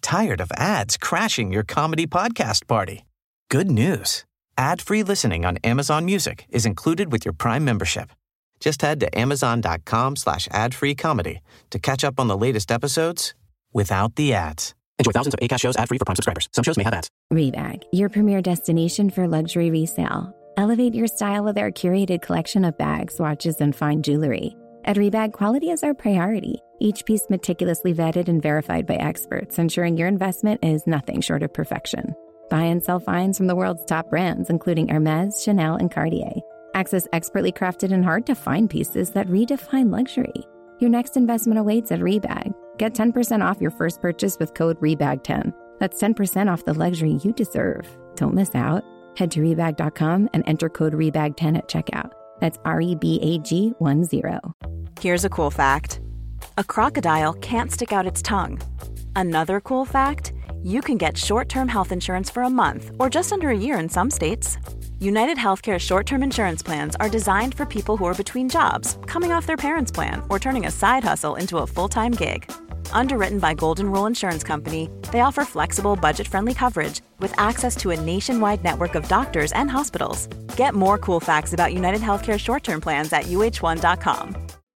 tired of ads crashing your comedy podcast party? Good news. Ad-free listening on Amazon Music is included with your Prime membership. Just head to amazon.com/ad-free comedy to catch up on the latest episodes without the ads. Enjoy thousands of Acast shows ad-free for Prime subscribers. Some shows may have ads. Rebag, your premier destination for luxury resale. Elevate your style with our curated collection of bags, watches, and fine jewelry. At Rebag, quality is our priority. Each piece meticulously vetted and verified by experts, ensuring your investment is nothing short of perfection. Buy and sell finds from the world's top brands, including Hermes, Chanel, and Cartier. Access expertly crafted and hard-to-find pieces that redefine luxury. Your next investment awaits at Rebag. Get 10% off your first purchase with code REBAG10. That's 10% off the luxury you deserve. Don't miss out. Head to Rebag.com and enter code REBAG10 at checkout. That's REBAG10. Here's a cool fact. A crocodile can't stick out its tongue. Another cool fact, you can get short-term health insurance for a month or just under a year in some states. United Healthcare short-term insurance plans are designed for people who are between jobs, coming off their parents' plan, or turning a side hustle into a full-time gig. Underwritten by Golden Rule Insurance Company, they offer flexible, budget-friendly coverage with access to a nationwide network of doctors and hospitals. Get more cool facts about United Healthcare short-term plans at uh1.com.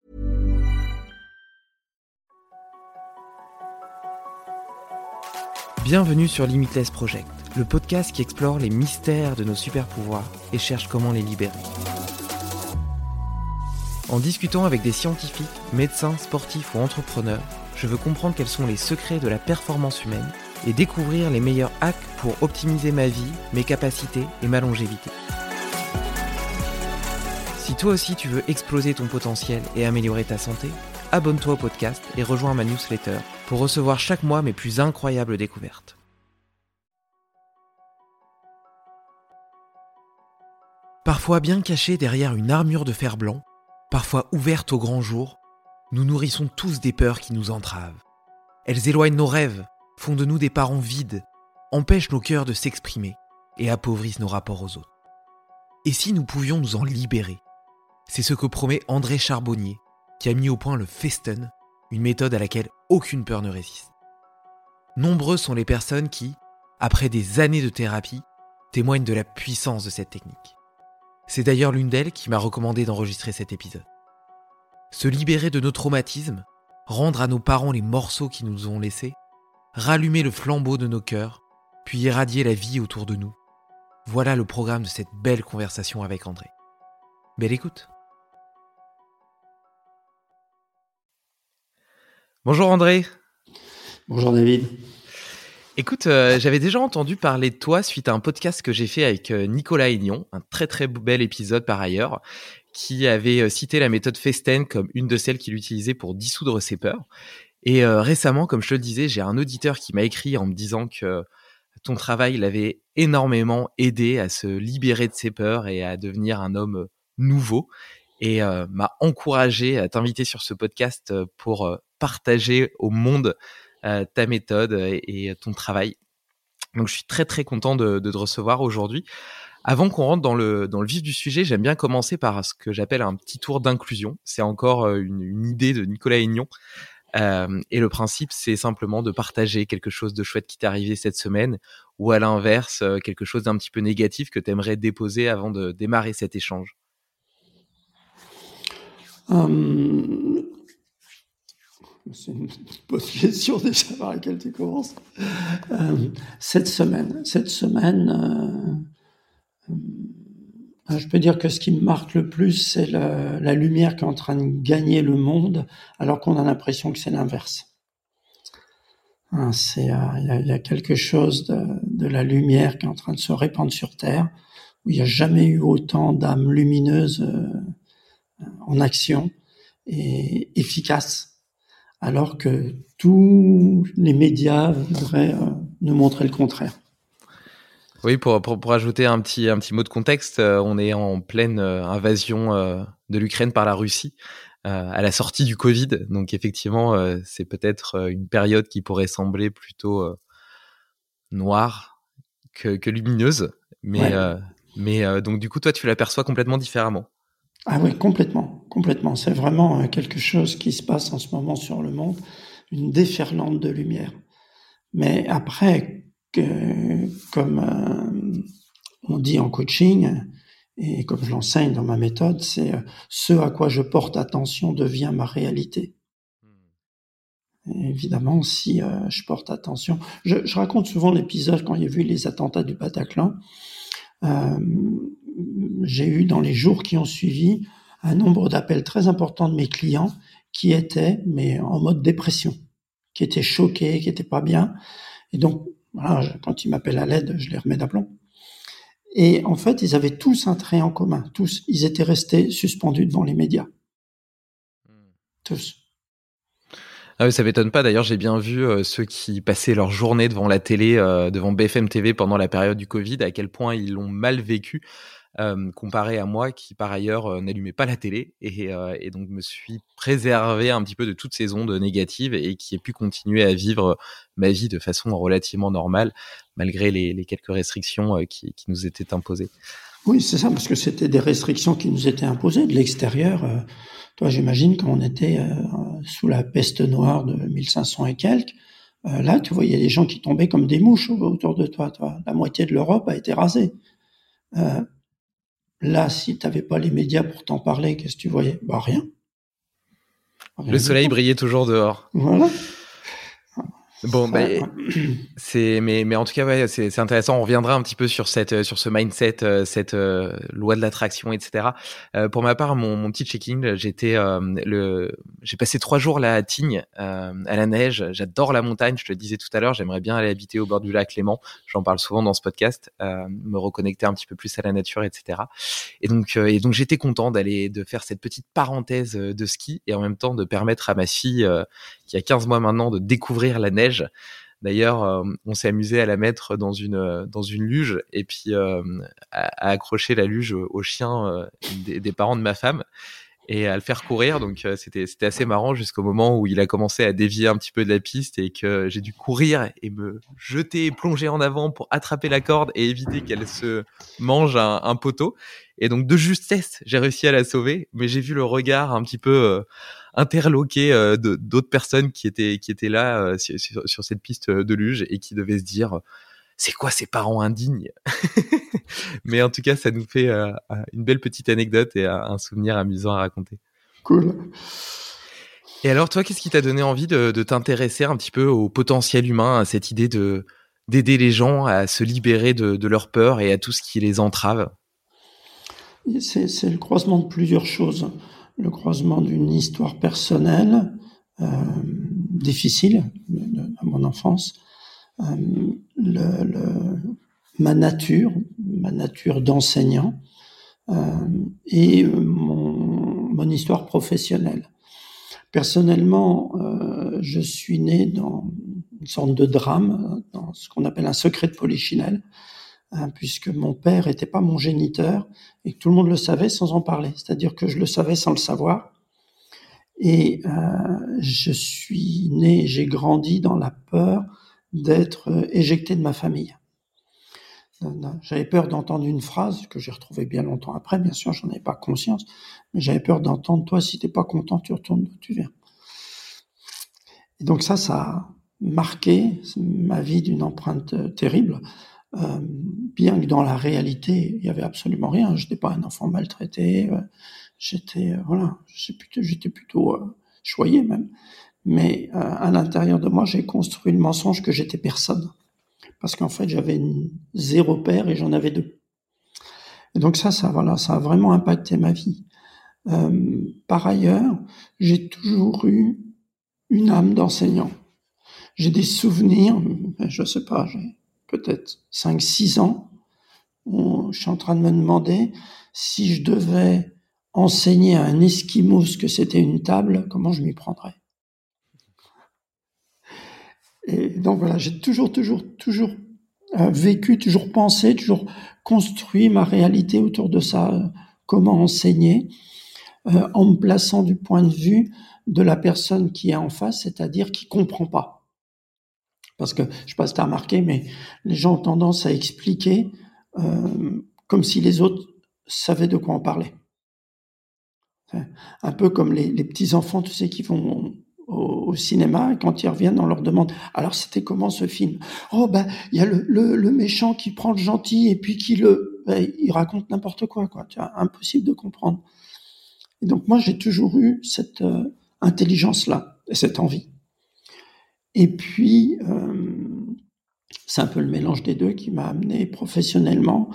Bienvenue sur Limitless Project, le podcast qui explore les mystères de nos super-pouvoirs et cherche comment les libérer. En discutant avec des scientifiques, médecins, sportifs ou entrepreneurs, je veux comprendre quels sont les secrets de la performance humaine et découvrir les meilleurs hacks pour optimiser ma vie, mes capacités et ma longévité. Si toi aussi tu veux exploser ton potentiel et améliorer ta santé, abonne-toi au podcast et rejoins ma newsletter pour recevoir chaque mois mes plus incroyables découvertes. Parfois bien cachés derrière une armure de fer blanc, parfois ouverte au grand jour, nous nourrissons tous des peurs qui nous entravent. Elles éloignent nos rêves, font de nous des parents vides, empêchent nos cœurs de s'exprimer et appauvrissent nos rapports aux autres. Et si nous pouvions nous en libérer ? C'est ce que promet André Charbonnier, qui a mis au point le Festen, une méthode à laquelle aucune peur ne résiste. Nombreuses sont les personnes qui, après des années de thérapie, témoignent de la puissance de cette technique. C'est d'ailleurs l'une d'elles qui m'a recommandé d'enregistrer cet épisode. Se libérer de nos traumatismes, rendre à nos parents les morceaux qu'ils nous ont laissés, rallumer le flambeau de nos cœurs, puis irradier la vie autour de nous. Voilà le programme de cette belle conversation avec André. Belle écoute. Bonjour André. Bonjour David. Écoute, j'avais déjà entendu parler de toi suite à un podcast que j'ai fait avec Nicolas Aignan, un très très bel épisode par ailleurs, qui avait cité la méthode Festen comme une de celles qu'il utilisait pour dissoudre ses peurs. Et récemment, comme je te le disais, j'ai un auditeur qui m'a écrit en me disant que ton travail l'avait énormément aidé à se libérer de ses peurs et à devenir un homme nouveau. Et m'a encouragé à t'inviter sur ce podcast pour partager au monde ta méthode et ton travail. Donc je suis très très content de te recevoir aujourd'hui. Avant qu'on rentre dans le vif du sujet, j'aime bien commencer par ce que j'appelle un petit tour d'inclusion. C'est encore une idée de Nicolas Aignan. Et le principe, c'est simplement de partager quelque chose de chouette qui t'est arrivé cette semaine ou à l'inverse, quelque chose d'un petit peu négatif que tu aimerais déposer avant de démarrer cet échange. C'est une bonne question déjà par laquelle tu commences. Cette semaine, je peux dire que ce qui me marque le plus, c'est la lumière qui est en train de gagner le monde, alors qu'on a l'impression que c'est l'inverse. Il y a quelque chose de la lumière qui est en train de se répandre sur Terre, où il n'y a jamais eu autant d'âmes lumineuses en action et efficaces, alors que tous les médias voudraient nous montrer le contraire. Oui, pour ajouter un petit mot de contexte, on est en pleine invasion de l'Ukraine par la Russie à la sortie du Covid. Donc effectivement, c'est peut-être une période qui pourrait sembler plutôt noire que lumineuse. Mais, ouais. Mais donc du coup, toi, tu l'aperçois complètement différemment. Ah oui, complètement. C'est vraiment quelque chose qui se passe en ce moment sur le monde, une déferlante de lumière. Mais après, comme on dit en coaching, et comme je l'enseigne dans ma méthode, c'est ce à quoi je porte attention devient ma réalité. Et évidemment, si je porte attention... Je raconte souvent l'épisode quand il y a eu les attentats du Bataclan. J'ai eu dans les jours qui ont suivi un nombre d'appels très important de mes clients qui étaient mais en mode dépression, qui étaient choqués, qui étaient pas bien. Et donc, voilà, quand ils m'appellent à l'aide, je les remets d'aplomb. Et en fait, ils avaient tous un trait en commun. Tous, ils étaient restés suspendus devant les médias. Tous. Ah oui, ça m'étonne pas. D'ailleurs, j'ai bien vu ceux qui passaient leur journée devant la télé, devant BFM TV pendant la période du Covid, à quel point ils l'ont mal vécu, comparé à moi qui, par ailleurs, n'allumais pas la télé et donc me suis préservé un petit peu de toutes ces ondes négatives et qui ai pu continuer à vivre ma vie de façon relativement normale, malgré les quelques restrictions qui nous étaient imposées. Oui, c'est ça, parce que c'était des restrictions qui nous étaient imposées de l'extérieur. Toi, j'imagine quand on était sous la peste noire de 1500 et quelques, là, tu voyais des gens qui tombaient comme des mouches autour de toi. La moitié de l'Europe a été rasée. Là, si tu n'avais pas les médias pour t'en parler, qu'est-ce que tu voyais? Bah, rien. Le soleil brillait toujours dehors. Voilà. Bon, mais en tout cas, ouais, c'est intéressant. On reviendra un petit peu sur ce mindset, cette loi de l'attraction, etc. Pour ma part, mon petit check-in, j'ai passé 3 jours là à Tignes, à la neige. J'adore la montagne. Je te le disais tout à l'heure, j'aimerais bien aller habiter au bord du lac Léman. J'en parle souvent dans ce podcast, me reconnecter un petit peu plus à la nature, etc. Et donc j'étais content de faire cette petite parenthèse de ski et en même temps de permettre à ma fille, qui a 15 mois maintenant, de découvrir la neige. D'ailleurs, on s'est amusé à la mettre dans une luge et puis à accrocher la luge au chien des parents de ma femme et à le faire courir. Donc c'était assez marrant jusqu'au moment où il a commencé à dévier un petit peu de la piste et que j'ai dû courir et me jeter et plonger en avant pour attraper la corde et éviter qu'elle se mange un poteau. Et donc de justesse, j'ai réussi à la sauver, mais j'ai vu le regard un petit peu interloqué d'autres personnes qui étaient là sur cette piste de luge et qui devaient se dire c'est quoi ces parents indignes. Mais en tout cas, ça nous fait une belle petite anecdote et un souvenir amusant à raconter. Cool. Et alors, toi, qu'est-ce qui t'a donné envie de t'intéresser un petit peu au potentiel humain, à cette idée d'aider les gens à se libérer de leur peur et à tout ce qui les entrave? C'est le croisement de plusieurs choses. Le croisement d'une histoire personnelle difficile de mon enfance, ma nature d'enseignant et mon histoire professionnelle. Personnellement, je suis né dans une sorte de drame, dans ce qu'on appelle un secret de Polichinelle, puisque mon père était pas mon géniteur et que tout le monde le savait sans en parler. C'est-à-dire que je le savais sans le savoir. Et je suis né, j'ai grandi dans la peur d'être éjecté de ma famille. J'avais peur d'entendre une phrase que j'ai retrouvée bien longtemps après, bien sûr, j'en avais pas conscience, mais j'avais peur d'entendre « toi, si t'es pas content, tu retournes d'où tu viens ». Et donc ça a marqué ma vie d'une empreinte terrible, bien que dans la réalité, il y avait absolument rien. J'étais pas un enfant maltraité, j'étais plutôt choyé même. Mais à l'intérieur de moi, j'ai construit le mensonge que j'étais personne. Parce qu'en fait, j'avais 0 père et j'en avais 2. Et donc ça a vraiment impacté ma vie. Par ailleurs, j'ai toujours eu une âme d'enseignant. J'ai des souvenirs, je sais pas, j'ai peut-être 5-6 ans, où je suis en train de me demander si je devais enseigner à un Esquimau ce que c'était une table, comment je m'y prendrais. Et donc voilà, j'ai toujours vécu, toujours pensé, toujours construit ma réalité autour de ça, comment enseigner, en me plaçant du point de vue de la personne qui est en face, c'est-à-dire qui comprend pas. Parce que, je sais pas si tu as remarqué, mais les gens ont tendance à expliquer comme si les autres savaient de quoi on parlait. Un peu comme les petits enfants, tu sais, qui vont au cinéma, et quand ils reviennent, on leur demande « Alors, c'était comment ce film ?»« Oh, il y a le méchant qui prend le gentil et puis il raconte n'importe quoi, quoi. Tu vois, impossible de comprendre. » Et donc, moi, j'ai toujours eu cette intelligence-là et cette envie. Et puis, c'est un peu le mélange des deux qui m'a amené professionnellement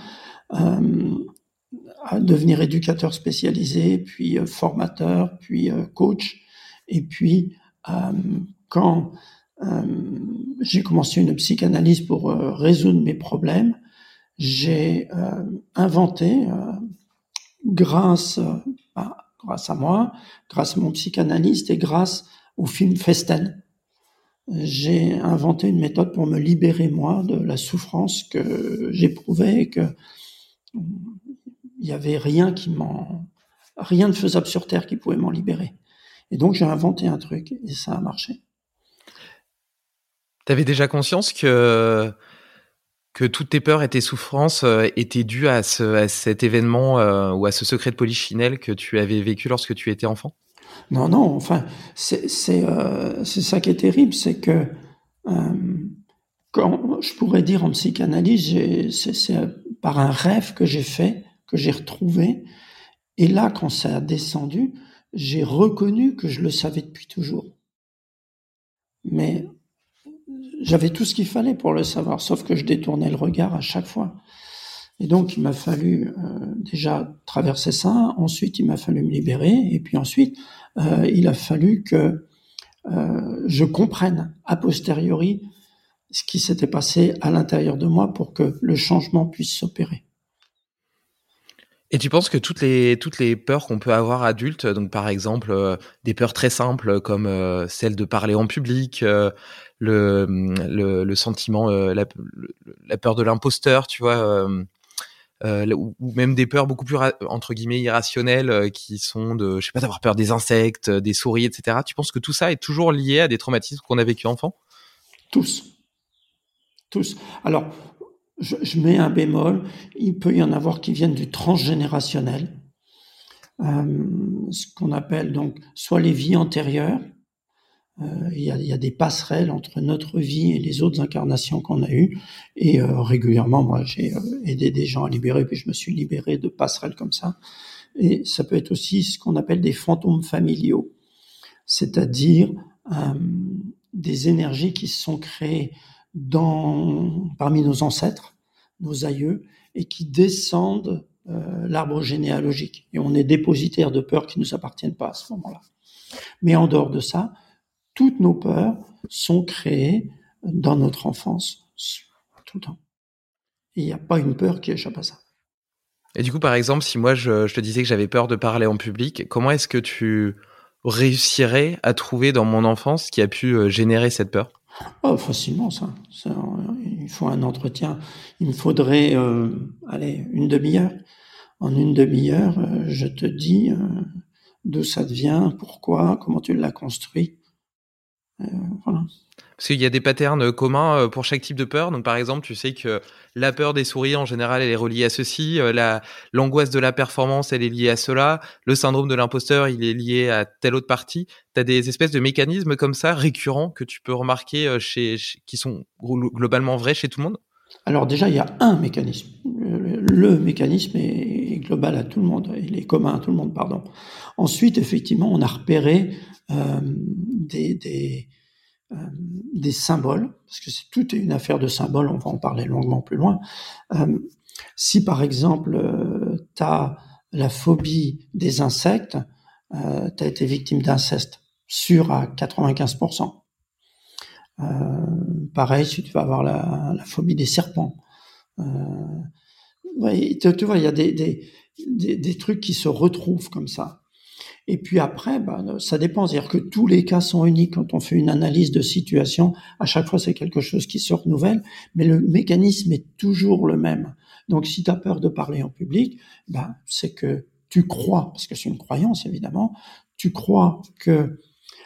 à devenir éducateur spécialisé, puis formateur, puis coach. Et puis, quand j'ai commencé une psychanalyse pour résoudre mes problèmes, j'ai inventé, grâce à moi, grâce à mon psychanalyste et grâce au film Festen, j'ai inventé une méthode pour me libérer, moi, de la souffrance que j'éprouvais et que il y avait rien de faisable sur Terre qui pouvait m'en libérer. Et donc, j'ai inventé un truc et ça a marché. T'avais déjà conscience que toutes tes peurs et tes souffrances étaient dues à cet événement ou à ce secret de Polichinelle que tu avais vécu lorsque tu étais enfant? Non, enfin, c'est ça qui est terrible, c'est que quand je pourrais dire en psychanalyse, c'est par un rêve que j'ai fait, que j'ai retrouvé, et là, quand ça a descendu, j'ai reconnu que je le savais depuis toujours. Mais j'avais tout ce qu'il fallait pour le savoir, sauf que je détournais le regard à chaque fois. Et donc, il m'a fallu déjà traverser ça, ensuite il m'a fallu me libérer, et puis ensuite, il a fallu que je comprenne a posteriori ce qui s'était passé à l'intérieur de moi pour que le changement puisse s'opérer. Et tu penses que toutes les peurs qu'on peut avoir adulte, donc par exemple des peurs très simples comme celle de parler en public, le sentiment, la peur de l'imposteur, tu vois, ou même des peurs beaucoup plus entre guillemets irrationnelles qui sont d'avoir peur des insectes, des souris, etc. Tu penses que tout ça est toujours lié à des traumatismes qu'on a vécu enfant? Tous. Alors, je mets un bémol, il peut y en avoir qui viennent du transgénérationnel, ce qu'on appelle donc soit les vies antérieures, il y a des passerelles entre notre vie et les autres incarnations qu'on a eues, et régulièrement, moi, j'ai aidé des gens à libérer, puis je me suis libéré de passerelles comme ça. Et ça peut être aussi ce qu'on appelle des fantômes familiaux, c'est-à-dire des énergies qui se sont créées parmi nos ancêtres, nos aïeux, et qui descendent l'arbre généalogique. Et on est dépositaire de peurs qui ne nous appartiennent pas à ce moment-là. Mais en dehors de ça, toutes nos peurs sont créées dans notre enfance, tout le temps. Et il n'y a pas une peur qui échappe à ça. Et du coup, par exemple, si moi je te disais que j'avais peur de parler en public, comment est-ce que tu réussirais à trouver dans mon enfance ce qui a pu générer cette peur? Oh, facilement, ça. Il faut un entretien. Il me faudrait, une demi-heure. En une demi-heure, je te dis d'où ça vient, pourquoi, comment tu l'as construit. Voilà. Parce qu'il y a des patterns communs pour chaque type de peur. Donc, par exemple, tu sais que la peur des souris, en général, elle est reliée à ceci. L'angoisse de la performance, elle est liée à cela. Le syndrome de l'imposteur, il est lié à telle autre partie. Tu as des espèces de mécanismes comme ça, récurrents, que tu peux remarquer qui sont globalement vrais chez tout le monde? Alors déjà, il y a un mécanisme. Le mécanisme est global à tout le monde. Il est commun à tout le monde, pardon. Ensuite, effectivement, on a repéré des symboles, parce que tout est une affaire de symboles, on va en parler longuement plus loin. Si par exemple, tu as la phobie des insectes, tu as été victime d'inceste, sûr à 95%. Pareil, si tu vas avoir la phobie des serpents. Ouais, tu vois, il y a des trucs qui se retrouvent comme ça. Et puis après, ça dépend. C'est-à-dire que tous les cas sont uniques. Quand on fait une analyse de situation, à chaque fois, c'est quelque chose qui se renouvelle, mais le mécanisme est toujours le même. Donc, si tu as peur de parler en public, c'est que tu crois, parce que c'est une croyance, évidemment, tu crois que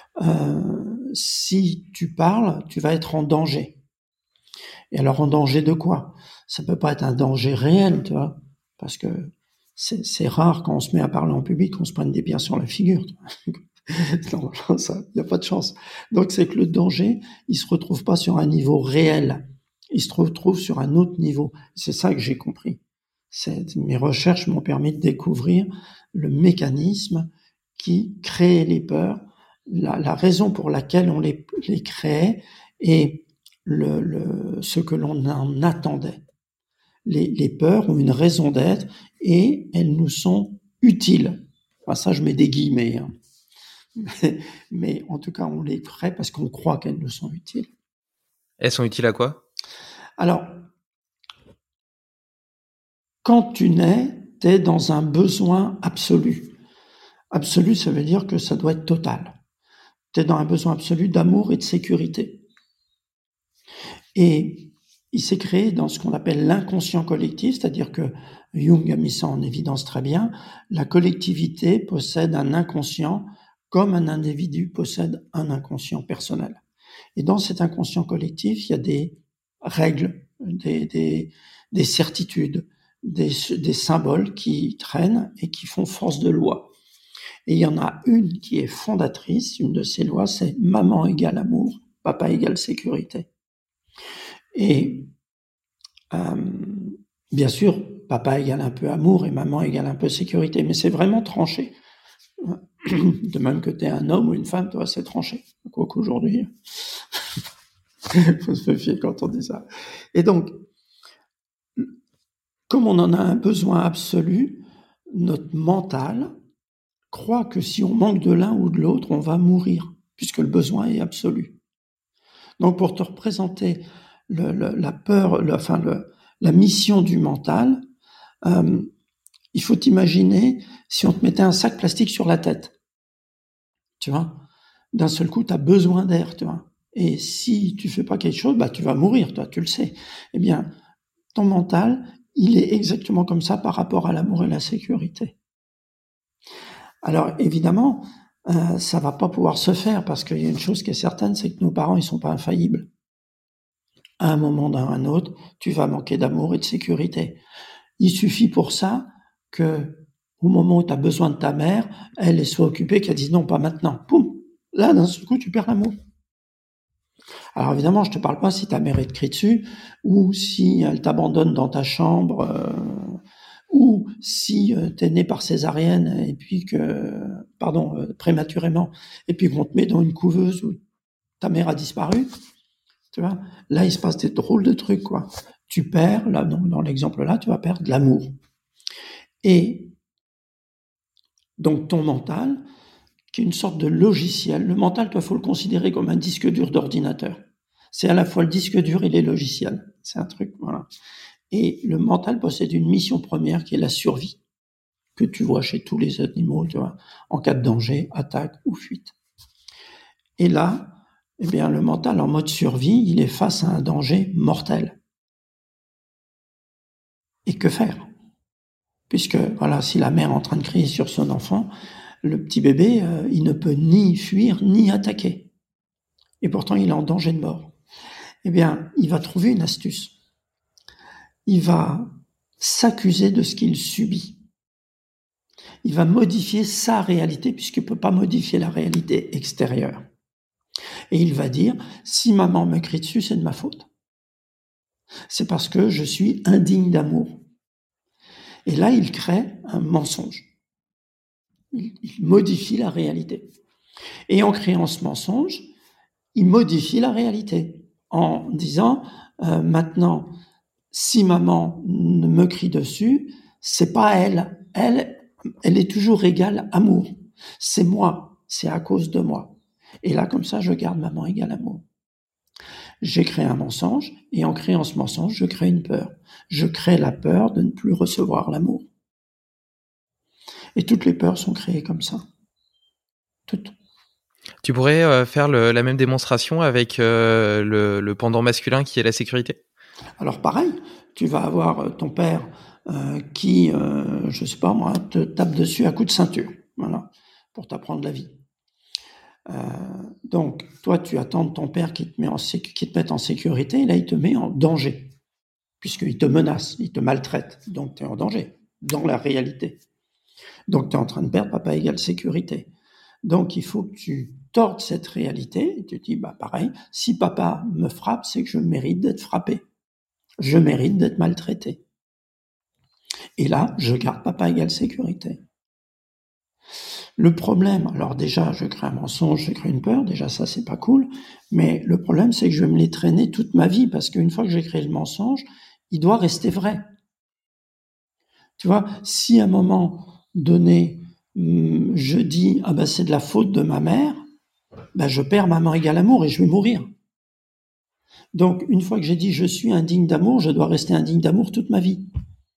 si tu parles, tu vas être en danger. Et alors, en danger de quoi? Ça peut pas être un danger réel, tu vois, parce que c'est rare quand on se met à parler en public qu'on se prenne des biens sur la figure. Non, ça, il n'y a pas de chance. Donc, c'est que le danger, il se retrouve pas sur un niveau réel. Il se retrouve sur un autre niveau. C'est ça que j'ai compris. Mes recherches m'ont permis de découvrir le mécanisme qui crée les peurs, la raison pour laquelle on les créait et ce que l'on en attendait. Les peurs ont une raison d'être et elles nous sont utiles. Enfin, ça, je mets des guillemets, hein. Mais en tout cas, on les crée parce qu'on croit qu'elles nous sont utiles. Elles sont utiles à quoi? Alors, quand tu nais, tu es dans un besoin absolu. Absolu, ça veut dire que ça doit être total. Tu es dans un besoin absolu d'amour et de sécurité. Et il s'est créé dans ce qu'on appelle l'inconscient collectif, c'est-à-dire que Jung a mis ça en évidence très bien. La collectivité possède un inconscient comme un individu possède un inconscient personnel. Et dans cet inconscient collectif, il y a des règles, des certitudes, des symboles qui traînent et qui font force de loi. Et il y en a une qui est fondatrice, une de ces lois, c'est maman égale amour, papa égale sécurité. Et bien sûr, papa égale un peu amour et maman égale un peu sécurité, mais c'est vraiment tranché. De même que tu es un homme ou une femme, toi, c'est tranché. Quoique aujourd'hui, il faut se méfier quand on dit ça. Et donc, comme on en a un besoin absolu, notre mental croit que si on manque de l'un ou de l'autre, on va mourir, puisque le besoin est absolu. Donc, pour te représenter la peur, la mission du mental, il faut t'imaginer si on te mettait un sac plastique sur la tête. Tu vois, d'un seul coup, tu as besoin d'air, tu vois. Et si tu fais pas quelque chose, bah, tu vas mourir, toi, tu le sais. Eh bien, ton mental, il est exactement comme ça par rapport à l'amour et la sécurité. Alors, évidemment, ça va pas pouvoir se faire parce qu'il y a une chose qui est certaine, c'est que nos parents, ils sont pas infaillibles. À un moment ou à un autre, tu vas manquer d'amour et de sécurité. Il suffit pour ça que, au moment où tu as besoin de ta mère, elle soit occupée, qu'elle dise non, pas maintenant. Poum! Là, d'un seul coup, tu perds l'amour. Alors évidemment, je te parle pas si ta mère est te crie dessus, ou si elle t'abandonne dans ta chambre, ou si t'es né par césarienne et puis prématurément, et puis qu'on te met dans une couveuse où ta mère a disparu. Tu vois, là, il se passe des drôles de trucs, quoi. Tu perds, là, dans l'exemple là, tu vas perdre de l'amour. Et donc ton mental, qui est une sorte de logiciel. Le mental, toi, faut le considérer comme un disque dur d'ordinateur. C'est à la fois le disque dur et les logiciels. C'est un truc, voilà. Et le mental possède une mission première qui est la survie, que tu vois chez tous les animaux, tu vois, en cas de danger, attaque ou fuite. Et là, eh bien, le mental en mode survie, il est face à un danger mortel. Et que faire? Puisque, voilà, si la mère est en train de crier sur son enfant, le petit bébé, il ne peut ni fuir ni attaquer. Et pourtant, il est en danger de mort. Eh bien, il va trouver une astuce. Il va s'accuser de ce qu'il subit. Il va modifier sa réalité puisqu'il ne peut pas modifier la réalité extérieure. Et il va dire, si maman me crie dessus, c'est de ma faute. C'est parce que je suis indigne d'amour. Et là, il crée un mensonge. Il modifie la réalité. Et en créant ce mensonge, il modifie la réalité en disant, maintenant, si maman me crie dessus, c'est pas elle. Elle est toujours égale amour. C'est moi. C'est à cause de moi. Et là, comme ça, je garde maman égale amour. J'ai créé un mensonge, et en créant ce mensonge, je crée une peur. Je crée la peur de ne plus recevoir l'amour. Et toutes les peurs sont créées comme ça. Toutes. Tu pourrais faire la même démonstration avec le pendant masculin qui est la sécurité? Alors pareil, tu vas avoir ton père qui, je sais pas moi, te tape dessus à coups de ceinture, voilà, pour t'apprendre la vie. Donc, toi, tu attends de ton père qui te mette en sécurité, et là, il te met en danger, puisqu'il te menace, il te maltraite. Donc, tu es en danger, dans la réalité. Donc, tu es en train de perdre papa égale sécurité. Donc, il faut que tu tordes cette réalité et tu te dis, pareil, si papa me frappe, c'est que je mérite d'être frappé. Je mérite d'être maltraité. Et là, je garde papa égale sécurité. Le problème, alors déjà, je crée un mensonge, je crée une peur, déjà ça, c'est pas cool, mais le problème, c'est que je vais me les traîner toute ma vie, parce qu'une fois que j'ai créé le mensonge, il doit rester vrai. Tu vois, si à un moment donné, je dis, c'est de la faute de ma mère, je perds maman égale amour et je vais mourir. Donc, une fois que j'ai dit je suis indigne d'amour, je dois rester indigne d'amour toute ma vie.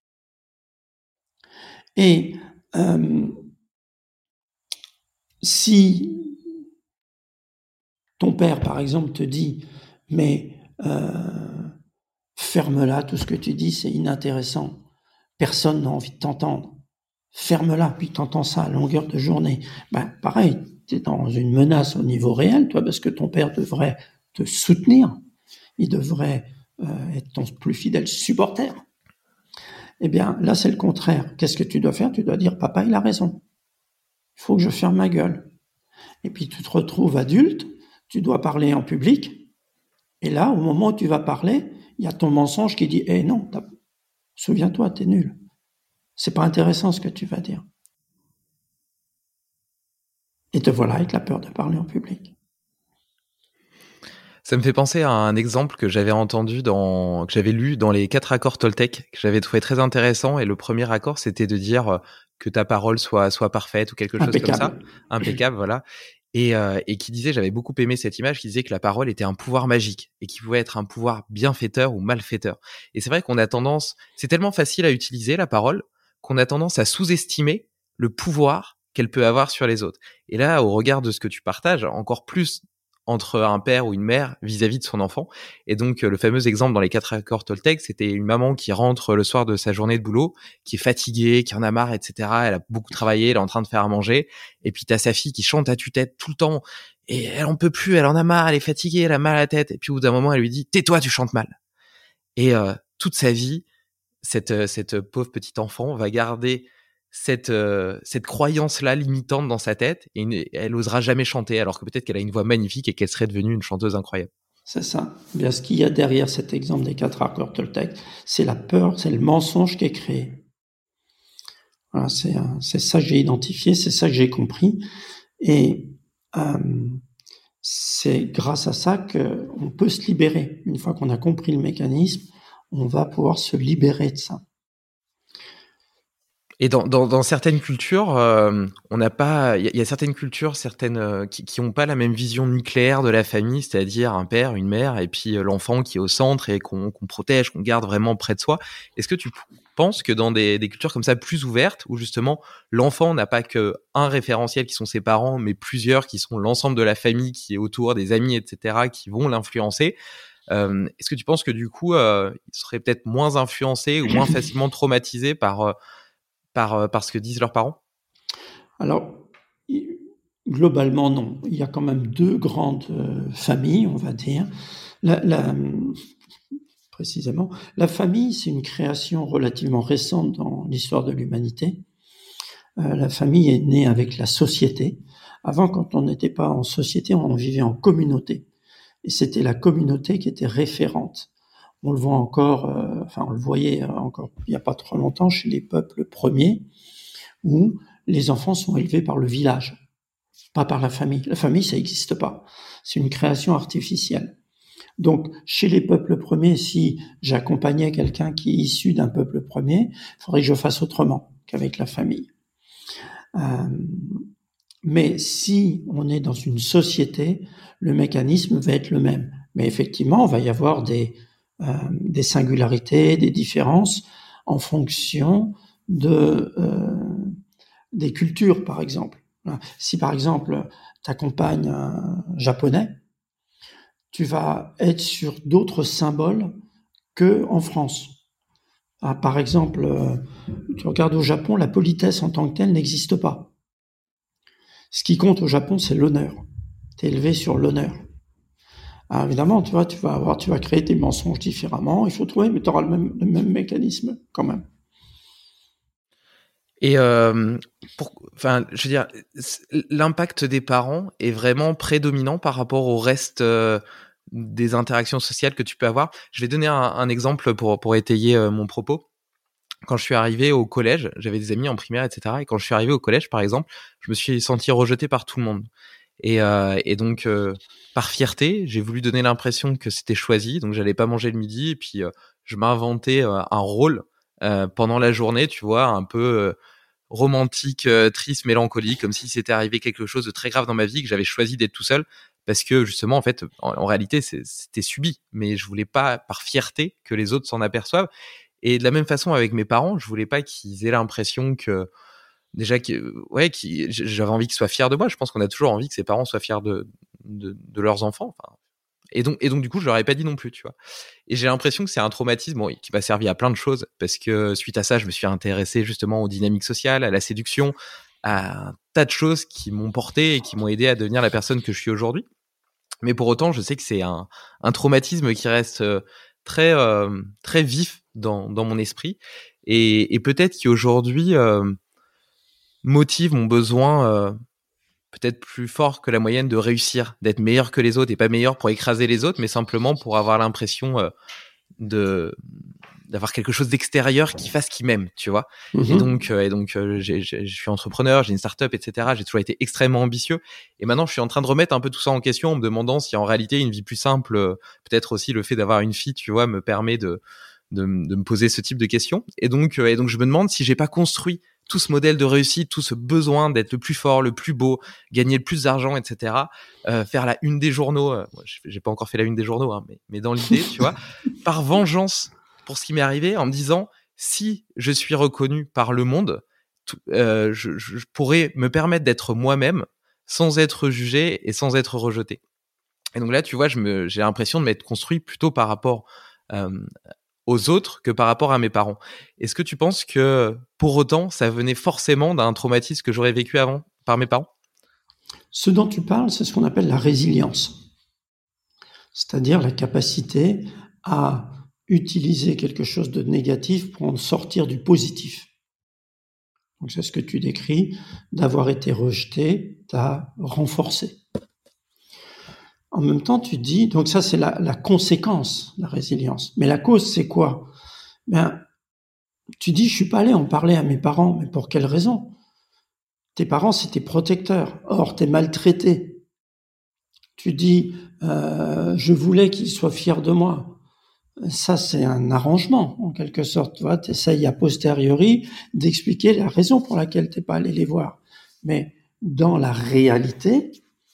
Et si ton père, par exemple, te dit « mais ferme-la, tout ce que tu dis, c'est inintéressant, personne n'a envie de t'entendre, ferme-la, puis t'entends ça à longueur de journée », pareil, tu es dans une menace au niveau réel, toi, parce que ton père devrait te soutenir, il devrait être ton plus fidèle supporter. Eh bien, là, c'est le contraire. Qu'est-ce que tu dois faire ? Tu dois dire « papa, il a raison, il faut que je ferme ma gueule ». Et puis tu te retrouves adulte, tu dois parler en public, et là, au moment où tu vas parler, il y a ton mensonge qui dit « non, souviens-toi, t'es nul. C'est pas intéressant ce que tu vas dire. » Et te voilà avec la peur de parler en public. Ça me fait penser à un exemple que j'avais que j'avais lu dans les 4 accords Toltec, que j'avais trouvé très intéressant. Et le premier accord, c'était de dire que ta parole soit parfaite ou quelque chose comme ça. Impeccable, voilà. Et qui disait, j'avais beaucoup aimé cette image, qui disait que la parole était un pouvoir magique et qui pouvait être un pouvoir bienfaiteur ou malfaiteur. Et c'est vrai qu'on a tendance, c'est tellement facile à utiliser la parole, qu'on a tendance à sous-estimer le pouvoir qu'elle peut avoir sur les autres. Et là, au regard de ce que tu partages, encore plus entre un père ou une mère vis-à-vis de son enfant. Et donc, le fameux exemple dans les 4 accords Toltec, c'était une maman qui rentre le soir de sa journée de boulot, qui est fatiguée, qui en a marre, etc. Elle a beaucoup travaillé, elle est en train de faire à manger. Et puis, t'as sa fille qui chante à tue-tête tout le temps. Et elle en peut plus, elle en a marre, elle est fatiguée, elle a mal à la tête. Et puis, au bout d'un moment, elle lui dit « Tais-toi, tu chantes mal ». Et toute sa vie, cette pauvre petite enfant va garder cette croyance-là limitante dans sa tête et elle osera jamais chanter alors que peut-être qu'elle a une voix magnifique et qu'elle serait devenue une chanteuse incroyable. C'est ça. Bien, ce qu'il y a derrière cet exemple des 4 accords Toltec, c'est la peur, c'est le mensonge qui est créé. Voilà, c'est ça que j'ai identifié, c'est ça que j'ai compris. Et c'est grâce à ça qu'on peut se libérer. Une fois qu'on a compris le mécanisme, on va pouvoir se libérer de ça. Et dans certaines cultures, on n'a pas. Il y a certaines cultures, qui ont pas la même vision nucléaire de la famille, c'est-à-dire un père, une mère, et puis l'enfant qui est au centre et qu'on protège, qu'on garde vraiment près de soi. Est-ce que tu penses que dans des cultures comme ça plus ouvertes, où justement l'enfant n'a pas que un référentiel qui sont ses parents, mais plusieurs qui sont l'ensemble de la famille qui est autour, des amis, etc., qui vont l'influencer. Est-ce que tu penses que du coup, il serait peut-être moins influencé ou moins facilement traumatisé par ce que disent leurs parents ? Alors, globalement, non. Il y a quand même 2 grandes familles, on va dire. Précisément, la famille, c'est une création relativement récente dans l'histoire de l'humanité. La famille est née avec la société. Avant, quand on n'était pas en société, on vivait en communauté. Et c'était la communauté qui était référente. On le voit encore, on le voyait encore il n'y a pas trop longtemps chez les peuples premiers, où les enfants sont élevés par le village, pas par la famille. La famille, ça n'existe pas. C'est une création artificielle. Donc, chez les peuples premiers, si j'accompagnais quelqu'un qui est issu d'un peuple premier, il faudrait que je fasse autrement qu'avec la famille. Mais si on est dans une société, le mécanisme va être le même. Mais effectivement, il va y avoir des singularités, des différences en fonction des cultures, par exemple. Si, par exemple, tu accompagnes un japonais, tu vas être sur d'autres symboles qu'en France. Par exemple, tu regardes au Japon, la politesse en tant que telle n'existe pas. Ce qui compte au Japon, c'est l'honneur. Tu es élevé sur l'honneur. Alors évidemment, tu vas créer tes mensonges différemment, il faut trouver, mais tu auras le même mécanisme quand même. Et Enfin, je veux dire, l'impact des parents est vraiment prédominant par rapport au reste des interactions sociales que tu peux avoir. Je vais donner un exemple pour étayer mon propos. Quand je suis arrivé au collège, j'avais des amis en primaire, etc. Et quand je suis arrivé au collège, par exemple, je me suis senti rejeté par tout le monde. Et donc, par fierté, j'ai voulu donner l'impression que c'était choisi. Donc, j'allais pas manger le midi. Et puis, je m'inventais un rôle pendant la journée, tu vois, un peu romantique, triste, mélancolique, comme si c'était arrivé quelque chose de très grave dans ma vie, que j'avais choisi d'être tout seul. Parce que justement, en fait, en réalité, c'était subi. Mais je voulais pas, par fierté, que les autres s'en aperçoivent. Et de la même façon avec mes parents, je voulais pas qu'ils aient l'impression que déjà j'avais envie qu'ils soient fiers de moi. Je pense qu'on a toujours envie que ses parents soient fiers de leurs enfants. Enfin, et donc du coup, je leur ai pas dit non plus, tu vois. Et j'ai l'impression que c'est un traumatisme qui m'a servi à plein de choses parce que suite à ça, je me suis intéressé justement aux dynamiques sociales, à la séduction, à un tas de choses qui m'ont porté et qui m'ont aidé à devenir la personne que je suis aujourd'hui. Mais pour autant, je sais que c'est un traumatisme qui reste très très vif dans mon esprit et peut-être qui aujourd'hui motive mon besoin peut-être plus fort que la moyenne de réussir, d'être meilleur que les autres et pas meilleur pour écraser les autres, mais simplement pour avoir l'impression d'avoir quelque chose d'extérieur qui fasse qu'ils m'aiment, tu vois. Et donc je suis entrepreneur, j'ai une start-up, etc. J'ai toujours été extrêmement ambitieux. Et maintenant, je suis en train de remettre un peu tout ça en question en me demandant si en réalité une vie plus simple, peut-être aussi le fait d'avoir une fille, tu vois, me permet de me poser ce type de questions. Et donc je me demande si j'ai pas construit tout ce modèle de réussite, tout ce besoin d'être le plus fort, le plus beau, gagner le plus d'argent, etc. Faire la une des journaux. J'ai pas encore fait la une des journaux, hein, mais dans l'idée, tu vois, par vengeance pour ce qui m'est arrivé, en me disant si je suis reconnu par le monde, je pourrais me permettre d'être moi-même sans être jugé et sans être rejeté. Et donc là, tu vois, j'ai l'impression de m'être construit plutôt par rapport aux autres que par rapport à mes parents. Est-ce que tu penses que pour autant, ça venait forcément d'un traumatisme que j'aurais vécu avant par mes parents ? Ce dont tu parles, c'est ce qu'on appelle la résilience. C'est-à-dire la capacité à utiliser quelque chose de négatif pour en sortir du positif. Donc c'est ce que tu décris, d'avoir été rejeté, t'a renforcé. En même temps, tu dis, donc ça c'est la conséquence, la résilience. Mais la cause, c'est quoi ? Tu dis, je suis pas allé en parler à mes parents, mais pour quelle raison ? Tes parents, c'est tes protecteurs. Or, t'es maltraité. Tu dis, je voulais qu'ils soient fiers de moi. Ça, c'est un arrangement, en quelque sorte. Tu vois, t'essayes a posteriori d'expliquer la raison pour laquelle t'es pas allé les voir. Mais dans la réalité,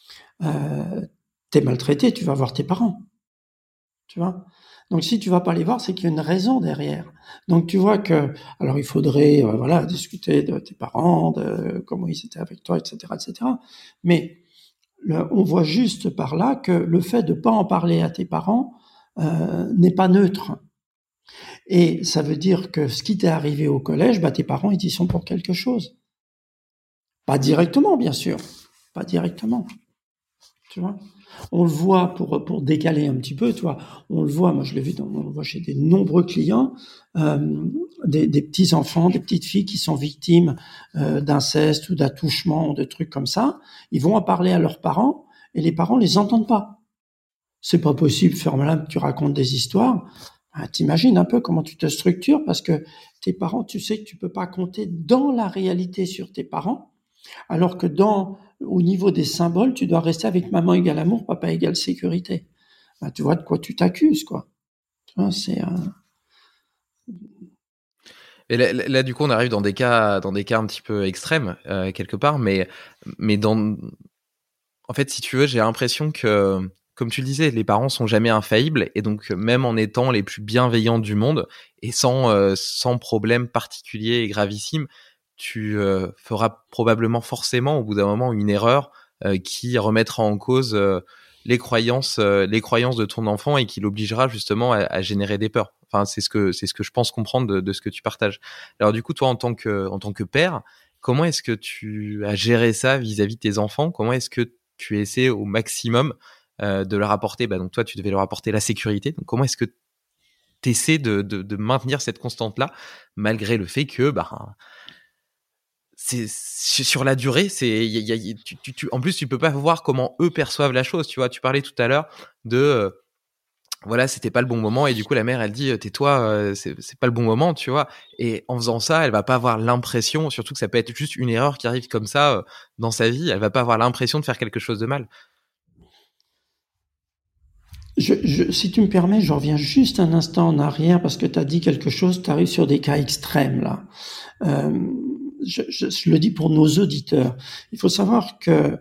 t'es maltraité, tu vas voir tes parents. Tu vois ? Donc, si tu vas pas les voir, c'est qu'il y a une raison derrière. Donc, tu vois que, alors, il faudrait, discuter de tes parents, de comment ils étaient avec toi, etc., etc. Mais on voit juste par là que le fait de pas en parler à tes parents n'est pas neutre. Et ça veut dire que ce qui t'est arrivé au collège, tes parents, ils y sont pour quelque chose. Pas directement, bien sûr. Pas directement. Tu vois ? On le voit pour décaler un petit peu, tu vois. On le voit, moi je l'ai vu, on le voit chez des nombreux clients, des petits enfants, des petites filles qui sont victimes d'inceste ou d'attouchement, de trucs comme ça. Ils vont en parler à leurs parents et les parents les entendent pas. C'est pas possible, ferme-la, tu racontes des histoires. T'imagines un peu comment tu te structures parce que tes parents, tu sais que tu peux pas compter dans la réalité sur tes parents, alors que au niveau des symboles, tu dois rester avec maman égale amour, papa égale sécurité. Tu vois de quoi tu t'accuses, quoi. Tu vois, c'est Et là, du coup, on arrive dans des cas un petit peu extrêmes quelque part, mais en fait, si tu veux, j'ai l'impression que, comme tu le disais, les parents sont jamais infaillibles et donc même en étant les plus bienveillants du monde et sans problème particulier et gravissime, tu feras probablement forcément au bout d'un moment une erreur qui remettra en cause les croyances de ton enfant et qui l'obligera justement à générer des peurs. Enfin, c'est ce que je pense comprendre de ce que tu partages. Alors du coup, toi en tant que père, comment est-ce que tu as géré ça vis-à-vis de tes enfants ? Comment est-ce que tu essaies au maximum de leur apporter, donc toi tu devais leur apporter la sécurité, donc comment est-ce que tu essaies de maintenir cette constante-là malgré le fait que sur la durée, en plus, tu peux pas voir comment eux perçoivent la chose. Tu vois, tu parlais tout à l'heure de voilà, c'était pas le bon moment et du coup la mère elle dit tais-toi, c'est pas le bon moment, tu vois. Et en faisant ça, elle va pas avoir l'impression, surtout que ça peut être juste une erreur qui arrive comme ça dans sa vie, elle va pas avoir l'impression de faire quelque chose de mal. Si tu me permets, je reviens juste un instant en arrière parce que tu as dit quelque chose, tu arrives sur des cas extrêmes là. Je le dis pour nos auditeurs. Il faut savoir que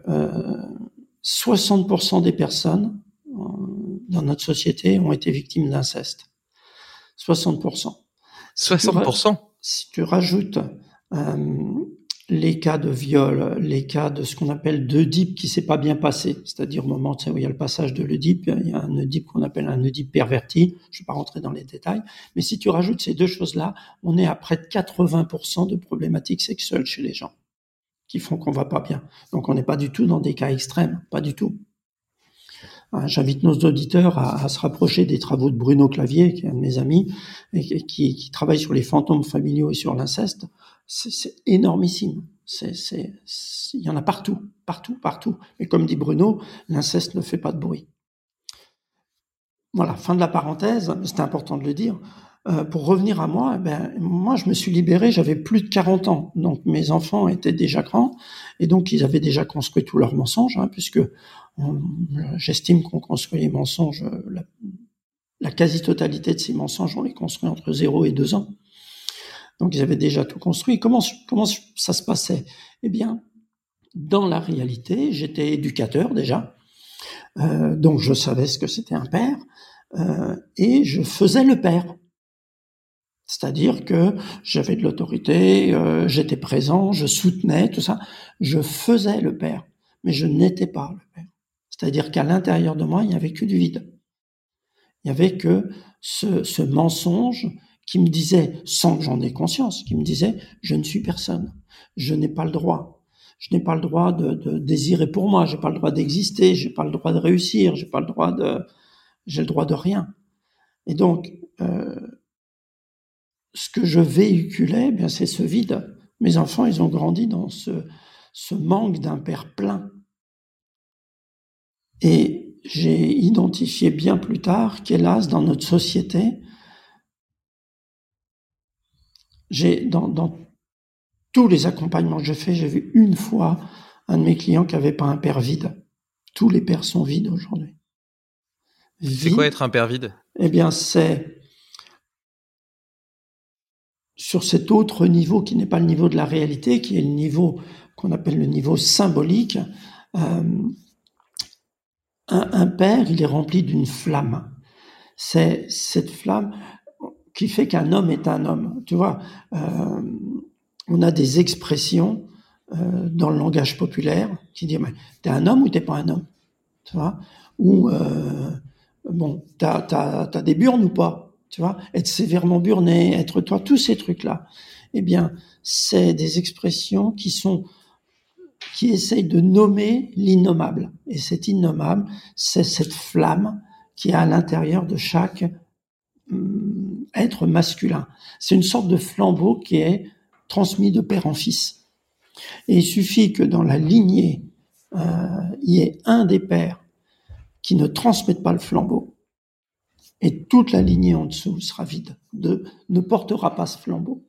60% des personnes dans notre société ont été victimes d'inceste. 60%. 60%. Si tu rajoutes les cas de viol, les cas de ce qu'on appelle d'Oedipe qui s'est pas bien passé, c'est-à-dire au moment où il y a le passage de l'Oedipe, il y a un Oedipe qu'on appelle un Oedipe perverti, je ne vais pas rentrer dans les détails, mais si tu rajoutes ces deux choses-là, on est à près de 80% de problématiques sexuelles chez les gens qui font qu'on va pas bien. Donc on n'est pas du tout dans des cas extrêmes, pas du tout. J'invite nos auditeurs à se rapprocher des travaux de Bruno Clavier, qui est un de mes amis, et qui travaille sur les fantômes familiaux et sur l'inceste. C'est énormissime. Il y en a partout. Mais comme dit Bruno, l'inceste ne fait pas de bruit. Voilà, fin de la parenthèse, c'était important de le dire. Pour revenir à moi, moi je me suis libéré, j'avais plus de 40 ans, donc mes enfants étaient déjà grands, et donc ils avaient déjà construit tous leurs mensonges, puisque j'estime qu'on construit les mensonges, la quasi-totalité de ces mensonges, on les construit entre 0 et 2 ans. Donc ils avaient déjà tout construit. Comment ça se passait ? Eh bien, dans la réalité, j'étais éducateur déjà, donc je savais ce que c'était un père, et je faisais le père. C'est-à-dire que j'avais de l'autorité, j'étais présent, je soutenais, tout ça. Je faisais le père, mais je n'étais pas le père. C'est-à-dire qu'à l'intérieur de moi, il n'y avait que du vide. Il n'y avait que ce mensonge qui me disait, sans que j'en ai conscience, qui me disait « je ne suis personne, je n'ai pas le droit. Je n'ai pas le droit de désirer pour moi, j'ai pas le droit d'exister, j'ai pas le droit de réussir, j'ai le droit de rien. » Et donc, ce que je véhiculais, bien c'est ce vide. Mes enfants, ils ont grandi dans ce manque d'un père plein. Et j'ai identifié bien plus tard qu'hélas, dans notre société, dans tous les accompagnements que je fais, j'ai vu une fois un de mes clients qui n'avait pas un père vide. Tous les pères sont vides aujourd'hui. C'est quoi être un père vide ? Eh bien, c'est sur cet autre niveau qui n'est pas le niveau de la réalité, qui est le niveau qu'on appelle le niveau symbolique. Un père, il est rempli d'une flamme. C'est cette flamme qui fait qu'un homme est un homme. Tu vois, on a des expressions dans le langage populaire qui disent « t'es un homme ou t'es pas un homme ?» Tu vois, ou bon, t'as des burnes ou pas ? Tu vois, être sévèrement burné, être toi, tous ces trucs-là. Eh bien, c'est des expressions qui essayent de nommer l'innommable. Et cet innommable, c'est cette flamme qui est à l'intérieur de chaque être masculin. C'est une sorte de flambeau qui est transmis de père en fils. Et il suffit que dans la lignée, il y ait un des pères qui ne transmette pas le flambeau, et toute la lignée en dessous sera vide, ne portera pas ce flambeau.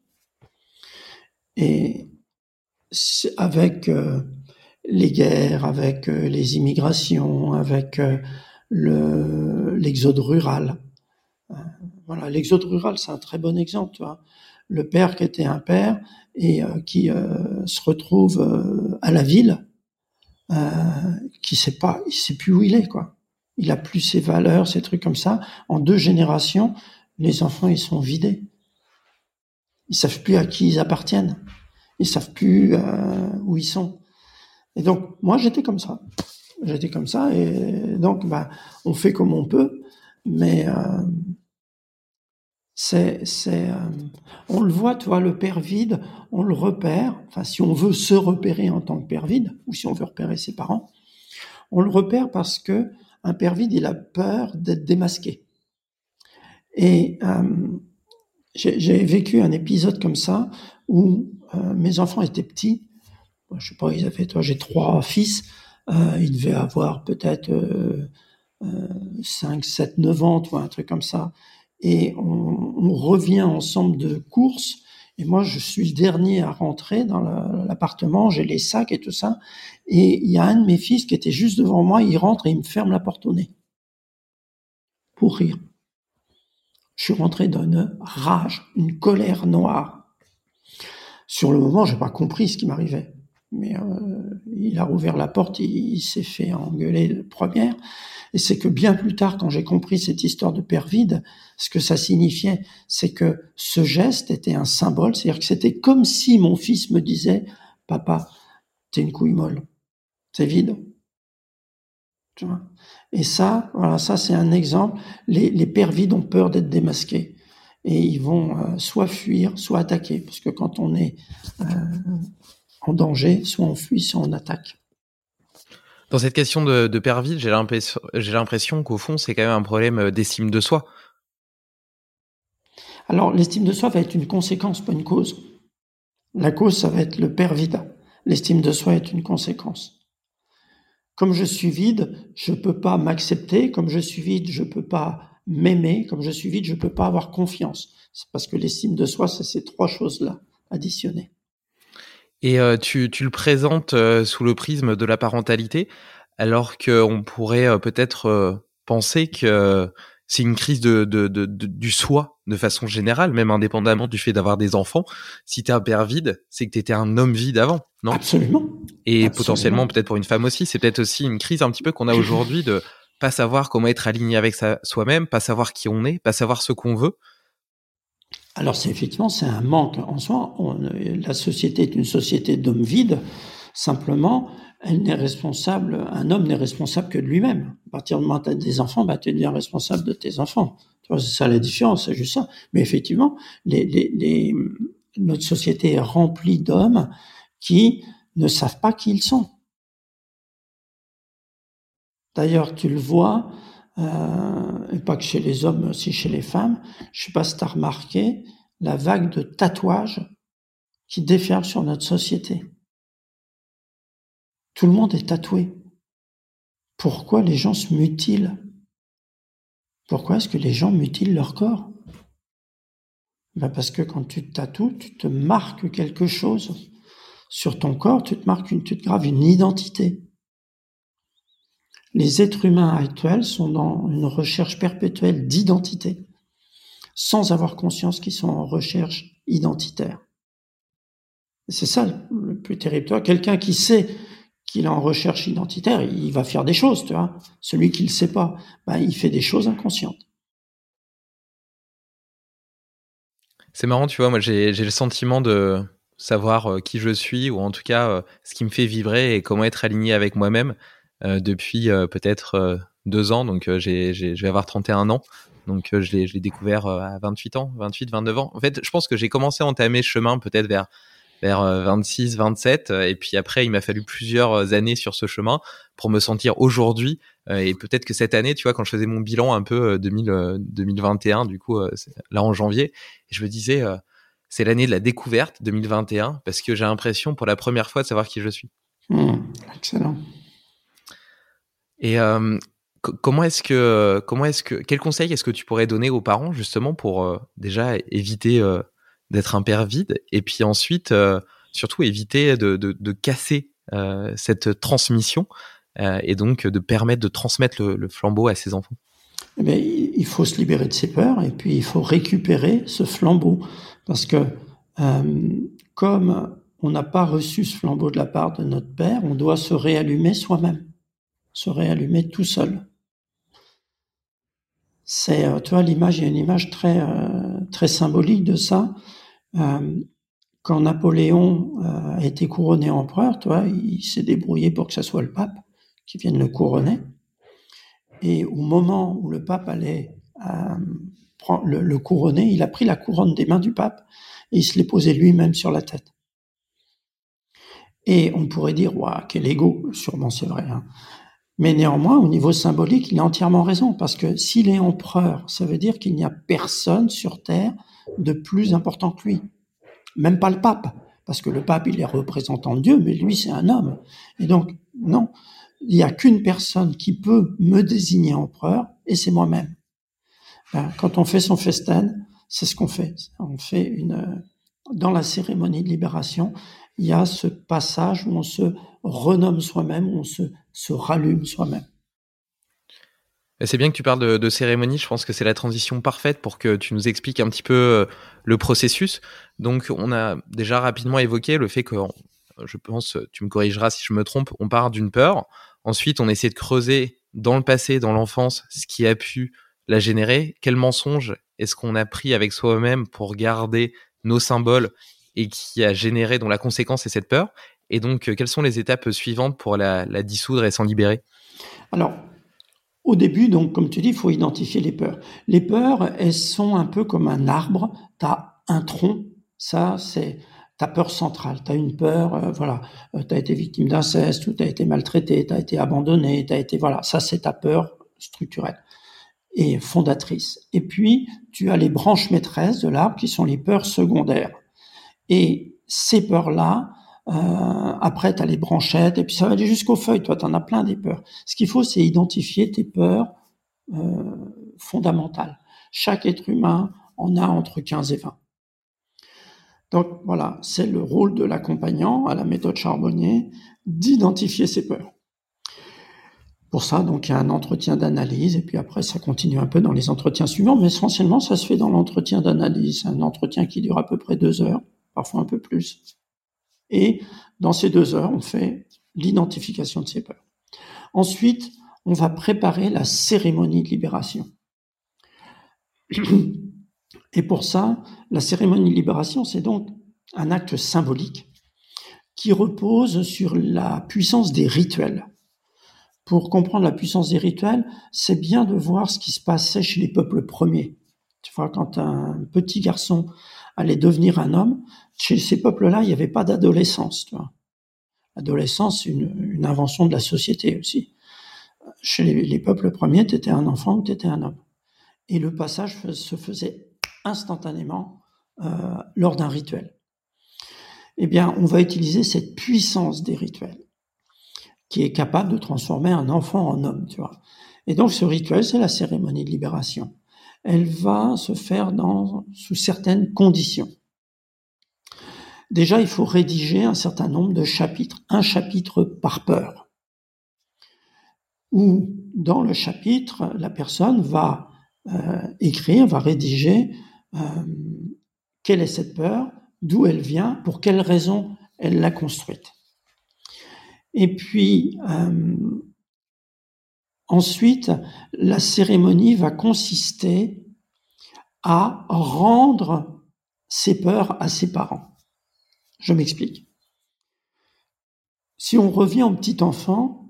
Et avec les guerres, avec les immigrations, avec l'exode rural. Voilà, l'exode rural, c'est un très bon exemple. Tu vois. Le père qui était un père et qui se retrouve à la ville, il sait plus où il est, quoi. Il a plus ses valeurs, ces trucs comme ça. En 2 générations, les enfants, ils sont vidés. Ils savent plus à qui ils appartiennent. Ils savent plus où ils sont. Et donc, moi, j'étais comme ça. Et donc, on fait comme on peut. Mais on le voit, tu vois, le père vide, on le repère. Enfin, si on veut se repérer en tant que père vide, ou si on veut repérer ses parents, on le repère parce que un père vide, il a peur d'être démasqué. Et j'ai vécu un épisode comme ça où mes enfants étaient petits je sais pas, j'ai 3 fils, ils devaient avoir peut-être 5, 7, 9 ans, tu vois, un truc comme ça. Et on revient ensemble de course. Et moi, je suis le dernier à rentrer dans l'appartement. J'ai les sacs et tout ça. Et il y a un de mes fils qui était juste devant moi. Il rentre et il me ferme la porte au nez. Pour rire. Je suis rentré d'une rage, une colère noire. Sur le moment, j'ai pas compris ce qui m'arrivait. Mais il a rouvert la porte, il s'est fait engueuler de première. Et c'est que bien plus tard, quand j'ai compris cette histoire de père vide, ce que ça signifiait, c'est que ce geste était un symbole. C'est-à-dire que c'était comme si mon fils me disait « Papa, t'es une couille molle, t'es vide. » Tu vois. Et ça, voilà, ça c'est un exemple. Les pères vides ont peur d'être démasqués. Et ils vont soit fuir, soit attaquer. Parce que quand on est en danger, soit on fuit, soit on attaque. Dans cette question de père vide, j'ai l'impression qu'au fond, c'est quand même un problème d'estime de soi. Alors, l'estime de soi va être une conséquence, pas une cause. La cause, ça va être le père vide. L'estime de soi est une conséquence. Comme je suis vide, je peux pas m'accepter. Comme je suis vide, je peux pas m'aimer. Comme je suis vide, je peux pas avoir confiance. C'est parce que l'estime de soi, c'est ces 3 choses-là additionnées. Et tu le présentes sous le prisme de la parentalité, alors qu'on pourrait peut-être penser que c'est une crise du soi de façon générale, même indépendamment du fait d'avoir des enfants. Si t'es un père vide, c'est que t'étais un homme vide avant, non ? Absolument. Et Absolument. potentiellement, peut-être pour une femme aussi, c'est peut-être aussi une crise un petit peu qu'on a aujourd'hui de pas savoir comment être aligné avec soi-même, pas savoir qui on est, pas savoir ce qu'on veut. Alors c'est un manque en soi. La société est une société d'hommes vides. Simplement, un homme n'est responsable que de lui-même. À partir du moment où tu as des enfants, tu deviens responsable de tes enfants. Tu vois, c'est ça la différence, c'est juste ça. Mais effectivement, notre société est remplie d'hommes qui ne savent pas qui ils sont. D'ailleurs, tu le vois, et pas que chez les hommes, mais aussi chez les femmes. Je sais pas si tu as remarqué la vague de tatouages qui déferle sur notre société. Tout le monde est tatoué. Pourquoi les gens se mutilent ? Pourquoi est-ce que les gens mutilent leur corps ? Parce que quand tu te tatoues, tu te marques quelque chose. Sur ton corps, tu te graves une identité. Les êtres humains actuels sont dans une recherche perpétuelle d'identité, sans avoir conscience qu'ils sont en recherche identitaire. Et c'est ça le plus terrible. Tu vois, quelqu'un qui sait qu'il est en recherche identitaire, il va faire des choses, tu vois. Celui qui le sait pas, il fait des choses inconscientes. C'est marrant, tu vois, moi j'ai le sentiment de savoir qui je suis, ou en tout cas ce qui me fait vibrer et comment être aligné avec moi-même depuis peut-être 2 ans. Donc je vais avoir 31 ans. Donc je l'ai découvert à 28 ans, 28, 29 ans. En fait, je pense que j'ai commencé à entamer ce chemin peut-être vers 26, 27. Et puis après, il m'a fallu plusieurs années sur ce chemin pour me sentir aujourd'hui. Et peut-être que cette année, tu vois, quand je faisais mon bilan un peu 2021, du coup, là en janvier, je me disais, c'est l'année de la découverte 2021, parce que j'ai l'impression pour la première fois de savoir qui je suis. Excellent. Et quel conseil est-ce que tu pourrais donner aux parents justement pour déjà éviter d'être un père vide, et puis ensuite surtout éviter de casser cette transmission et donc de permettre de transmettre le flambeau à ses enfants? Eh bien, il faut se libérer de ses peurs et puis il faut récupérer ce flambeau, parce que comme on n'a pas reçu ce flambeau de la part de notre père, on doit se réallumer soi-même, se réallumer tout seul. C'est, tu vois, il y a une image très très symbolique de ça. Quand Napoléon a été couronné empereur, tu vois, il s'est débrouillé pour que ça soit le pape qui vienne le couronner. Et au moment où le pape allait le couronner, il a pris la couronne des mains du pape et il se l'est posé lui-même sur la tête. Et on pourrait dire, waouh, quel égo, sûrement c'est vrai, hein. Mais néanmoins, au niveau symbolique, il a entièrement raison, parce que s'il est empereur, ça veut dire qu'il n'y a personne sur Terre de plus important que lui. Même pas le pape, parce que le pape, il est représentant de Dieu, mais lui, c'est un homme. Et donc, non, il n'y a qu'une personne qui peut me désigner empereur, et c'est moi-même. Quand on fait son festin, c'est ce qu'on fait. On fait dans la cérémonie de libération, il y a ce passage où on se renomme soi-même, où on se rallume soi-même. C'est bien que tu parles de cérémonie. Je pense que c'est la transition parfaite pour que tu nous expliques un petit peu le processus. Donc, on a déjà rapidement évoqué le fait que, je pense, tu me corrigeras si je me trompe, on part d'une peur. Ensuite, on essaie de creuser dans le passé, dans l'enfance, ce qui a pu la générer. Quel mensonge est-ce qu'on a pris avec soi-même pour garder nos symboles et qui a généré, dont la conséquence est cette peur? Et donc, quelles sont les étapes suivantes pour la dissoudre et s'en libérer? Alors, au début, donc, comme tu dis, il faut identifier les peurs. Les peurs, elles sont un peu comme un arbre. Tu as un tronc, ça, c'est ta peur centrale. Tu as une peur, tu as été victime d'inceste, ou tu as été maltraité, tu as été abandonné, ça, c'est ta peur structurelle et fondatrice. Et puis, tu as les branches maîtresses de l'arbre qui sont les peurs secondaires. Et ces peurs-là, après, tu as les branchettes, et puis ça va aller jusqu'aux feuilles. Toi, tu en as plein des peurs. Ce qu'il faut, c'est identifier tes peurs fondamentales. Chaque être humain en a entre 15 et 20. Donc voilà, c'est le rôle de l'accompagnant à la méthode Charbonnier d'identifier ses peurs. Pour ça, donc, il y a un entretien d'analyse, et puis après, ça continue un peu dans les entretiens suivants, mais essentiellement, ça se fait dans l'entretien d'analyse. C'est un entretien qui dure à peu près 2 heures, parfois un peu plus. Et dans ces 2 heures, on fait l'identification de ces peurs. Ensuite, on va préparer la cérémonie de libération. Et pour ça, la cérémonie de libération, c'est donc un acte symbolique qui repose sur la puissance des rituels. Pour comprendre la puissance des rituels, c'est bien de voir ce qui se passait chez les peuples premiers. Tu vois, quand un petit garçon allait devenir un homme, chez ces peuples-là, il n'y avait pas d'adolescence. Tu vois. L'adolescence, c'est une invention de la société aussi. Chez les peuples premiers, tu étais un enfant ou tu étais un homme. Et le passage se faisait instantanément lors d'un rituel. Eh bien, on va utiliser cette puissance des rituels qui est capable de transformer un enfant en homme, tu vois. Et donc, ce rituel, c'est la cérémonie de libération. Elle va se faire sous certaines conditions. Déjà, il faut rédiger un certain nombre de chapitres, un chapitre par peur. Où, dans le chapitre, la personne va va rédiger quelle est cette peur, d'où elle vient, pour quelles raisons elle l'a construite. Et puis, ensuite, la cérémonie va consister à rendre ses peurs à ses parents. Je m'explique. Si on revient au petit enfant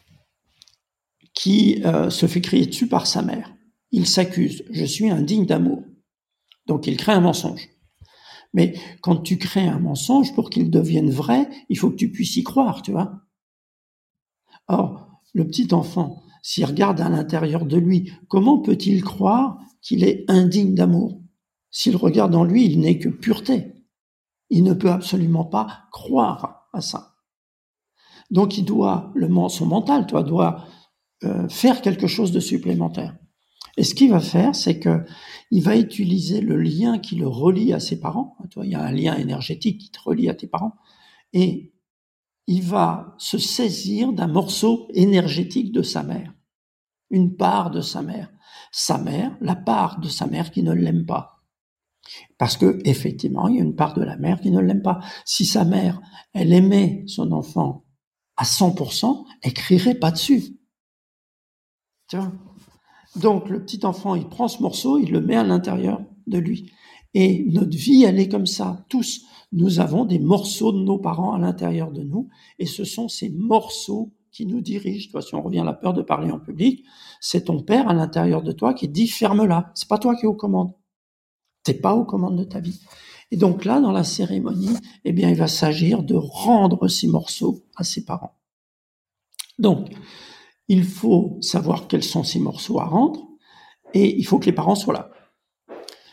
qui se fait crier dessus par sa mère, il s'accuse, je suis indigne d'amour. Donc il crée un mensonge. Mais quand tu crées un mensonge, pour qu'il devienne vrai, il faut que tu puisses y croire, tu vois. Or, le petit enfant, s'il regarde à l'intérieur de lui, comment peut-il croire qu'il est indigne d'amour? S'il regarde en lui, il n'est que pureté. Il ne peut absolument pas croire à ça. Donc, il doit, son mental, doit faire quelque chose de supplémentaire. Et ce qu'il va faire, c'est que il va utiliser le lien qui le relie à ses parents. Il y a un lien énergétique qui te relie à tes parents. Et il va se saisir d'un morceau énergétique de sa mère. Une part de sa mère. Sa mère, la part de sa mère qui ne l'aime pas. Parce que, effectivement, il y a une part de la mère qui ne l'aime pas. Si sa mère, elle aimait son enfant à 100%, elle crierait pas dessus. Tu vois? Donc, le petit enfant, il prend ce morceau, il le met à l'intérieur de lui. Et notre vie, elle est comme ça. Tous, nous avons des morceaux de nos parents à l'intérieur de nous. Et ce sont ces morceaux qui nous dirigent. Toi, si on revient à la peur de parler en public, c'est ton père à l'intérieur de toi qui dit « ferme-la ». C'est pas toi qui es aux commandes. T'es pas aux commandes de ta vie. Et donc là, dans la cérémonie, eh bien, il va s'agir de rendre ces morceaux à ses parents. Donc, il faut savoir quels sont ces morceaux à rendre et il faut que les parents soient là.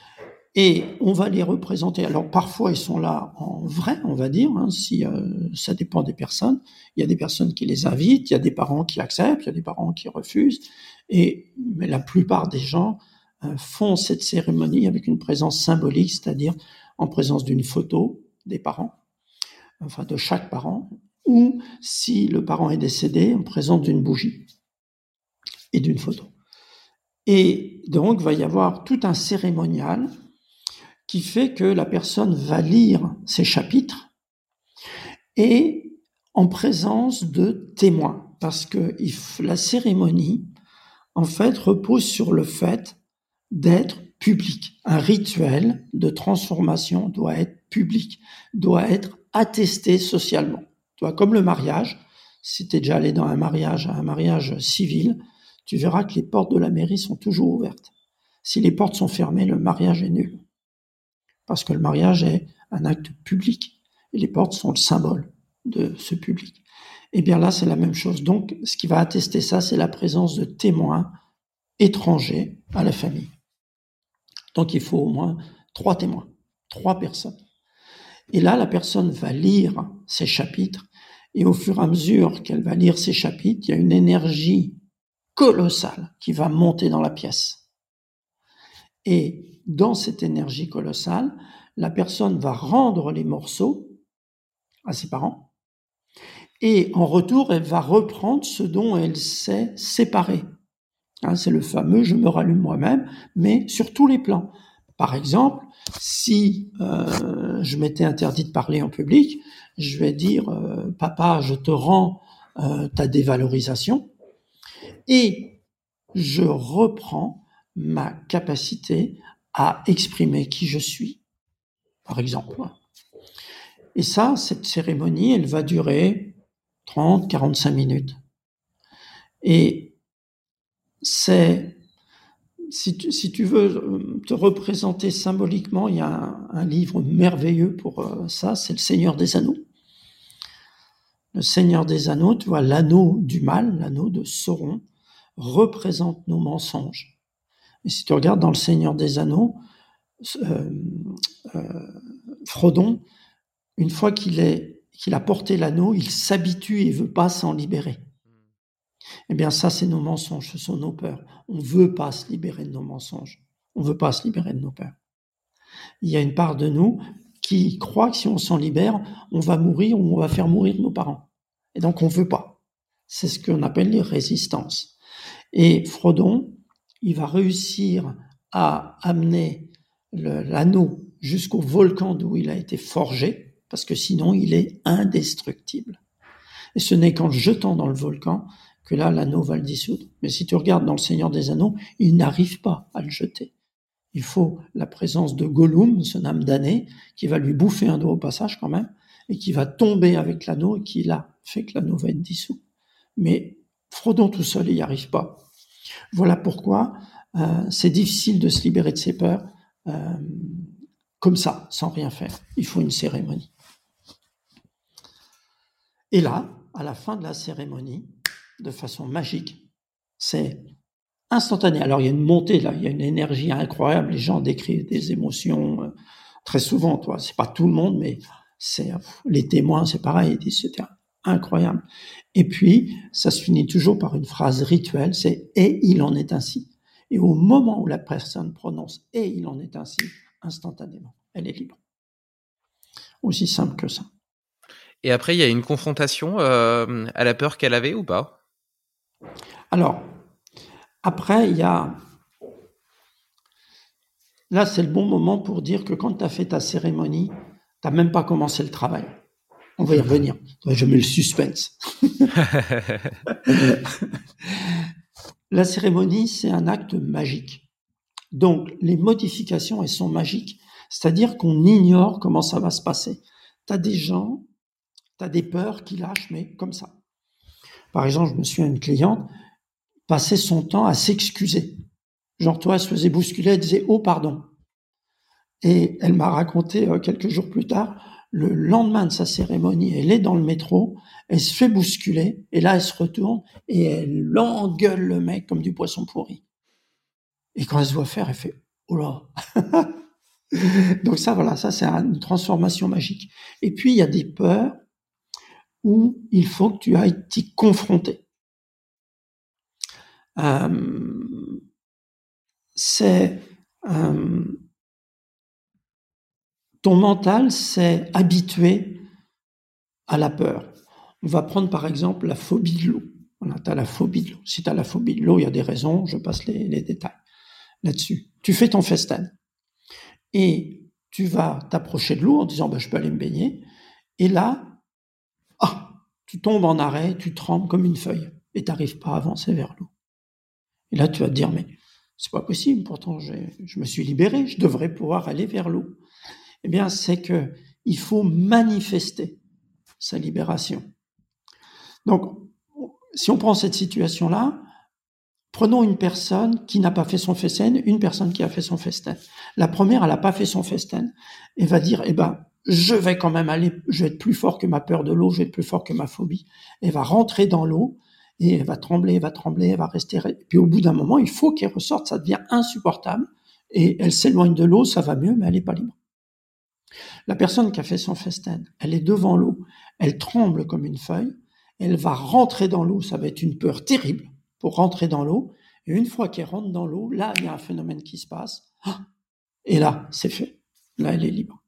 Et on va les représenter. Alors parfois ils sont là en vrai, on va dire, si ça dépend des personnes. Il y a des personnes qui les invitent, il y a des parents qui acceptent, il y a des parents qui refusent. Mais la plupart des gens font cette cérémonie avec une présence symbolique, c'est-à-dire en présence d'une photo des parents, enfin de chaque parent, ou si le parent est décédé, en présence d'une bougie et d'une photo. Et donc, il va y avoir tout un cérémonial qui fait que la personne va lire ces chapitres et en présence de témoins. Parce que la cérémonie, en fait, repose sur le fait d'être public. Un rituel de transformation doit être public, doit être attesté socialement. Tu vois, comme le mariage, si tu es déjà allé dans un mariage civil, tu verras que les portes de la mairie sont toujours ouvertes. Si les portes sont fermées, le mariage est nul. Parce que le mariage est un acte public. Et les portes sont le symbole de ce public. Et bien là, c'est la même chose. Donc, ce qui va attester ça, c'est la présence de témoins étrangers à la famille. Donc, il faut au moins 3 témoins, 3 personnes. Et là, la personne va lire ces chapitres. Et au fur et à mesure qu'elle va lire ces chapitres, il y a une énergie colossale qui va monter dans la pièce. Et dans cette énergie colossale, la personne va rendre les morceaux à ses parents. Et en retour, elle va reprendre ce dont elle s'est séparée. C'est le fameux « je me rallume moi-même », mais sur tous les plans. Par exemple, si je m'étais interdit de parler en public, je vais dire « Papa, je te rends ta dévalorisation » et je reprends ma capacité à exprimer qui je suis, par exemple. Et ça, cette cérémonie, elle va durer 30, 45 minutes. Et c'est, si tu veux te représenter symboliquement, il y a un livre merveilleux pour ça, c'est Le Seigneur des Anneaux. Le Seigneur des Anneaux, tu vois, l'anneau du mal, l'anneau de Sauron, représente nos mensonges. Et si tu regardes dans Le Seigneur des Anneaux, Frodon, une fois qu'il a porté l'anneau, il s'habitue et veut pas s'en libérer. Eh bien, ça, c'est nos mensonges, ce sont nos peurs. On veut pas se libérer de nos mensonges. On veut pas se libérer de nos peurs. Il y a une part de nous qui croit que si on s'en libère, on va mourir ou on va faire mourir nos parents. Et donc, on veut pas. C'est ce qu'on appelle les résistances. Et Frodon, il va réussir à amener l'anneau jusqu'au volcan d'où il a été forgé, parce que sinon, il est indestructible. Et ce n'est qu'en le jetant dans le volcan que là, l'anneau va le dissoudre. Mais si tu regardes dans Le Seigneur des Anneaux, il n'arrive pas à le jeter. Il faut la présence de Gollum, son âme damnée, qui va lui bouffer un doigt au passage quand même, et qui va tomber avec l'anneau, et qui là fait que l'anneau va être dissous. Mais Frodon tout seul, il n'y arrive pas. Voilà pourquoi c'est difficile de se libérer de ses peurs comme ça, sans rien faire. Il faut une cérémonie. Et là, à la fin de la cérémonie, de façon magique, c'est instantané. Alors, il y a une montée, là, il y a une énergie incroyable. Les gens décrivent des émotions très souvent, toi. C'est pas tout le monde, mais les témoins, c'est pareil, ils disent c'était incroyable. Et puis, ça se finit toujours par une phrase rituelle, c'est « et il en est ainsi ». Et au moment où la personne prononce « et il en est ainsi », instantanément, elle est libre. Aussi simple que ça. Et après, il y a une confrontation à la peur qu'elle avait ou pas ? Alors, après, il y a... Là, c'est le bon moment pour dire que quand tu as fait ta cérémonie, tu n'as même pas commencé le travail. On va y revenir. Je mets le suspense. La cérémonie, c'est un acte magique. Donc, les modifications, elles sont magiques. C'est-à-dire qu'on ignore comment ça va se passer. Tu as des gens, tu as des peurs qui lâchent, mais comme ça. Par exemple, je me souviens d'une cliente passait son temps à s'excuser. Genre, toi, elle se faisait bousculer, elle disait « Oh, pardon ». Et elle m'a raconté quelques jours plus tard, le lendemain de sa cérémonie, elle est dans le métro, elle se fait bousculer, et là, elle se retourne et elle engueule le mec comme du poisson pourri. Et quand elle se voit faire, elle fait « Oh là !» Donc ça, voilà, ça c'est une transformation magique. Et puis il y a des peurs où il faut que tu ailles t'y confronter. Ton mental s'est habitué à la peur. On va prendre par exemple la phobie de l'eau. Voilà, tu as la phobie de l'eau. Si tu as la phobie de l'eau, il y a des raisons, je passe les détails là-dessus. Tu fais ton festen et tu vas t'approcher de l'eau en disant je peux aller me baigner. Et là, tu tombes en arrêt, tu trembles comme une feuille et tu n'arrives pas à avancer vers l'eau. Et là, tu vas te dire, mais c'est pas possible, pourtant je me suis libéré, je devrais pouvoir aller vers l'eau. Eh bien, c'est que il faut manifester sa libération. Donc, si on prend cette situation-là, prenons une personne qui n'a pas fait son festen, une personne qui a fait son festen. La première, elle n'a pas fait son festen, et va dire, je vais quand même aller, je vais être plus fort que ma peur de l'eau, je vais être plus fort que ma phobie. Elle va rentrer dans l'eau, et elle va trembler, elle va rester. Et puis au bout d'un moment, il faut qu'elle ressorte, ça devient insupportable, et elle s'éloigne de l'eau, ça va mieux, mais elle n'est pas libre. La personne qui a fait son festen, elle est devant l'eau, elle tremble comme une feuille, elle va rentrer dans l'eau, ça va être une peur terrible pour rentrer dans l'eau, et une fois qu'elle rentre dans l'eau, là, il y a un phénomène qui se passe, et là, c'est fait. Là, elle est libre.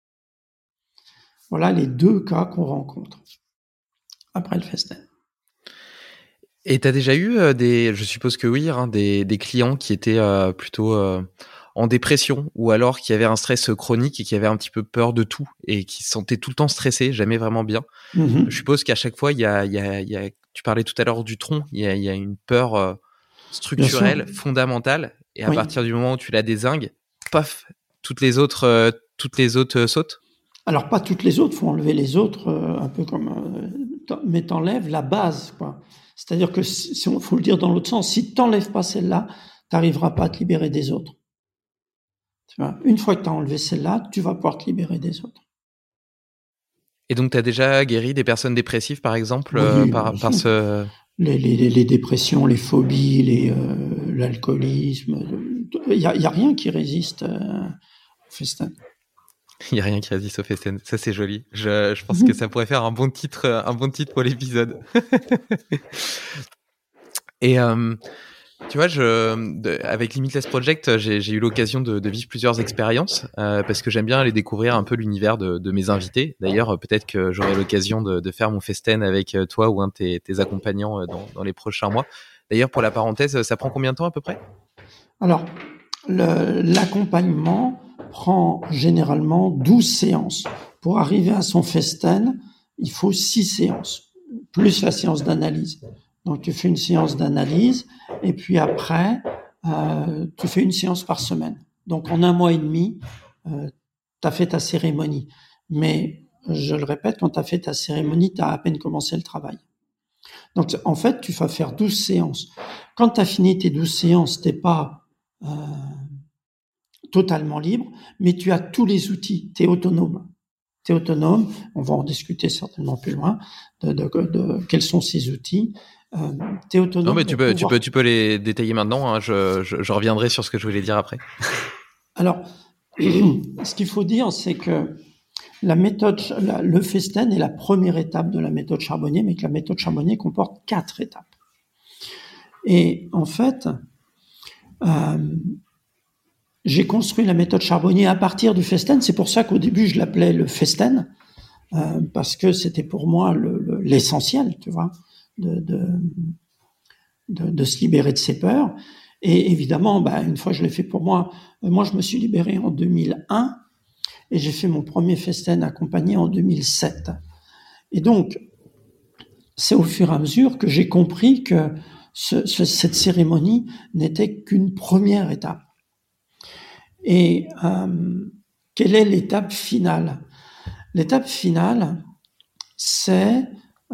Voilà les deux cas qu'on rencontre après le festen. Et tu as déjà eu je suppose que oui, des clients qui étaient plutôt en dépression ou alors qui avaient un stress chronique et qui avaient un petit peu peur de tout et qui se sentaient tout le temps stressés, jamais vraiment bien. Mm-hmm. Je suppose qu'à chaque fois, il y a, tu parlais tout à l'heure du tronc, il y a une peur structurelle, fondamentale, et à partir du moment où tu la dézingues, paf, toutes les autres sautent. Alors pas toutes les autres, faut enlever les autres, un peu comme, mais t'enlèves la base, quoi. C'est-à-dire que faut le dire dans l'autre sens, si t'enlèves pas celle-là, t'arriveras pas à te libérer des autres. Tu vois, une fois que t'as enlevé celle-là, tu vas pouvoir te libérer des autres. Et donc t'as déjà guéri des personnes dépressives, par exemple, par ce... Les dépressions, les phobies, l'alcoolisme, il y a rien qui résiste au festen. Il n'y a rien qui résiste au festen. Ça, c'est joli. Je pense que ça pourrait faire un bon titre pour l'épisode. Et tu vois, avec Limitless Project, j'ai eu l'occasion de vivre plusieurs expériences parce que j'aime bien aller découvrir un peu l'univers de mes invités. D'ailleurs, peut-être que j'aurai l'occasion de faire mon festen avec toi ou un de tes accompagnants dans les prochains mois. D'ailleurs, pour la parenthèse, ça prend combien de temps à peu près ? Alors, l'accompagnement prend généralement 12 séances. Pour arriver à son festen, il faut 6 séances, plus la séance d'analyse. Donc, tu fais une séance d'analyse et puis après, tu fais une séance par semaine. Donc, en 1 mois et demi, tu as fait ta cérémonie. Mais, je le répète, quand tu as fait ta cérémonie, tu as à peine commencé le travail. Donc, en fait, tu vas faire 12 séances. Quand tu as fini tes 12 séances, tu n'es pas totalement libre, mais tu as tous les outils, tu es autonome. Tu es autonome, on va en discuter certainement plus loin, de quels sont ces outils. Tu es autonome. Non, mais tu peux les détailler maintenant, hein. Je reviendrai sur ce que je voulais dire après. Alors, ce qu'il faut dire, c'est que la méthode, le festen est la première étape de la méthode Charbonnier, mais que la méthode Charbonnier comporte 4 étapes. Et en fait, j'ai construit la méthode Charbonnier à partir du festen. C'est pour ça qu'au début, je l'appelais le festen, parce que c'était pour moi l'essentiel, tu vois, de se libérer de ses peurs. Et évidemment, une fois je l'ai fait pour moi, je me suis libéré en 2001 et j'ai fait mon premier festen accompagné en 2007. Et donc, c'est au fur et à mesure que j'ai compris que cette cérémonie n'était qu'une première étape. Et quelle est l'étape finale ? L'étape finale, c'est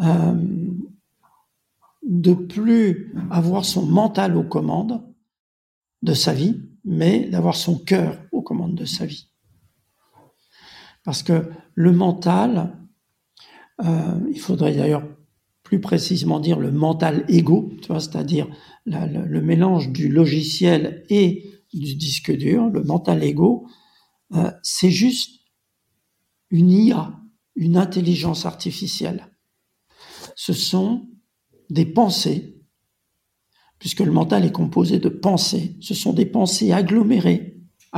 de plus avoir son mental aux commandes de sa vie, mais d'avoir son cœur aux commandes de sa vie. Parce que le mental, il faudrait d'ailleurs plus précisément dire le mental égo, tu vois, c'est-à-dire le mélange du logiciel et du disque dur, le mental égo, c'est juste une IA, une intelligence artificielle. Ce sont des pensées, puisque le mental est composé de pensées. Ce sont des pensées agglomérées,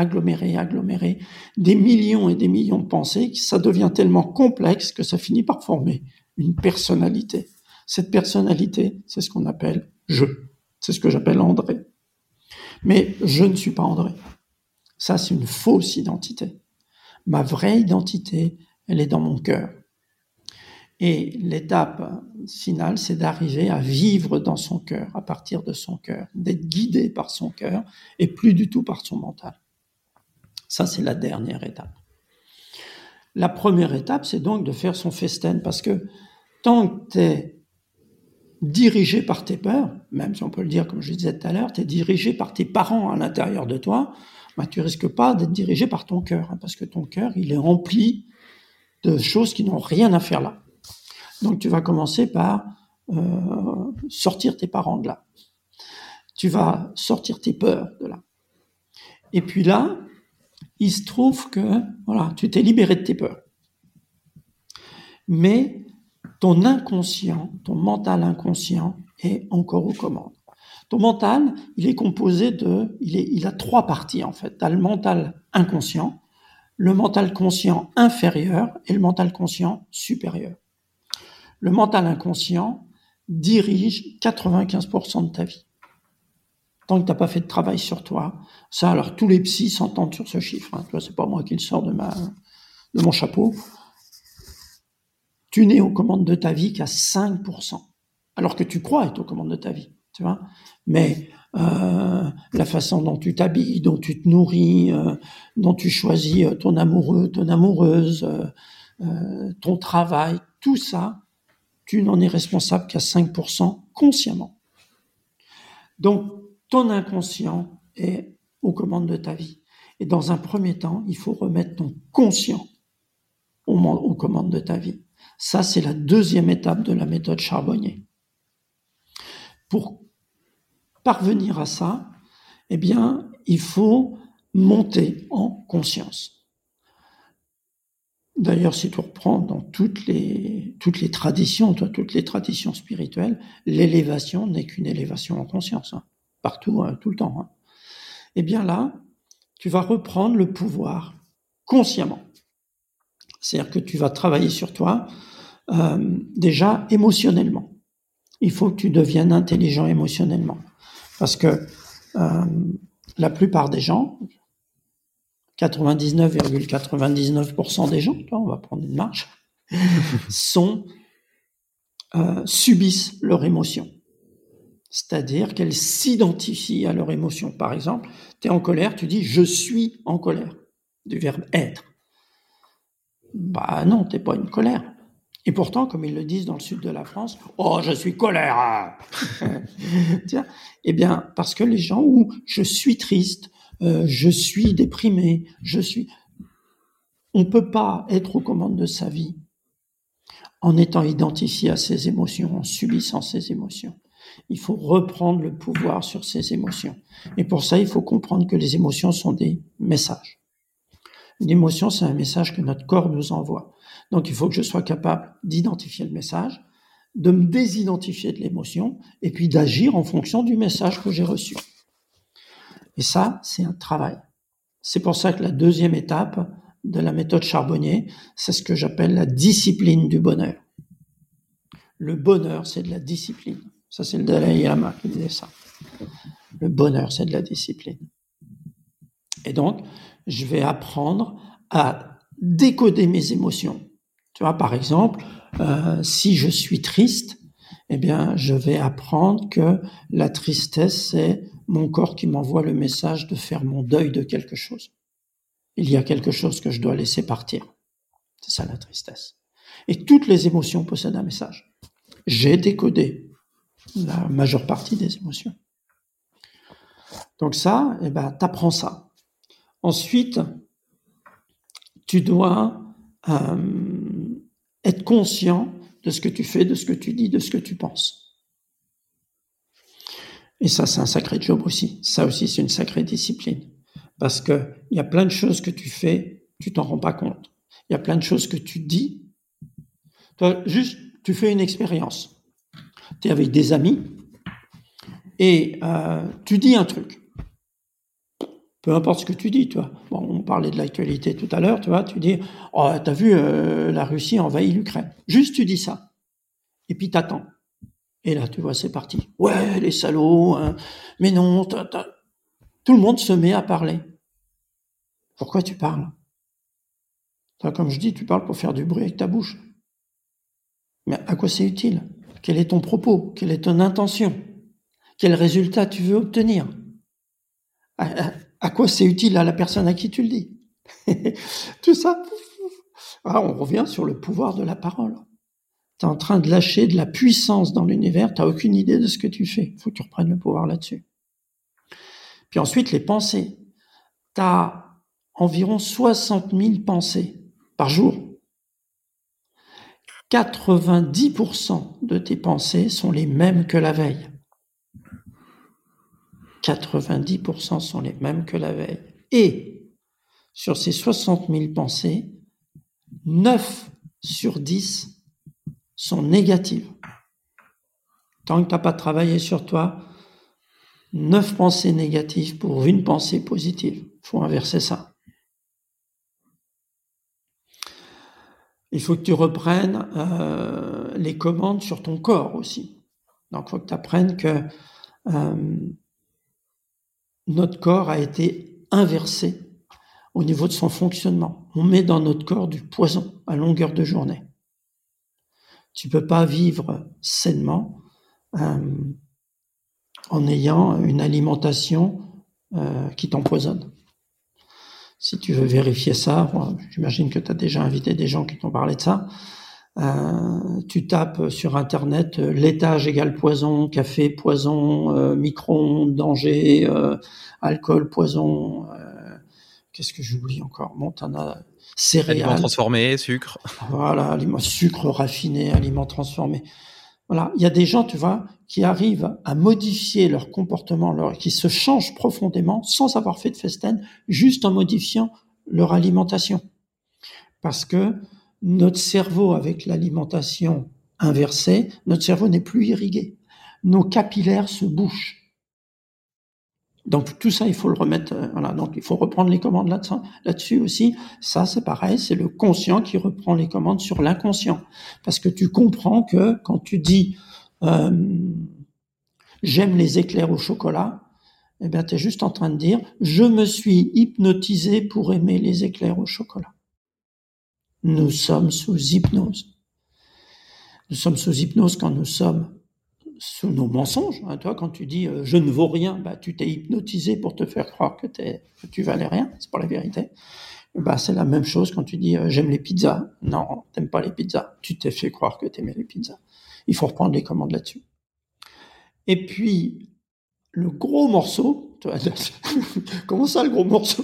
des millions et des millions de pensées, ça devient tellement complexe que ça finit par former une personnalité. Cette personnalité, c'est ce qu'on appelle « je ». C'est ce que j'appelle André. Mais je ne suis pas André. Ça, c'est une fausse identité. Ma vraie identité, elle est dans mon cœur. Et l'étape finale, c'est d'arriver à vivre dans son cœur, à partir de son cœur, d'être guidé par son cœur et plus du tout par son mental. Ça, c'est la dernière étape. La première étape, c'est donc de faire son festen, parce que tant que tu es dirigé par tes peurs, même si on peut le dire comme je disais tout à l'heure, tu es dirigé par tes parents à l'intérieur de toi, bah, tu risques pas d'être dirigé par ton cœur, hein, parce que ton cœur, il est rempli de choses qui n'ont rien à faire là. Donc tu vas commencer par sortir tes parents de là. Tu vas sortir tes peurs de là. Et puis là, il se trouve que voilà, tu t'es libéré de tes peurs. Mais ton inconscient, ton mental inconscient est encore aux commandes. Ton mental, il est composé il a trois parties en fait. Tu as le mental inconscient, le mental conscient inférieur et le mental conscient supérieur. Le mental inconscient dirige 95% de ta vie. Tant que tu n'as pas fait de travail sur toi, ça, alors tous les psys s'entendent sur ce chiffre. Hein. Tu vois, c'est pas moi qui le sors de mon chapeau. Tu n'es aux commandes de ta vie qu'à 5%. Alors que tu crois être aux commandes de ta vie, tu vois. Mais la façon dont tu t'habilles, dont tu te nourris, dont tu choisis ton amoureux, ton amoureuse, ton travail, tout ça, tu n'en es responsable qu'à 5% consciemment. Donc, ton inconscient est aux commandes de ta vie. Et dans un premier temps, il faut remettre ton conscient aux commandes de ta vie. Ça, c'est la deuxième étape de la méthode Charbonnier. Pour parvenir à ça, eh bien, il faut monter en conscience. D'ailleurs, si tu reprends dans toutes les traditions, toutes les traditions spirituelles, l'élévation n'est qu'une élévation en conscience, hein, partout, tout le temps. Hein. Eh bien là, tu vas reprendre le pouvoir consciemment. C'est-à-dire que tu vas travailler sur toi déjà émotionnellement. Il faut que tu deviennes intelligent émotionnellement. Parce que la plupart des gens, 99,99% des gens, on va prendre une marche, subissent leur émotion. C'est-à-dire qu'elles s'identifient à leur émotion. Par exemple, tu es en colère, tu dis « je suis en colère », du verbe « être ». Bah non, t'es pas une colère. Et pourtant, comme ils le disent dans le sud de la France, « oh, je suis colère !» Eh bien, parce que les gens où « je suis triste », je suis déprimé, on peut pas être aux commandes de sa vie en étant identifié à ses émotions, en subissant ses émotions. Il faut reprendre le pouvoir sur ses émotions. Et pour ça, il faut comprendre que les émotions sont des messages. Une émotion, c'est un message que notre corps nous envoie. Donc, il faut que je sois capable d'identifier le message, de me désidentifier de l'émotion, et puis d'agir en fonction du message que j'ai reçu. Et ça, c'est un travail. C'est pour ça que la deuxième étape de la méthode Charbonnier, c'est ce que j'appelle la discipline du bonheur. Le bonheur, c'est de la discipline. Ça, c'est le Dalai Lama qui disait ça. Le bonheur, c'est de la discipline. Et donc, je vais apprendre à décoder mes émotions. Tu vois, par exemple, si je suis triste, eh bien, je vais apprendre que la tristesse, c'est mon corps qui m'envoie le message de faire mon deuil de quelque chose. Il y a quelque chose que je dois laisser partir. C'est ça la tristesse. Et toutes les émotions possèdent un message. J'ai décodé la majeure partie des émotions. Donc ça, eh ben, t'apprends ça. Ensuite, tu dois être conscient de ce que tu fais, de ce que tu dis, de ce que tu penses. Et ça, c'est un sacré job aussi. Ça aussi, c'est une sacrée discipline. Parce que il y a plein de choses que tu fais, tu t'en rends pas compte. Il y a plein de choses que tu dis. Toi, juste, tu fais une expérience. Tu es avec des amis et tu dis un truc. Peu importe ce que tu dis, toi. Bon, on parlait de l'actualité tout à l'heure, tu vois. Tu dis, oh, t'as vu, la Russie envahit l'Ukraine. Juste, tu dis ça. Et puis t'attends. Et là, tu vois, c'est parti. Ouais, les salauds. Hein. Mais non, tout le monde se met à parler. Pourquoi tu parles? Toi, comme je dis, tu parles pour faire du bruit avec ta bouche. Mais à quoi c'est utile? Quel est ton propos? Quelle est ton intention? Quel résultat tu veux obtenir? À quoi c'est utile à la personne à qui tu le dis? Tout ça. Alors, on revient sur le pouvoir de la parole. Tu es en train de lâcher de la puissance dans l'univers, tu n'as aucune idée de ce que tu fais. Il faut que tu reprennes le pouvoir là-dessus. Puis ensuite, les pensées. Tu as environ 60 000 pensées par jour. 90% de tes pensées sont les mêmes que la veille. 90% sont les mêmes que la veille. Et sur ces 60 000 pensées, 9 sur 10 sont négatives. Tant que tu n'as pas travaillé sur toi, 9 pensées négatives pour une pensée positive. Il faut inverser ça. Il faut que tu reprennes les commandes sur ton corps aussi. Donc, il faut que tu apprennes que notre corps a été inversé au niveau de son fonctionnement. On met dans notre corps du poison à longueur de journée. Tu ne peux pas vivre sainement en ayant une alimentation qui t'empoisonne. Si tu veux vérifier ça, j'imagine que tu as déjà invité des gens qui t'ont parlé de ça, tu tapes sur Internet laitage égale poison, café poison, micro-ondes danger, alcool poison, qu'est-ce que j'oublie encore? Bon, t'en as céréales. Aliments transformés, sucre. Voilà, sucre raffiné, aliments transformés. Voilà, il y a des gens, tu vois, qui arrivent à modifier leur comportement, qui se changent profondément sans avoir fait de festen, juste en modifiant leur alimentation. Parce que notre cerveau, avec l'alimentation inversée, notre cerveau n'est plus irrigué. Nos capillaires se bouchent. Donc tout ça, il faut le remettre. Voilà, donc il faut reprendre les commandes là-dessus aussi. Ça, c'est pareil, c'est le conscient qui reprend les commandes sur l'inconscient, parce que tu comprends que quand tu dis j'aime les éclairs au chocolat, eh bien, tu es juste en train de dire je me suis hypnotisé pour aimer les éclairs au chocolat. Nous sommes sous hypnose. Nous sommes sous hypnose quand nous sommes sous nos mensonges. Hein, toi, quand tu dis je ne vaux rien, bah, tu t'es hypnotisé pour te faire croire que tu valais rien. C'est pas la vérité. Bah, c'est la même chose quand tu dis j'aime les pizzas. Non, t'aimes pas les pizzas. Tu t'es fait croire que t'aimais les pizzas. Il faut reprendre les commandes là-dessus. Et puis, le gros morceau, tu vois, comment ça le gros morceau?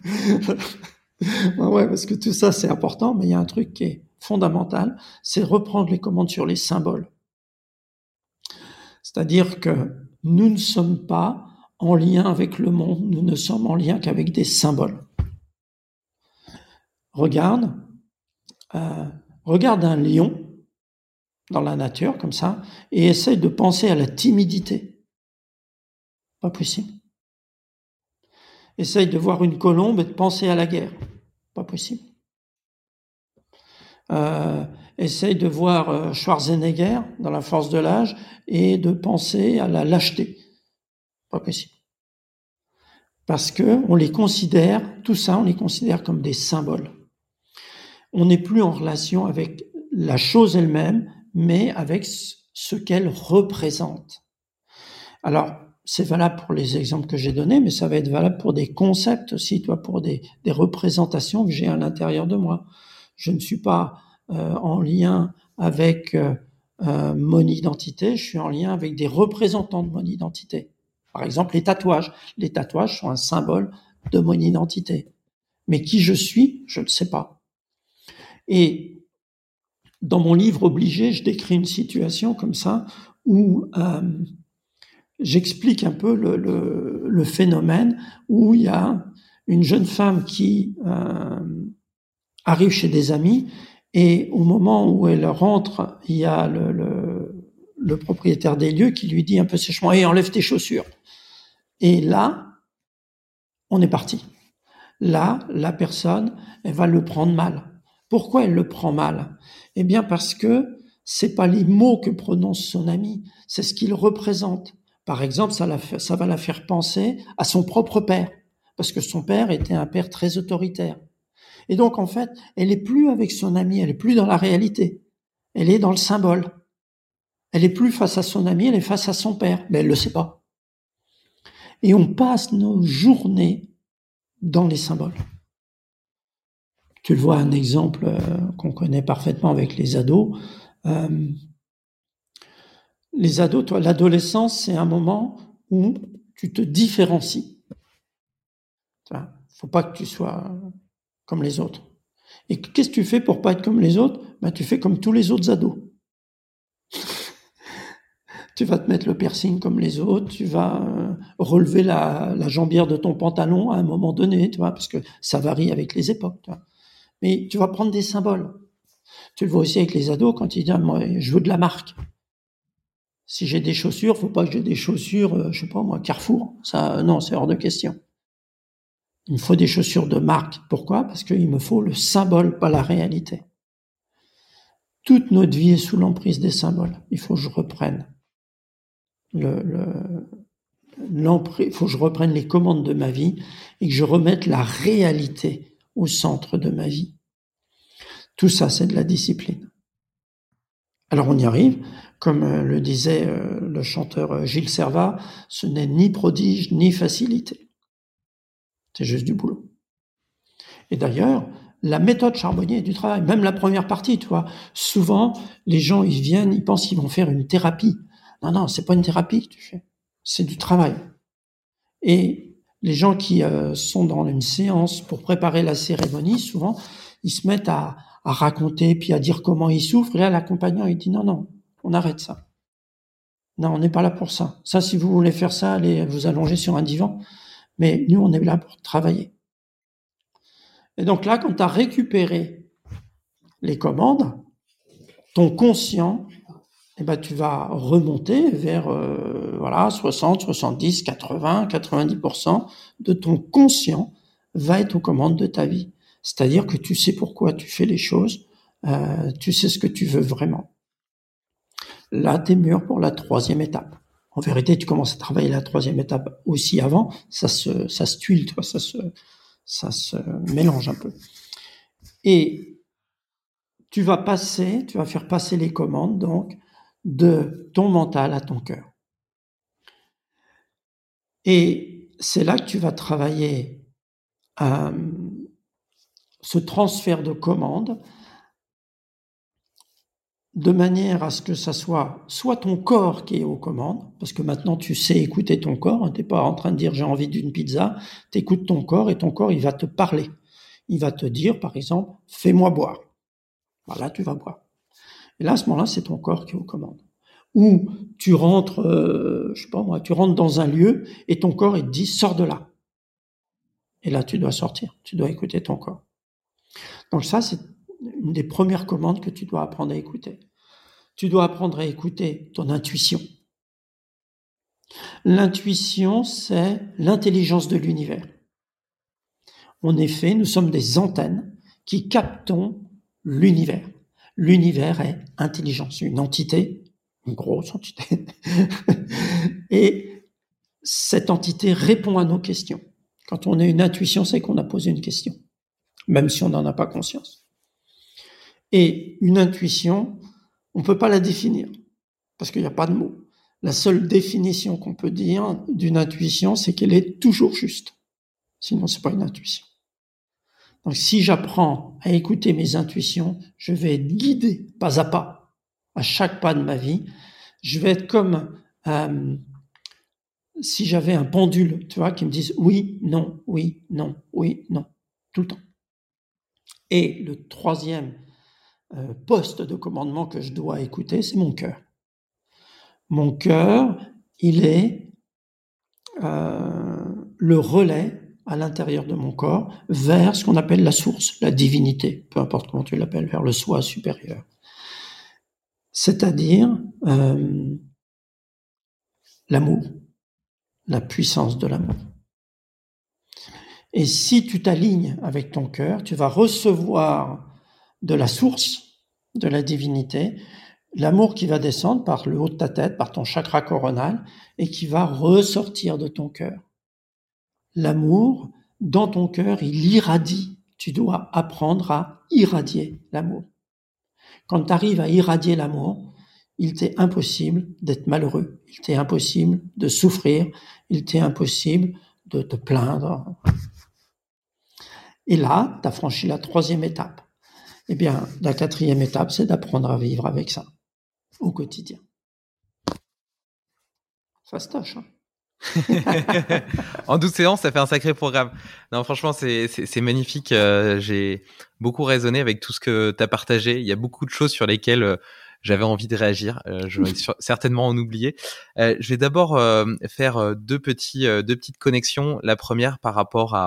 Ouais, parce que tout ça c'est important, mais il y a un truc qui est fondamental, c'est reprendre les commandes sur les symboles. C'est-à-dire que nous ne sommes pas en lien avec le monde, nous ne sommes en lien qu'avec des symboles. Regarde un lion dans la nature, comme ça, et essaye de penser à la timidité. Pas possible. Essaye de voir une colombe et de penser à la guerre. Pas possible. Essaye de voir Schwarzenegger dans La Force de l'âge et de penser à la lâcheté. Pas possible. Parce que on les considère, tout ça, on les considère comme des symboles. On n'est plus en relation avec la chose elle-même, mais avec ce qu'elle représente. Alors, c'est valable pour les exemples que j'ai donnés, mais ça va être valable pour des concepts aussi, pour des représentations que j'ai à l'intérieur de moi. Je ne suis pas en lien avec mon identité, je suis en lien avec des représentants de mon identité. Par exemple, les tatouages. Les tatouages sont un symbole de mon identité. Mais qui je suis, je ne sais pas. Et dans mon livre Obligé, je décris une situation comme ça où j'explique un peu le phénomène où il y a une jeune femme qui arrive chez des amis et au moment où elle rentre, il y a le propriétaire des lieux qui lui dit un peu sèchement « Hey, enlève tes chaussures ». Et là, on est parti. Là, la personne, elle va le prendre mal. Pourquoi elle le prend mal? Eh bien parce que c'est pas les mots que prononce son ami, c'est ce qu'il représente. Par exemple, ça va la faire penser à son propre père, parce que son père était un père très autoritaire. Et donc, en fait, elle est plus avec son ami, elle est plus dans la réalité. Elle est dans le symbole. Elle est plus face à son ami, elle est face à son père, mais elle le sait pas. Et on passe nos journées dans les symboles. Tu le vois, un exemple qu'on connaît parfaitement avec les ados. Les ados, toi, l'adolescence, c'est un moment où tu te différencies. Faut pas que tu sois comme les autres. Et qu'est-ce que tu fais pour pas être comme les autres? Ben, tu fais comme tous les autres ados. Tu vas te mettre le piercing comme les autres, tu vas relever la jambière de ton pantalon à un moment donné, tu vois, parce que ça varie avec les époques. Tu vois. Mais tu vas prendre des symboles. Tu le vois aussi avec les ados quand ils disent « moi, je veux de la marque ». Si j'ai des chaussures, faut pas que j'ai des chaussures, je sais pas moi, Carrefour. Ça, non, c'est hors de question. Il me faut des chaussures de marque. Pourquoi? Parce qu'il me faut le symbole, pas la réalité. Toute notre vie est sous l'emprise des symboles. Il faut que je reprenne il faut que je reprenne les commandes de ma vie et que je remette la réalité au centre de ma vie. Tout ça, c'est de la discipline. Alors on y arrive, comme le disait le chanteur Gilles Servat, ce n'est ni prodige ni facilité. C'est juste du boulot. Et d'ailleurs, la méthode Charbonnier est du travail, même la première partie, tu vois. Souvent, les gens, ils viennent, ils pensent qu'ils vont faire une thérapie. Non, c'est pas une thérapie que tu fais. C'est du travail. Et les gens qui sont dans une séance pour préparer la cérémonie, souvent, ils se mettent à raconter, puis à dire comment ils souffrent. Et là, l'accompagnant, il dit non, on arrête ça. Non, on n'est pas là pour ça. Ça, si vous voulez faire ça, allez vous allonger sur un divan. Mais nous, on est là pour travailler. Et donc là, quand tu as récupéré les commandes, ton conscient, eh ben, tu vas remonter vers 60, 70, 80, 90% de ton conscient va être aux commandes de ta vie. C'est-à-dire que tu sais pourquoi tu fais les choses, tu sais ce que tu veux vraiment. Là, t'es mûr pour la 3e étape. En vérité, tu commences à travailler la 3e étape aussi avant, ça se tuile, toi, ça se mélange un peu. Et tu vas faire passer les commandes, donc, de ton mental à ton cœur. Et c'est là que tu vas travailler ce transfert de commandes de manière à ce que ça soit ton corps qui est aux commandes, parce que maintenant tu sais écouter ton corps, t'es pas en train de dire j'ai envie d'une pizza, t'écoutes ton corps et ton corps il va te parler. Il va te dire par exemple fais-moi boire. Voilà, tu vas boire. Et là à ce moment-là c'est ton corps qui est aux commandes. Ou tu rentres, tu rentres dans un lieu et ton corps il te dit sors de là. Et là tu dois sortir, tu dois écouter ton corps. Donc ça c'est une des premières commandes que tu dois apprendre à écouter. Tu dois apprendre à écouter ton intuition. L'intuition, c'est l'intelligence de l'univers. En effet, nous sommes des antennes qui captons l'univers. L'univers est intelligence, une entité, une grosse entité. Et cette entité répond à nos questions. Quand on a une intuition, c'est qu'on a posé une question, même si on n'en a pas conscience. Et une intuition, on ne peut pas la définir, parce qu'il n'y a pas de mots. La seule définition qu'on peut dire d'une intuition, c'est qu'elle est toujours juste. Sinon, c'est pas une intuition. Donc, si j'apprends à écouter mes intuitions, je vais être guidé pas à chaque pas de ma vie. Je vais être comme si j'avais un pendule, tu vois, qui me dise oui, non, oui, non, oui, non, tout le temps. Et le 3e poste de commandement que je dois écouter, c'est mon cœur. Mon cœur, il est le relais à l'intérieur de mon corps vers ce qu'on appelle la source, la divinité, peu importe comment tu l'appelles, vers le soi supérieur. C'est-à-dire l'amour, la puissance de l'amour. Et si tu t'alignes avec ton cœur, tu vas recevoir de la source, de la divinité, l'amour qui va descendre par le haut de ta tête, par ton chakra coronal, et qui va ressortir de ton cœur. L'amour, dans ton cœur, il irradie. Tu dois apprendre à irradier l'amour. Quand tu arrives à irradier l'amour, il t'est impossible d'être malheureux, il t'est impossible de souffrir, il t'est impossible de te plaindre. Et là, tu as franchi la 3e étape. Eh bien, la 4e étape, c'est d'apprendre à vivre avec ça, au quotidien. Fastoche, hein. En 12 séances, ça fait un sacré programme. Non, franchement, c'est magnifique. J'ai beaucoup raisonné avec tout ce que tu as partagé. Il y a beaucoup de choses sur lesquelles j'avais envie de réagir. Je vais certainement en oublier. Je vais d'abord faire deux petites connexions. La première par rapport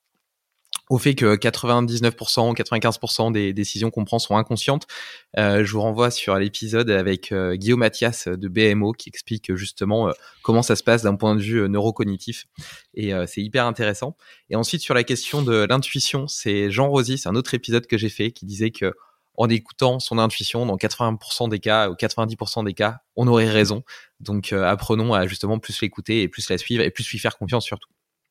au fait que 99%, 95% des décisions qu'on prend sont inconscientes. Je vous renvoie sur l'épisode avec Guillaume Mathias de BMO qui explique justement comment ça se passe d'un point de vue neurocognitif. Et c'est hyper intéressant. Et ensuite, sur la question de l'intuition, c'est Jean Rosy, c'est un autre épisode que j'ai fait qui disait que en écoutant son intuition, dans 80% des cas ou 90% des cas, on aurait raison. Donc apprenons à justement plus l'écouter et plus la suivre et plus lui faire confiance surtout.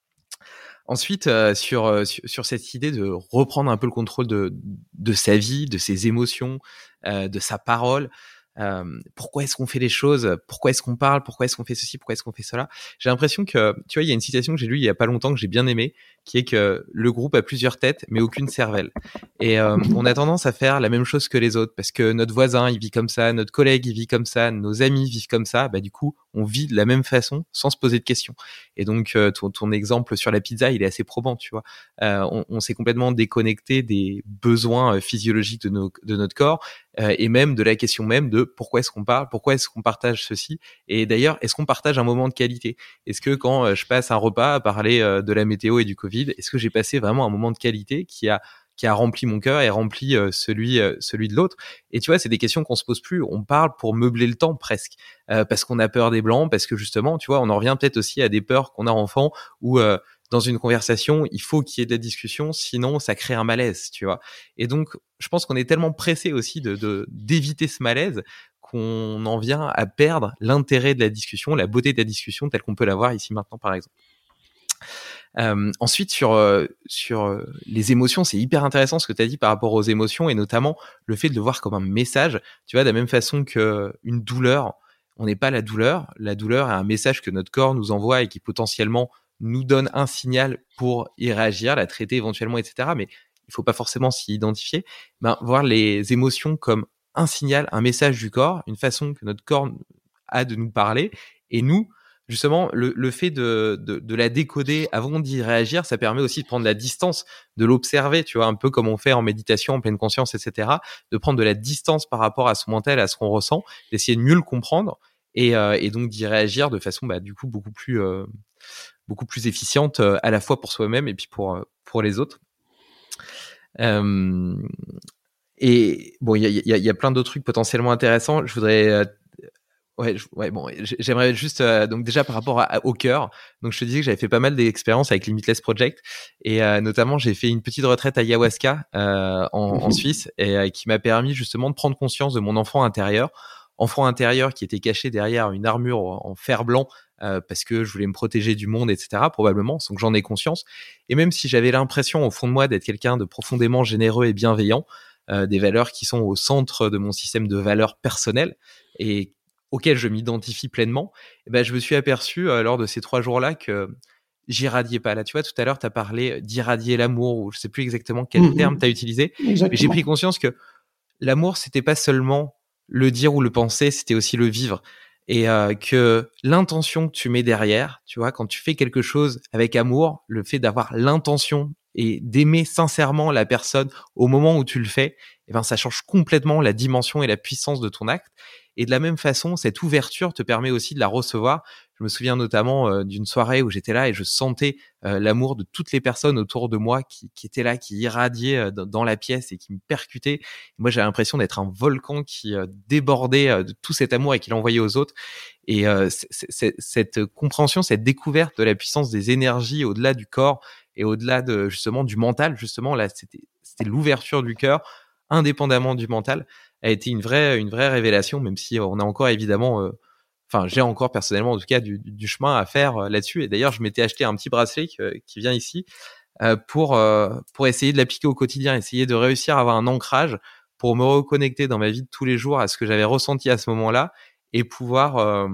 Ensuite, sur cette idée de reprendre un peu le contrôle de sa vie, de ses émotions, de sa parole. Pourquoi est-ce qu'on fait les choses? Pourquoi est-ce qu'on parle? Pourquoi est-ce qu'on fait ceci? Pourquoi est-ce qu'on fait cela? J'ai l'impression que, tu vois, il y a une citation que j'ai lue il y a pas longtemps que j'ai bien aimée, qui est que le groupe a plusieurs têtes, mais aucune cervelle. Et on a tendance à faire la même chose que les autres, parce que notre voisin, il vit comme ça, notre collègue, il vit comme ça, nos amis vivent comme ça. Bah du coup, on vit de la même façon, sans se poser de questions. Et donc, ton exemple sur la pizza, il est assez probant, tu vois. On s'est complètement déconnecté des besoins physiologiques de notre corps. Et même de la question même de pourquoi est-ce qu'on parle, pourquoi est-ce qu'on partage ceci, et d'ailleurs est-ce qu'on partage un moment de qualité? Est-ce que quand je passe un repas à parler de la météo et du Covid, est-ce que j'ai passé vraiment un moment de qualité qui a rempli mon cœur et rempli celui de l'autre? Et tu vois, c'est des questions qu'on se pose plus. On parle pour meubler le temps presque, parce qu'on a peur des blancs, parce que justement, tu vois, on en revient peut-être aussi à des peurs qu'on a enfant ou dans une conversation, il faut qu'il y ait de la discussion, sinon ça crée un malaise, tu vois. Et donc, je pense qu'on est tellement pressé aussi d'éviter ce malaise qu'on en vient à perdre l'intérêt de la discussion, la beauté de la discussion telle qu'on peut l'avoir ici maintenant, par exemple. Ensuite, sur les émotions, c'est hyper intéressant ce que tu as dit par rapport aux émotions et notamment le fait de le voir comme un message. Tu vois, de la même façon qu'une douleur, on n'est pas la douleur. La douleur est un message que notre corps nous envoie et qui potentiellement nous donne un signal pour y réagir, la traiter éventuellement, etc. Mais il faut pas forcément s'y identifier. Voir les émotions comme un signal, un message du corps, une façon que notre corps a de nous parler. Et nous, justement, le fait de la décoder avant d'y réagir, ça permet aussi de prendre la distance, de l'observer, tu vois, un peu comme on fait en méditation, en pleine conscience, etc. De prendre de la distance par rapport à son mental, à ce qu'on ressent, d'essayer de mieux le comprendre et donc d'y réagir de façon, du coup, beaucoup plus efficiente à la fois pour soi-même et puis pour les autres. Et bon, il y a plein d'autres trucs potentiellement intéressants. Je voudrais j'aimerais juste donc déjà par rapport au cœur. Donc je te disais que j'avais fait pas mal d'expériences avec Limitless Project et notamment j'ai fait une petite retraite ayahuasca en Suisse et qui m'a permis justement de prendre conscience de mon enfant intérieur qui était caché derrière une armure en fer blanc parce que je voulais me protéger du monde, etc. probablement, sans que j'en ai conscience. Et même si j'avais l'impression au fond de moi d'être quelqu'un de profondément généreux et bienveillant, des valeurs qui sont au centre de mon système de valeurs personnelles et auxquelles je m'identifie pleinement, je me suis aperçu lors de ces 3 jours-là que j'irradiais pas. Là, tu vois, tout à l'heure, tu as parlé d'irradier l'amour, ou je sais plus exactement quel terme tu as utilisé, Exactement. mais j'ai pris conscience que l'amour, c'était pas seulement le dire ou le penser, c'était aussi le vivre. Et que l'intention que tu mets derrière, tu vois, quand tu fais quelque chose avec amour, le fait d'avoir l'intention et d'aimer sincèrement la personne au moment où tu le fais, ça change complètement la dimension et la puissance de ton acte. Et de la même façon, cette ouverture te permet aussi de la recevoir. Je me souviens notamment d'une soirée où j'étais là et je sentais l'amour de toutes les personnes autour de moi qui étaient là, qui irradiaient dans la pièce et qui me percutaient. Moi, j'avais l'impression d'être un volcan qui débordait de tout cet amour et qui l'envoyait aux autres. Et cette compréhension, cette découverte de la puissance des énergies au-delà du corps et au-delà de justement du mental, justement là, c'était l'ouverture du cœur, indépendamment du mental, a été une vraie révélation, même si on a encore évidemment, j'ai encore personnellement en tout cas du chemin à faire là-dessus. Et d'ailleurs, je m'étais acheté un petit bracelet qui vient ici pour essayer de l'appliquer au quotidien, essayer de réussir à avoir un ancrage pour me reconnecter dans ma vie de tous les jours à ce que j'avais ressenti à ce moment-là et pouvoir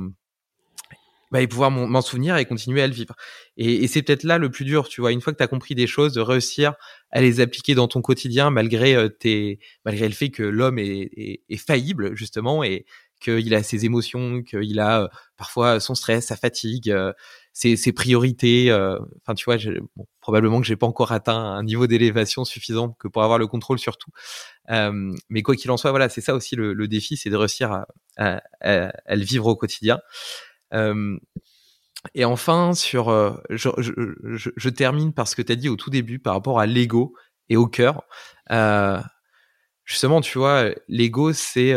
m'en souvenir et continuer à le vivre. Et c'est peut-être là le plus dur, tu vois, une fois que tu as compris des choses, de réussir à les appliquer dans ton quotidien malgré le fait que l'homme est faillible, justement, et qu'il a ses émotions, qu'il a parfois son stress, sa fatigue, ses priorités. Tu vois, probablement que j'ai pas encore atteint un niveau d'élévation suffisant que pour avoir le contrôle sur tout. Mais quoi qu'il en soit, voilà, c'est ça aussi le défi, c'est de réussir à le vivre au quotidien. Et enfin, je termine par ce que tu as dit au tout début par rapport à l'ego et au cœur. Justement, tu vois, l'ego, c'est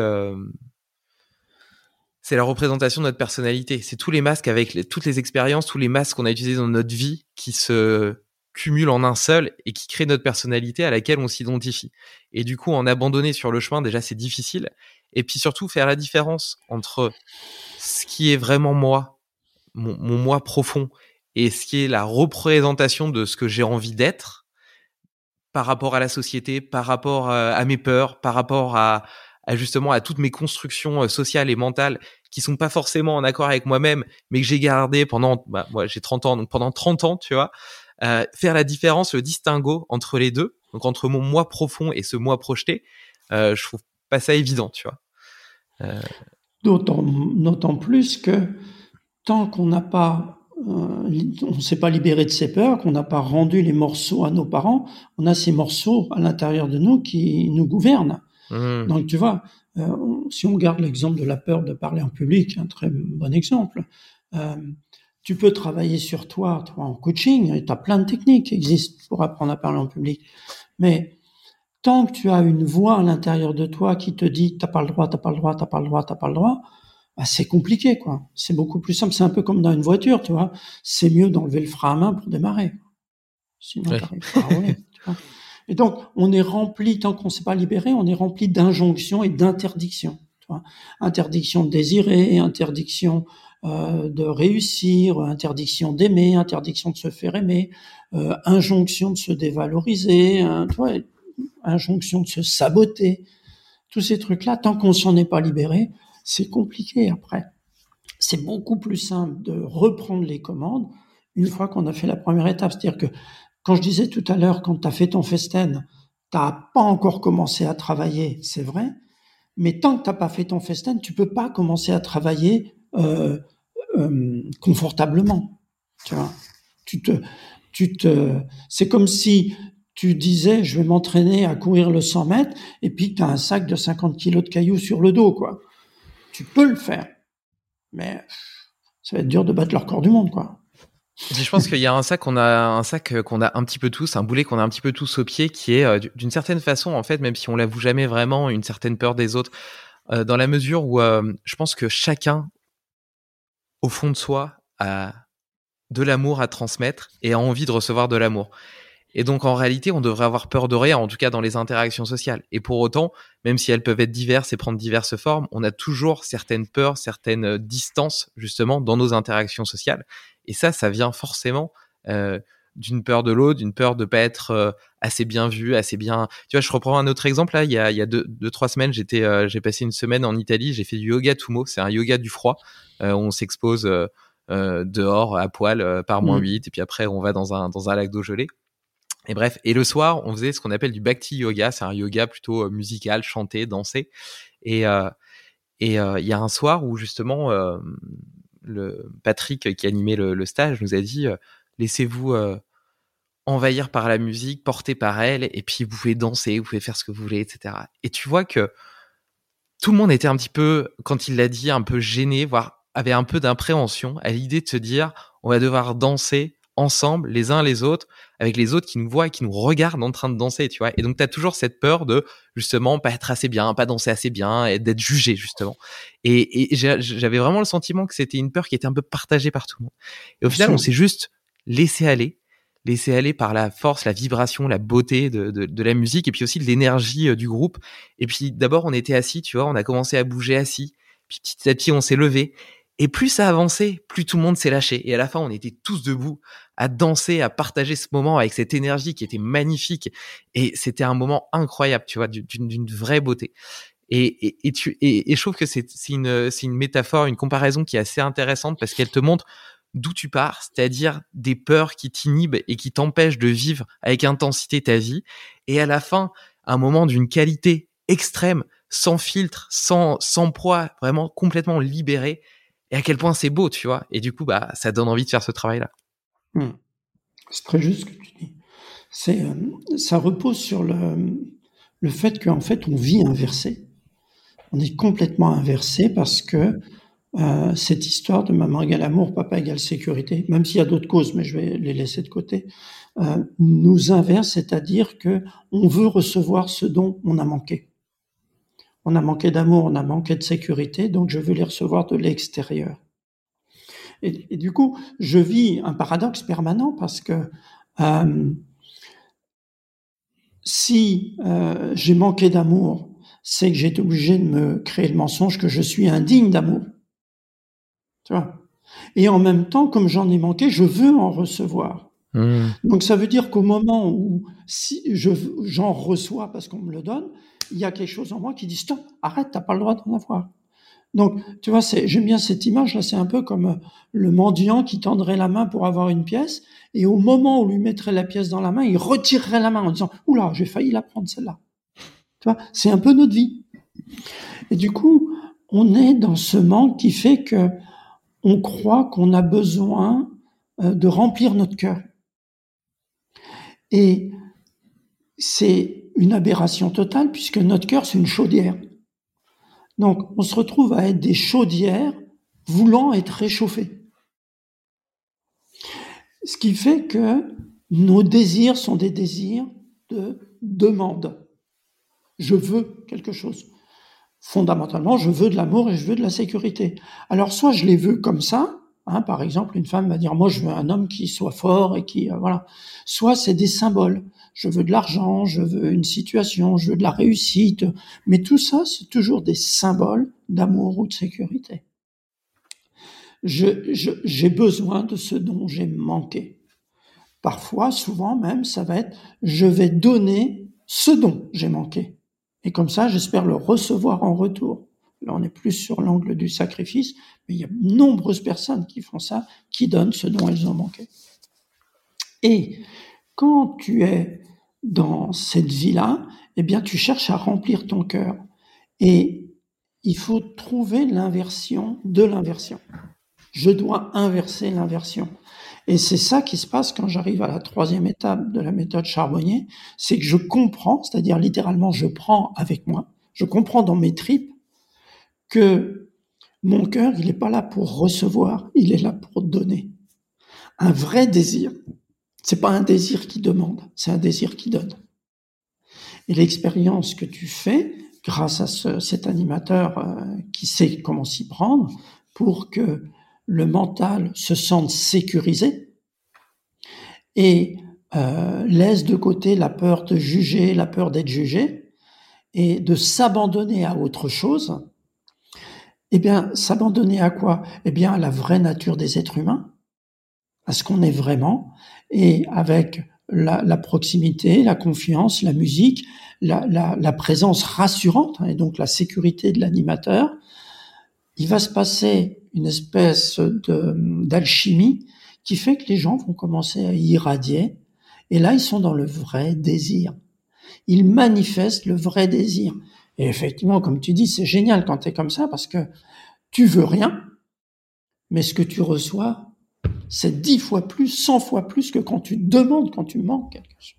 la représentation de notre personnalité. C'est tous les masques avec toutes les expériences, tous les masques qu'on a utilisés dans notre vie qui se cumulent en un seul et qui créent notre personnalité à laquelle on s'identifie. Et du coup, en abandonner sur le chemin, déjà, c'est difficile. Et puis surtout, faire la différence entre ce qui est vraiment moi, mon moi profond, et ce qui est la représentation de ce que j'ai envie d'être par rapport à la société, par rapport à mes peurs, par rapport à justement à toutes mes constructions sociales et mentales qui sont pas forcément en accord avec moi-même, mais que j'ai gardé pendant, moi j'ai 30 ans, donc pendant 30 ans, tu vois, faire la différence, le distinguo entre les deux, donc entre mon moi profond et ce moi projeté, je trouve pas ça évident, tu vois. D'autant plus que tant qu'on n'a pas, on s'est pas libéré de ses peurs, qu'on n'a pas rendu les morceaux à nos parents, on a ces morceaux à l'intérieur de nous qui nous gouvernent. Donc tu vois, si on garde l'exemple de la peur de parler en public, un très bon exemple, tu peux travailler sur toi en coaching, et tu as plein de techniques qui existent pour apprendre à parler en public. Mais tant que tu as une voix à l'intérieur de toi qui te dit t'as pas le droit, c'est compliqué, quoi. C'est beaucoup plus simple. C'est un peu comme dans une voiture, tu vois. C'est mieux d'enlever le frein à main pour démarrer. Sinon, t'arrives pas à rouler, tu vois. Et donc, on est rempli, tant qu'on ne s'est pas libéré, on est rempli d'injonctions et d'interdictions. Tu vois. Interdiction de désirer, interdiction de réussir, interdiction d'aimer, interdiction de se faire aimer, injonction de se dévaloriser, tu vois, injonction de se saboter. Tous ces trucs-là, tant qu'on s'en est pas libéré, c'est compliqué après. C'est beaucoup plus simple de reprendre les commandes une fois qu'on a fait la première étape. C'est-à-dire que, quand je disais tout à l'heure, quand tu as fait ton festen, tu n'as pas encore commencé à travailler, c'est vrai, mais tant que tu n'as pas fait ton festen, tu peux pas commencer à travailler confortablement. Tu vois, c'est comme si tu disais, je vais m'entraîner à courir le 100 mètres, et puis tu as un sac de 50 kilos de cailloux sur le dos, quoi. Tu peux le faire, mais ça va être dur de battre le record du monde, quoi. Je pense qu'il y a un sac qu'on a un petit peu tous, un boulet qu'on a un petit peu tous au pied, qui est d'une certaine façon, en fait, même si on l'avoue jamais vraiment, une certaine peur des autres, dans la mesure où je pense que chacun, au fond de soi, a de l'amour à transmettre et a envie de recevoir de l'amour. Et donc, en réalité, on devrait avoir peur de rien, en tout cas dans les interactions sociales. Et pour autant, même si elles peuvent être diverses et prendre diverses formes, on a toujours certaines peurs, certaines distances, justement, dans nos interactions sociales. Et ça vient forcément d'une peur de l'autre, d'une peur de pas être assez bien vu, assez bien... Tu vois, je reprends un autre exemple, là. Il y a 2-3 semaines, j'ai passé une semaine en Italie, j'ai fait du yoga Tumo. C'est un yoga du froid. On s'expose dehors, à poil, par -8, et puis après, on va dans un lac d'eau gelée. Et bref, et le soir, on faisait ce qu'on appelle du bhakti yoga. C'est un yoga plutôt musical, chanté, dansé. Et il y a un soir où justement le Patrick qui animait le stage nous a dit laissez-vous envahir par la musique, porter par elle, et puis vous pouvez danser, vous pouvez faire ce que vous voulez, etc. Et tu vois que tout le monde était un petit peu, quand il l'a dit, un peu gêné, voire avaient un peu d'appréhension à l'idée de se dire on va devoir danser ensemble les uns les autres avec les autres qui nous voient et qui nous regardent en train de danser, tu vois. Et donc t'as toujours cette peur de justement pas être assez bien, pas danser assez bien et d'être jugé justement. Et j'avais vraiment le sentiment que c'était une peur qui était un peu partagée par tout le monde. Et au final on s'est juste laissé aller par la force, la vibration, la beauté de la musique et puis aussi de l'énergie du groupe. Et puis d'abord on était assis, tu vois, on a commencé à bouger assis, puis petit à petit on s'est levé. Et plus ça avançait, plus tout le monde s'est lâché. Et à la fin, on était tous debout à danser, à partager ce moment avec cette énergie qui était magnifique. Et c'était un moment incroyable, tu vois, d'une vraie beauté. Et je trouve que c'est une métaphore, une comparaison qui est assez intéressante parce qu'elle te montre d'où tu pars, c'est-à-dire des peurs qui t'inhibent et qui t'empêchent de vivre avec intensité ta vie. Et à la fin, un moment d'une qualité extrême, sans filtre, sans poids, vraiment complètement libéré. Et à quel point c'est beau, tu vois. Et du coup, ça donne envie de faire ce travail-là. C'est très juste ce que tu dis. Ça repose sur le fait qu'en fait, on vit inversé. On est complètement inversé parce que cette histoire de maman égale amour, papa égale sécurité, même s'il y a d'autres causes, mais je vais les laisser de côté, nous inverse, c'est-à-dire que on veut recevoir ce dont on a manqué. On a manqué d'amour, on a manqué de sécurité, donc je veux les recevoir de l'extérieur. Et du coup, je vis un paradoxe permanent parce que si j'ai manqué d'amour, c'est que j'ai été obligé de me créer le mensonge que je suis indigne d'amour. Tu vois ? Et en même temps, comme j'en ai manqué, je veux en recevoir. Donc ça veut dire qu'au moment où si j'en reçois parce qu'on me le donne, il y a quelque chose en moi qui dit stop, arrête, t'as pas le droit d'en avoir. Donc tu vois, j'aime bien cette image là, c'est un peu comme le mendiant qui tendrait la main pour avoir une pièce et au moment où lui mettrait la pièce dans la main, il retirerait la main en disant oula, j'ai failli la prendre celle-là. Tu vois, c'est un peu notre vie. Et du coup, on est dans ce manque qui fait que on croit qu'on a besoin de remplir notre cœur. Et c'est une aberration totale puisque notre cœur, c'est une chaudière. Donc, on se retrouve à être des chaudières voulant être réchauffés. Ce qui fait que nos désirs sont des désirs de demande. Je veux quelque chose. Fondamentalement, je veux de l'amour et je veux de la sécurité. Alors, soit je les veux comme ça, par exemple, une femme va dire, moi, je veux un homme qui soit fort et qui, voilà. Soit c'est des symboles. Je veux de l'argent, je veux une situation, je veux de la réussite. Mais tout ça, c'est toujours des symboles d'amour ou de sécurité. J'ai besoin de ce dont j'ai manqué. Parfois, souvent même, ça va être, je vais donner ce dont j'ai manqué. Et comme ça, j'espère le recevoir en retour. Là, on est plus sur l'angle du sacrifice, mais il y a de nombreuses personnes qui font ça, qui donnent ce dont elles ont manqué. Et quand tu es dans cette vie-là, eh bien, tu cherches à remplir ton cœur. Et il faut trouver l'inversion de l'inversion. Je dois inverser l'inversion. Et c'est ça qui se passe quand j'arrive à la 3e étape de la méthode Charbonnier, c'est que je comprends, c'est-à-dire littéralement je prends avec moi, je comprends dans mes tripes que mon cœur, il n'est pas là pour recevoir, il est là pour donner. Un vrai désir, c'est pas un désir qui demande, c'est un désir qui donne. Et l'expérience que tu fais, grâce à cet animateur qui sait comment s'y prendre, pour que le mental se sente sécurisé et laisse de côté la peur de juger, la peur d'être jugé, et de s'abandonner à autre chose, eh bien, s'abandonner à quoi ? Eh bien, à la vraie nature des êtres humains, à ce qu'on est vraiment, et avec la proximité, la confiance, la musique, la présence rassurante, et donc la sécurité de l'animateur, il va se passer une espèce d'alchimie qui fait que les gens vont commencer à irradier, et là, ils sont dans le vrai désir. Ils manifestent le vrai désir. Et effectivement, comme tu dis, c'est génial quand tu es comme ça, parce que tu veux rien, mais ce que tu reçois, c'est 10 fois plus, 100 fois plus que quand tu demandes, quand tu manques quelque chose.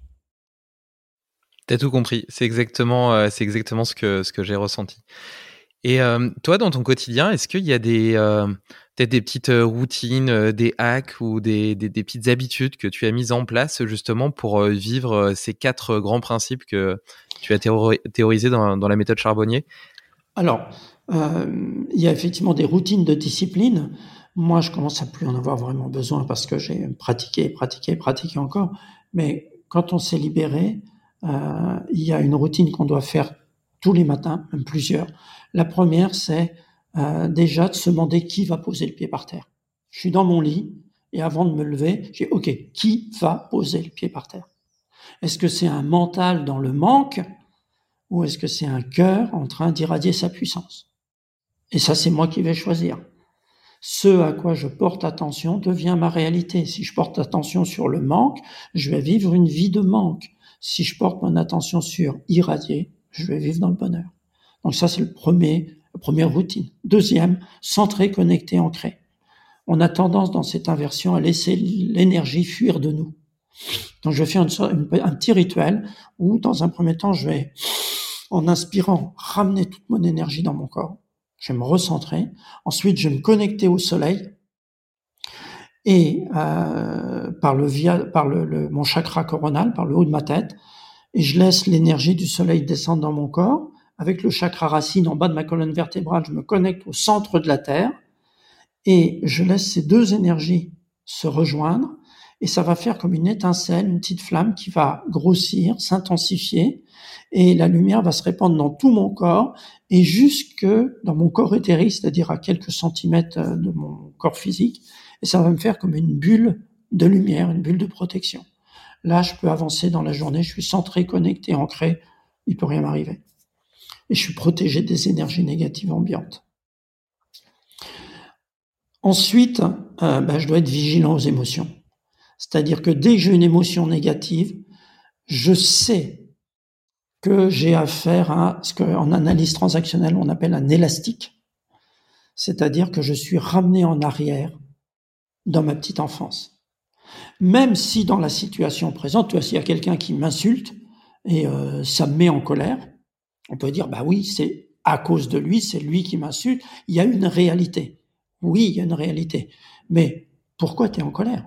T'as tout compris. C'est exactement ce que j'ai ressenti. Et toi, dans ton quotidien, est-ce qu'il y a peut-être des petites routines, des hacks ou des petites habitudes que tu as mises en place justement pour vivre ces 4 grands principes que tu as théorisés dans la méthode Charbonnier? Alors, il y a effectivement des routines de discipline. Moi, je commence à plus en avoir vraiment besoin parce que j'ai pratiqué encore. Mais quand on s'est libéré, il y a une routine qu'on doit faire tous les matins, même plusieurs. La première, c'est déjà de se demander qui va poser le pied par terre. Je suis dans mon lit et avant de me lever, j'ai OK, qui va poser le pied par terre? Est-ce que c'est un mental dans le manque ou est-ce que c'est un cœur en train d'irradier sa puissance? Et ça, c'est moi qui vais choisir. Ce à quoi je porte attention devient ma réalité. Si je porte attention sur le manque, je vais vivre une vie de manque. Si je porte mon attention sur irradier, je vais vivre dans le bonheur. Donc ça, c'est la première routine. Deuxième, centré, connecté, ancré. On a tendance dans cette inversion à laisser l'énergie fuir de nous. Donc je fais un petit rituel où, dans un premier temps, je vais, en inspirant, ramener toute mon énergie dans mon corps. Je vais me recentrer. Ensuite, je vais me connecter au soleil et par mon chakra coronal, par le haut de ma tête, et je laisse l'énergie du soleil descendre dans mon corps. Avec le chakra racine en bas de ma colonne vertébrale, je me connecte au centre de la Terre et je laisse ces deux énergies se rejoindre et ça va faire comme une étincelle, une petite flamme qui va grossir, s'intensifier et la lumière va se répandre dans tout mon corps et jusque dans mon corps éthérique, c'est-à-dire à quelques centimètres de mon corps physique, et ça va me faire comme une bulle de lumière, une bulle de protection. Là, je peux avancer dans la journée, je suis centré, connecté, ancré, il peut rien m'arriver. Et je suis protégé des énergies négatives ambiantes. Ensuite, je dois être vigilant aux émotions. C'est-à-dire que dès que j'ai une émotion négative, je sais que j'ai affaire à ce qu'en analyse transactionnelle, on appelle un élastique. C'est-à-dire que je suis ramené en arrière dans ma petite enfance. Même si dans la situation présente, tu vois, s'il y a quelqu'un qui m'insulte et ça me met en colère, on peut dire, bah oui, c'est à cause de lui, c'est lui qui m'insulte. Il y a une réalité. Oui, il y a une réalité. Mais pourquoi tu es en colère?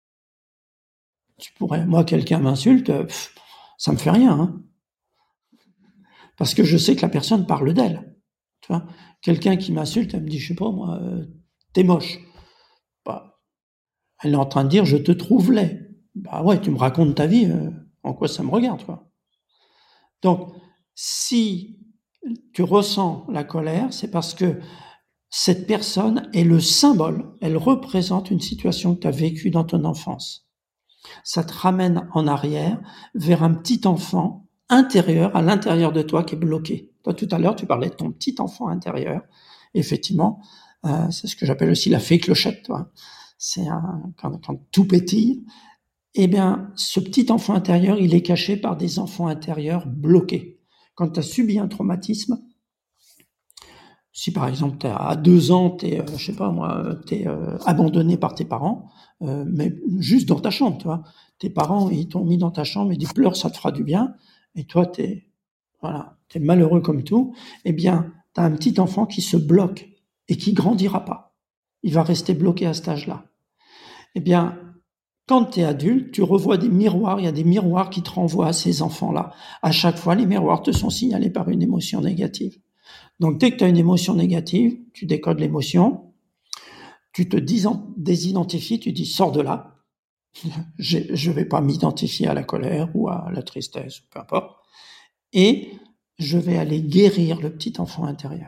Moi, quelqu'un m'insulte, ça me fait rien, hein. Parce que je sais que la personne parle d'elle. Tu vois, quelqu'un qui m'insulte, elle me dit, je sais pas, moi, t'es moche. Bah, elle est en train de dire, je te trouve laid. Bah ouais, tu me racontes ta vie, en quoi ça me regarde, quoi. Donc, si tu ressens la colère, c'est parce que cette personne est le symbole, elle représente une situation que tu as vécue dans ton enfance. Ça te ramène en arrière vers un petit enfant intérieur, à l'intérieur de toi, qui est bloqué. Toi, tout à l'heure, tu parlais de ton petit enfant intérieur. Effectivement, c'est ce que j'appelle aussi la fée clochette, toi. C'est quand tout pétille, eh bien, ce petit enfant intérieur, il est caché par des enfants intérieurs bloqués. Quand tu as subi un traumatisme, si par exemple à 2 ans, t'es abandonné par tes parents, mais juste dans ta chambre, tu vois. Tes parents, ils t'ont mis dans ta chambre et disent pleure, ça te fera du bien. Et toi, t'es malheureux comme tout. Eh bien, t'as un petit enfant qui se bloque et qui grandira pas. Il va rester bloqué à cet âge-là. Eh bien, quand tu es adulte, tu revois des miroirs, il y a des miroirs qui te renvoient à ces enfants-là. À chaque fois, les miroirs te sont signalés par une émotion négative. Donc, dès que tu as une émotion négative, tu décodes l'émotion, tu te désidentifies, tu dis « sors de là ». Je vais pas m'identifier à la colère ou à la tristesse, peu importe. Et je vais aller guérir le petit enfant intérieur.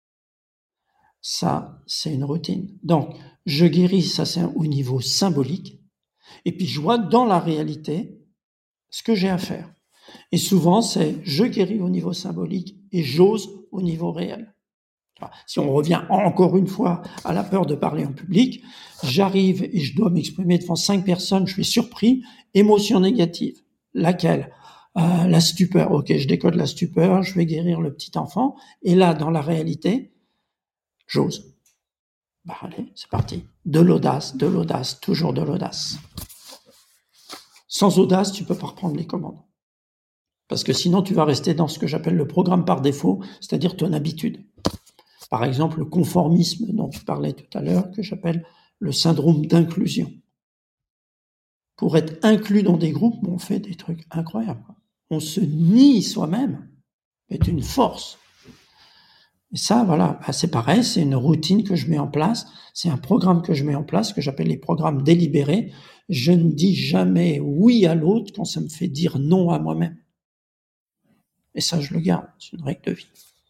Ça, c'est une routine. Donc, je guéris, ça c'est au niveau symbolique. Et puis, je vois dans la réalité ce que j'ai à faire. Et souvent, c'est je guéris au niveau symbolique et j'ose au niveau réel. Si on revient encore une fois à la peur de parler en public, j'arrive et je dois m'exprimer devant 5 personnes, je suis surpris, émotion négative. Laquelle? La stupeur. Ok, je décode la stupeur, je vais guérir le petit enfant. Et là, dans la réalité, j'ose. Bah allez, c'est parti. De l'audace, toujours de l'audace. Sans audace, tu peux pas reprendre les commandes. Parce que sinon, tu vas rester dans ce que j'appelle le programme par défaut, c'est-à-dire ton habitude. par exemple le conformisme dont tu parlais tout à l'heure, que j'appelle le syndrome d'inclusion. Pour être inclus dans des groupes, on fait des trucs incroyables. On se nie soi-même, c'est une force. Et ça, voilà, c'est pareil, c'est une routine que je mets en place, c'est un programme que je mets en place, que j'appelle les programmes délibérés. Je ne dis jamais oui à l'autre quand ça me fait dire non à moi-même. Et ça, je le garde, c'est une règle de vie.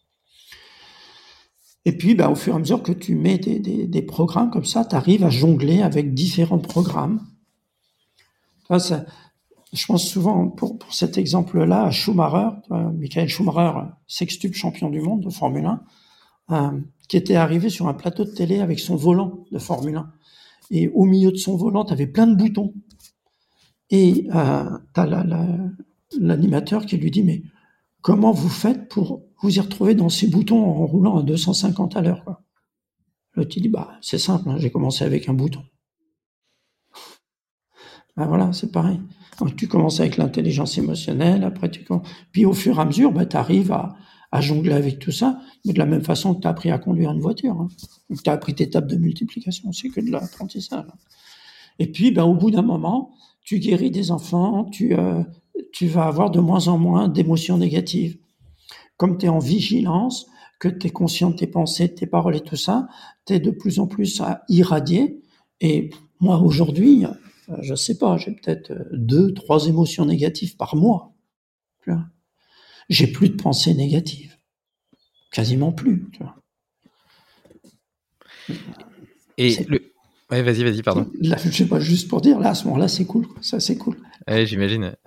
Et puis, au fur et à mesure que tu mets des programmes comme ça, tu arrives à jongler avec différents programmes. Ça, je pense souvent, pour cet exemple-là, à Schumacher, Michael Schumacher, sextuple champion du monde de Formule 1, qui était arrivé sur un plateau de télé avec son volant de Formule 1. Et au milieu de son volant, tu avais plein de boutons. Et tu as l'animateur qui lui dit « Mais comment vous faites pour vous y retrouver dans ces boutons en roulant à 250 à l'heure ?» L'autre, il dit « C'est simple, j'ai commencé avec un bouton. » Voilà, c'est pareil. Donc, tu commences avec l'intelligence émotionnelle, après puis au fur et à mesure, tu arrives à jongler avec tout ça, mais de la même façon que tu as appris à conduire une voiture. Tu as appris tes tables de multiplication, c'est que de l'apprentissage. Et puis, au bout d'un moment, tu guéris des enfants, tu vas avoir de moins en moins d'émotions négatives. Comme tu es en vigilance, que tu es conscient de tes pensées, de tes paroles et tout ça, tu es de plus en plus à irradier. Et moi, aujourd'hui, je sais pas, j'ai peut-être 2-3 émotions négatives par mois. J'ai plus de pensées négatives. Quasiment plus. Tu vois. Et ouais, vas-y, pardon. Là, je sais pas, juste pour dire, là, à ce moment-là, c'est cool. Ça, c'est cool. Ouais, j'imagine.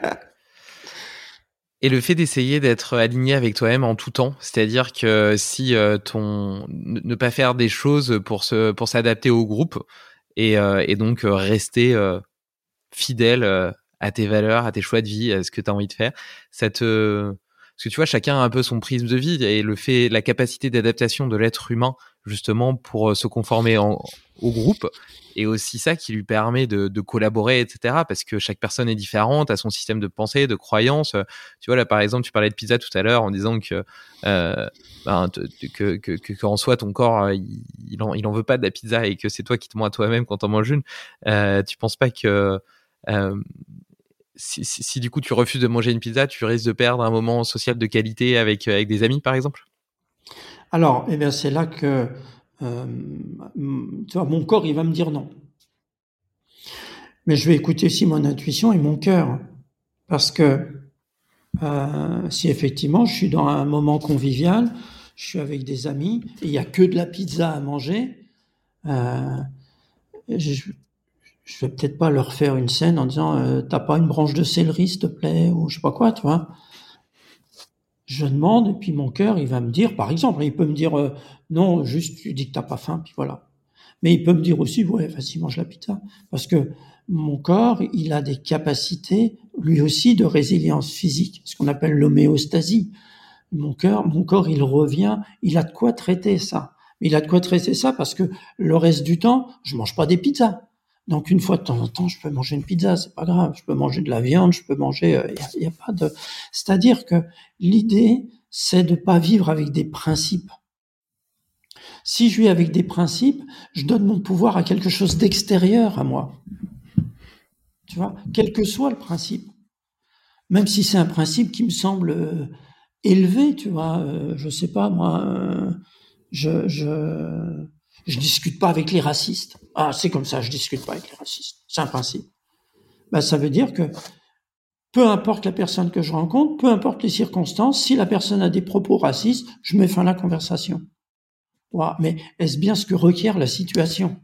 Et le fait d'essayer d'être aligné avec toi-même en tout temps, c'est-à-dire que si ne pas faire des choses pour s'adapter au groupe et donc rester fidèle à tes valeurs, à tes choix de vie, à ce que tu as envie de faire, parce que tu vois, chacun a un peu son prisme de vie et la capacité d'adaptation de l'être humain justement pour se conformer au groupe, et aussi ça qui lui permet de collaborer, etc. Parce que chaque personne est différente, a son système de pensée, de croyance. Tu vois, là, par exemple, tu parlais de pizza tout à l'heure en disant que en soi, ton corps, il en veut pas de la pizza et que c'est toi qui te mens à toi-même quand t'en manges une. Tu penses pas que si du coup tu refuses de manger une pizza, tu risques de perdre un moment social de qualité avec des amis, par exemple? Alors, c'est là que tu vois, mon corps, il va me dire non. Mais je vais écouter aussi mon intuition et mon cœur. Parce que si effectivement je suis dans un moment convivial, je suis avec des amis, et il n'y a que de la pizza à manger, je vais peut-être pas leur faire une scène en disant t'as pas une branche de céleri, s'il te plaît, ou je sais pas quoi, tu vois. Je demande, et puis mon cœur, il va me dire, par exemple, il peut me dire non, juste tu dis que t'as pas faim, puis voilà. Mais il peut me dire aussi, ouais, vas-y, mange la pizza. Parce que mon corps, il a des capacités, lui aussi, de résilience physique, ce qu'on appelle l'homéostasie. Mon corps, il revient, il a de quoi traiter ça. Mais il a de quoi traiter ça parce que le reste du temps, je mange pas des pizzas. Donc une fois de temps en temps, je peux manger une pizza, c'est pas grave. Je peux manger de la viande, je peux manger. Y a pas de. C'est-à-dire que l'idée, c'est de pas vivre avec des principes. Si je vis avec des principes, je donne mon pouvoir à quelque chose d'extérieur à moi. Tu vois, quel que soit le principe, même si c'est un principe qui me semble élevé, tu vois, je sais pas moi, je discute pas avec les racistes. Ah, c'est comme ça, je discute pas avec les racistes. C'est un principe. Ça veut dire que peu importe la personne que je rencontre, peu importe les circonstances, si la personne a des propos racistes, je mets fin à la conversation. Wow, mais est-ce bien ce que requiert la situation?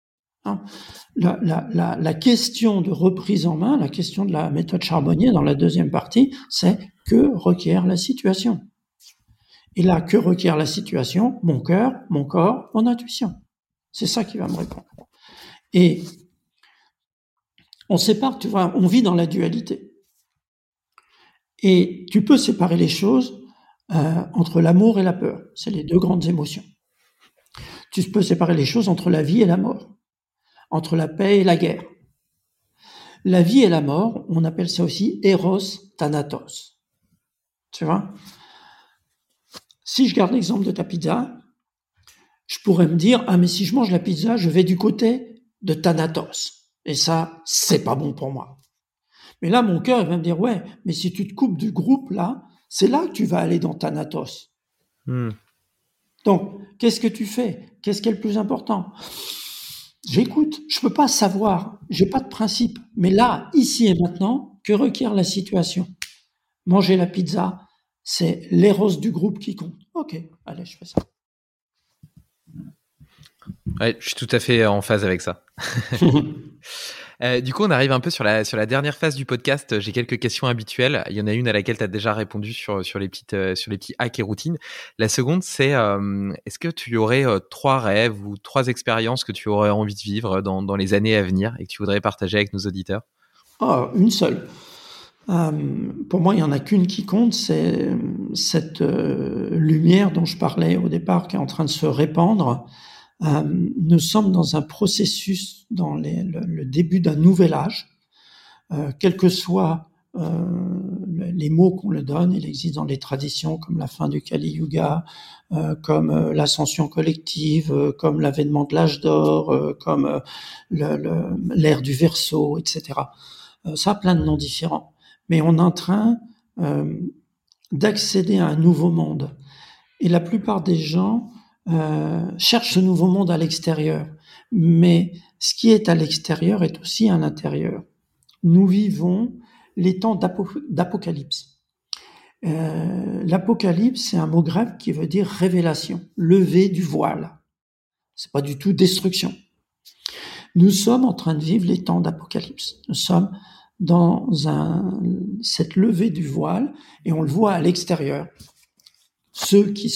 La question de reprise en main, la question de la méthode Charbonnier dans la deuxième partie, c'est que requiert la situation? Et là, que requiert la situation? Mon cœur, mon corps, mon intuition. C'est ça qui va me répondre. Et on sépare, tu vois, on vit dans la dualité. Et tu peux séparer les choses entre l'amour et la peur. C'est les deux grandes émotions. Tu peux séparer les choses entre la vie et la mort, entre la paix et la guerre. La vie et la mort, on appelle ça aussi Eros Thanatos. Tu vois? Si je garde l'exemple de ta pizza, je pourrais me dire, ah, mais si je mange la pizza, je vais du côté de Thanatos. Et ça, c'est pas bon pour moi. Mais là, mon cœur, il va me dire, ouais, mais si tu te coupes du groupe, là, c'est là que tu vas aller dans Thanatos. Donc, qu'est-ce que tu fais? Qu'est-ce qui est le plus important? J'écoute. Je peux pas savoir. J'ai pas de principe. Mais là, ici et maintenant, que requiert la situation? Manger la pizza, c'est l'éros du groupe qui compte. Ok, allez, je fais ça. Ouais, je suis tout à fait en phase avec ça. Du coup, on arrive un peu sur la dernière phase du podcast. J'ai quelques questions habituelles. Il y en a une à laquelle tu as déjà répondu sur les petits hacks et routines. La seconde, c'est est-ce que tu aurais 3 rêves ou 3 expériences que tu aurais envie de vivre dans les années à venir et que tu voudrais partager avec nos auditeurs? Une seule. Pour moi, il n'y en a qu'une qui compte, c'est cette lumière dont je parlais au départ, qui est en train de se répandre. Nous sommes dans un processus, dans le début d'un nouvel âge, quels que soient les mots qu'on le donne. Il existe dans les traditions comme la fin du Kali Yuga, comme l'ascension collective, comme l'avènement de l'âge d'or, comme l'ère du Verseau, etc. Ça a plein de noms différents. Mais on est en train d'accéder à un nouveau monde. Et la plupart des gens cherchent ce nouveau monde à l'extérieur. Mais ce qui est à l'extérieur est aussi à l'intérieur. Nous vivons les temps d'apocalypse. L'apocalypse, c'est un mot grec qui veut dire révélation, lever du voile. C'est pas du tout destruction. Nous sommes en train de vivre les temps d'apocalypse. Nous sommes dans cette levée du voile, et on le voit à l'extérieur. Ceux qui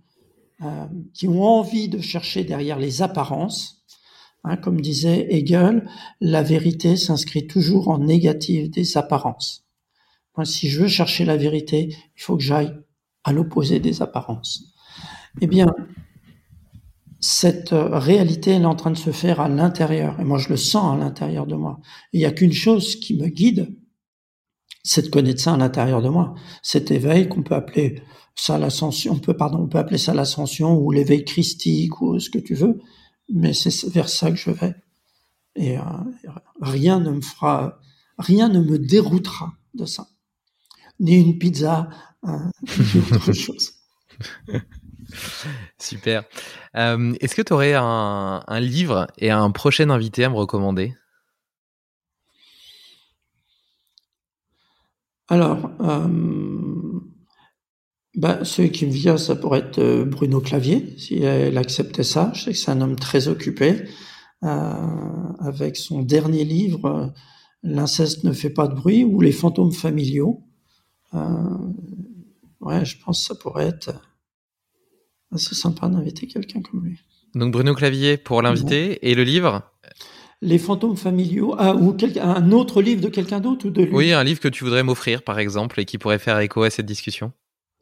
ont envie de chercher derrière les apparences, comme disait Hegel, la vérité s'inscrit toujours en négatif des apparences. Si je veux chercher la vérité, il faut que j'aille à l'opposé des apparences. Eh bien, cette réalité, elle est en train de se faire à l'intérieur. Et moi, je le sens à l'intérieur de moi. Il n'y a qu'une chose qui me guide, c'est de connaître ça à l'intérieur de moi. Cet éveil qu'on peut appeler ça l'ascension, on peut appeler ça l'ascension ou l'éveil christique ou ce que tu veux, mais c'est vers ça que je vais. Et rien ne me déroutera de ça. Ni une pizza, ni autre chose. Super. Est-ce que tu aurais un livre et un prochain invité à me recommander? Alors, celui qui me vient, ça pourrait être Bruno Clavier, si elle acceptait ça. Je sais que c'est un homme très occupé. Avec son dernier livre, L'inceste ne fait pas de bruit, ou Les fantômes familiaux. Je pense que ça pourrait être assez sympa d'inviter quelqu'un comme lui. Donc Bruno Clavier pour l'inviter, et le livre? Les fantômes familiaux, ou un autre livre de quelqu'un d'autre ou de lui? Oui, un livre que tu voudrais m'offrir, par exemple, et qui pourrait faire écho à cette discussion.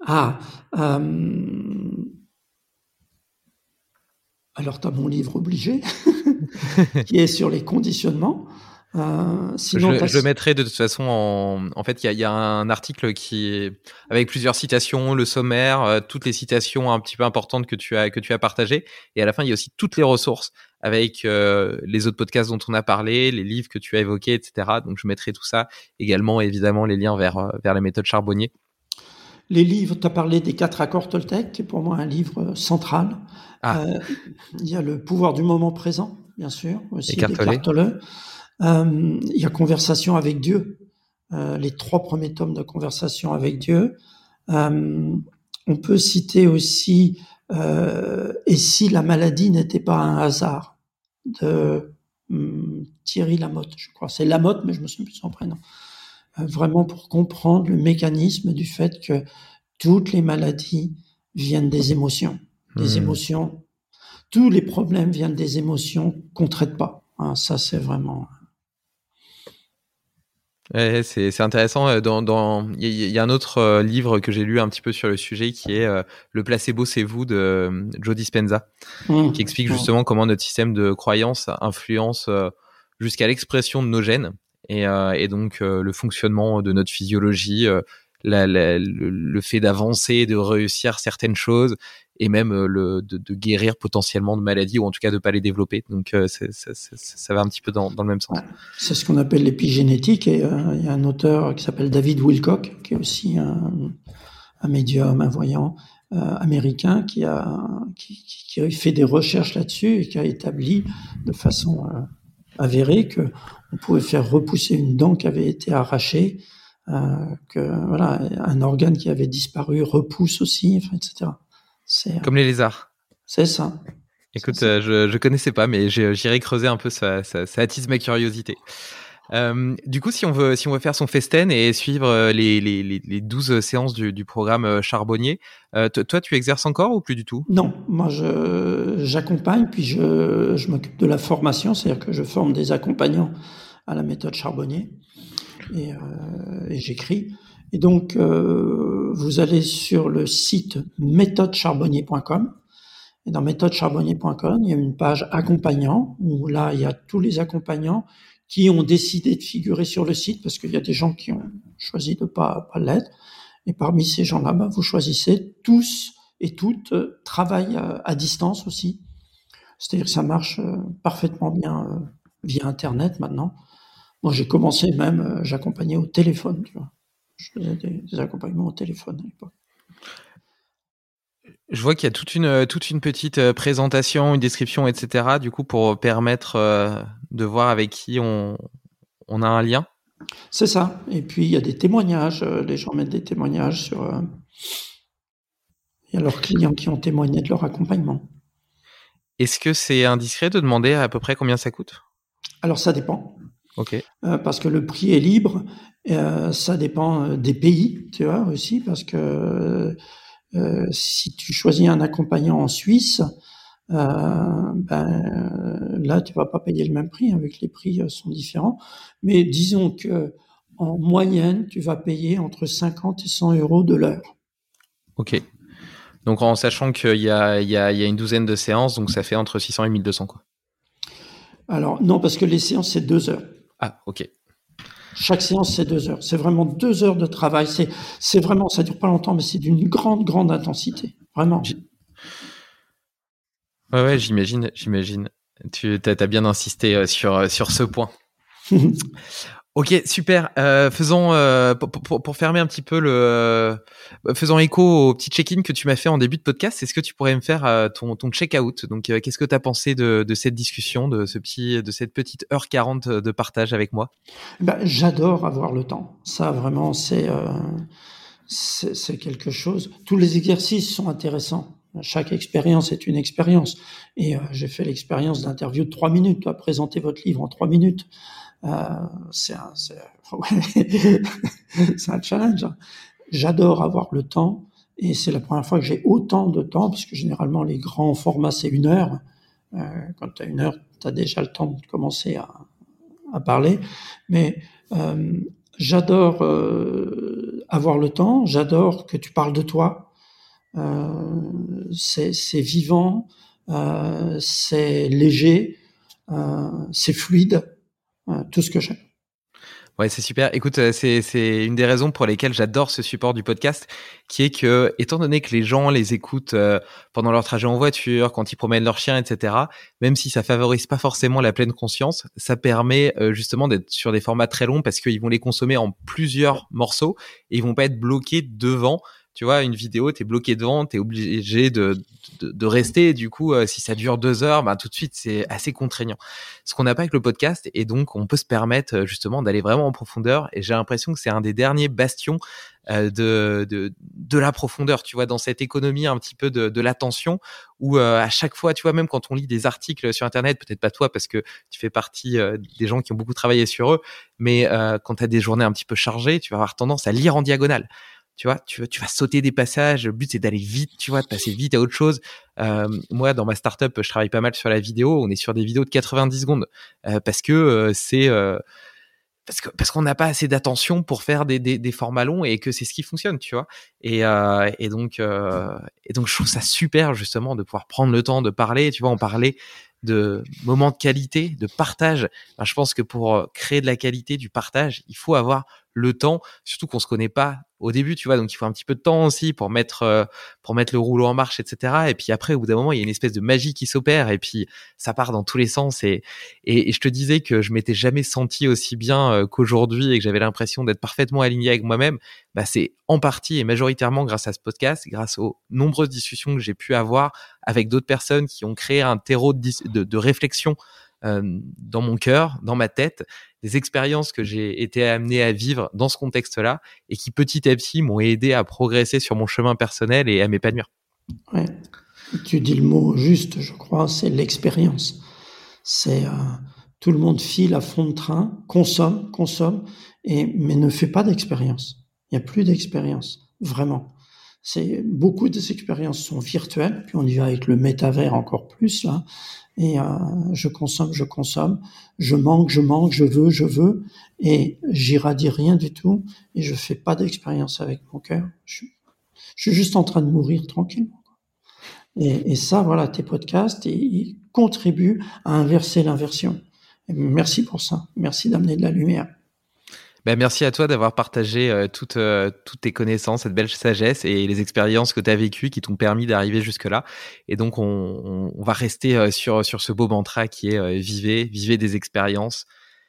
Alors, tu as mon livre obligé, qui est sur les conditionnements. Sinon, je le mettrai de toute façon en fait, il y a un article qui est avec plusieurs citations, le sommaire, toutes les citations un petit peu importantes que tu as partagées, et à la fin, il y a aussi toutes les ressources avec les autres podcasts dont on a parlé, les livres que tu as évoqués, etc. Donc, je mettrai tout ça, également, évidemment, les liens vers la méthode Charbonnier. Les livres, tu as parlé des 4 accords Toltec, qui est pour moi un livre central. Il y a le pouvoir du moment présent, bien sûr, aussi Écarte-le. Il y a Conversation avec Dieu, les 3 premiers tomes de Conversation avec Dieu. On peut citer aussi Et si la maladie n'était pas un hasard, de Thierry Lamotte, je crois. C'est Lamotte, mais je me souviens plus de son prénom. Vraiment pour comprendre le mécanisme du fait que toutes les maladies viennent des émotions. Des émotions. Tous les problèmes viennent des émotions qu'on ne traite pas. Ça, c'est vraiment... Ouais, c'est intéressant. Il y a un autre livre que j'ai lu un petit peu sur le sujet qui est Le placebo c'est vous de Joe Dispenza, qui explique justement comment notre système de croyance influence jusqu'à l'expression de nos gènes et donc le fonctionnement de notre physiologie, le fait d'avancer, de réussir certaines choses et même de guérir potentiellement de maladies ou en tout cas de pas les développer. Donc ça va un petit peu dans le même sens. Ouais. C'est ce qu'on appelle l'épigénétique, et il y a un auteur qui s'appelle David Wilcock, qui est aussi un médium, un voyant américain, qui a fait des recherches là-dessus et qui a établi de façon avérée que on pouvait faire repousser une dent qui avait été arrachée, que voilà, un organe qui avait disparu repousse aussi, enfin, etc. Comme les lézards. C'est ça. Écoute, je connaissais pas, mais j'irai creuser un peu, ça attise ma curiosité. Du coup, si on veut faire son festen et suivre les 12 séances du programme Charbonnier, toi, tu exerces encore ou plus du tout? Non, moi j'accompagne, puis je m'occupe de la formation, c'est-à-dire que je forme des accompagnants à la méthode Charbonnier, et j'écris. Et donc, vous allez sur le site méthodecharbonnier.com, et dans méthodecharbonnier.com, il y a une page accompagnant, où là, il y a tous les accompagnants qui ont décidé de figurer sur le site, parce qu'il y a des gens qui ont choisi de pas l'être. Et parmi ces gens-là, vous choisissez. Tous et toutes travaillent à distance aussi. C'est-à-dire que ça marche parfaitement bien via Internet maintenant. Moi, j'ai commencé même, j'accompagnais au téléphone, tu vois. Je faisais des accompagnements au téléphone à l'époque. Je vois qu'il y a toute une petite présentation, une description, etc. Du coup, pour permettre de voir avec qui on a un lien. C'est ça. Et puis, il y a des témoignages. Les gens mettent des témoignages sur... il y a leurs clients qui ont témoigné de leur accompagnement. Est-ce que c'est indiscret de demander à peu près combien ça coûte? Alors, ça dépend. Ok. Parce que le prix est libre. Ça dépend des pays, tu vois, aussi. Parce que si tu choisis un accompagnant en Suisse, là, tu vas pas payer le même prix, avec les prix sont différents. Mais disons que en moyenne, tu vas payer entre 50 et 100 euros de l'heure. Ok. Donc, en sachant qu'il y a une douzaine de séances, donc ça fait entre 600 et 1200, quoi. Alors, non, parce que les séances, c'est 2 heures. Ah, ok. Chaque séance, c'est 2 heures. C'est vraiment 2 heures de travail. C'est vraiment, ça dure pas longtemps, mais c'est d'une grande intensité. Vraiment. Ouais, j'imagine. Tu t'as bien insisté sur ce point. Ok, super. Faisons pour fermer un petit peu faisons écho au petit check-in que tu m'as fait en début de podcast. Est-ce que tu pourrais me faire ton check-out? Donc, qu'est-ce que tu as pensé de cette discussion, de cette petite heure 40 de partage avec moi? J'adore avoir le temps. Ça, vraiment, c'est quelque chose. Tous les exercices sont intéressants. Chaque expérience est une expérience. Et j'ai fait l'expérience d'interview de 3 minutes. Présenter votre livre en 3 minutes. C'est un challenge. J'adore avoir le temps, et c'est la première fois que j'ai autant de temps, parce que généralement les grands formats c'est 1 heure. Quand tu as 1 heure, tu as déjà le temps de commencer à parler. Mais j'adore avoir le temps. J'adore que tu parles de toi. C'est vivant, c'est léger, c'est fluide. Tout ce que j'aime. Ouais, c'est super. Écoute, c'est une des raisons pour lesquelles j'adore ce support du podcast, qui est que, étant donné que les gens les écoutent pendant leur trajet en voiture, quand ils promènent leur chien, etc., même si ça favorise pas forcément la pleine conscience, ça permet justement d'être sur des formats très longs, parce qu'ils vont les consommer en plusieurs morceaux et ils vont pas être bloqués devant. Tu vois, une vidéo, t'es bloqué devant, t'es obligé de rester. Du coup, si ça dure 2 heures, tout de suite, c'est assez contraignant. Ce qu'on n'a pas avec le podcast, et donc on peut se permettre justement d'aller vraiment en profondeur. Et j'ai l'impression que c'est un des derniers bastions de la profondeur, tu vois, dans cette économie un petit peu de l'attention, où à chaque fois, tu vois, même quand on lit des articles sur Internet, peut-être pas toi parce que tu fais partie des gens qui ont beaucoup travaillé sur eux, mais quand tu as des journées un petit peu chargées, tu vas avoir tendance à lire en diagonale. Tu vois, tu vas sauter des passages. Le but, c'est d'aller vite, tu vois, de passer vite à autre chose. Moi, dans ma startup, je travaille pas mal sur la vidéo. On est sur des vidéos de 90 secondes parce que parce qu'on n'a pas assez d'attention pour faire des formats longs, et que c'est ce qui fonctionne, tu vois. Et donc, je trouve ça super, justement, de pouvoir prendre le temps de parler. Tu vois, on parlait de moments de qualité, de partage. Je pense que pour créer de la qualité, du partage, il faut avoir le temps, surtout qu'on se connaît pas au début, tu vois, donc il faut un petit peu de temps aussi pour mettre le rouleau en marche, etc. Et puis après, au bout d'un moment, il y a une espèce de magie qui s'opère et puis ça part dans tous les sens. Et je te disais que je m'étais jamais senti aussi bien qu'aujourd'hui et que j'avais l'impression d'être parfaitement aligné avec moi-même. Bah, c'est en partie et majoritairement grâce à ce podcast, grâce aux nombreuses discussions que j'ai pu avoir avec d'autres personnes qui ont créé un terreau de réflexion dans mon cœur, dans ma tête, des expériences que j'ai été amené à vivre dans ce contexte-là et qui petit à petit m'ont aidé à progresser sur mon chemin personnel et à m'épanouir. Ouais. Tu dis le mot juste, je crois, c'est l'expérience. C'est tout le monde file à fond de train, consomme, mais ne fait pas d'expérience. Il n'y a plus d'expérience, vraiment. Beaucoup des expériences sont virtuelles, puis on y va avec le métavers encore plus là. Et je consomme, je manque, je veux, et j'irradie rien du tout, et je fais pas d'expérience avec mon cœur. Je suis juste en train de mourir tranquillement. Et ça, voilà, tes podcasts, ils contribuent à inverser l'inversion. Et merci pour ça. Merci d'amener de la lumière. Ben, merci à toi d'avoir partagé toutes tes connaissances, cette belle sagesse et les expériences que tu as vécues qui t'ont permis d'arriver jusque-là. Et donc, on va rester sur ce beau mantra qui est vivez des expériences.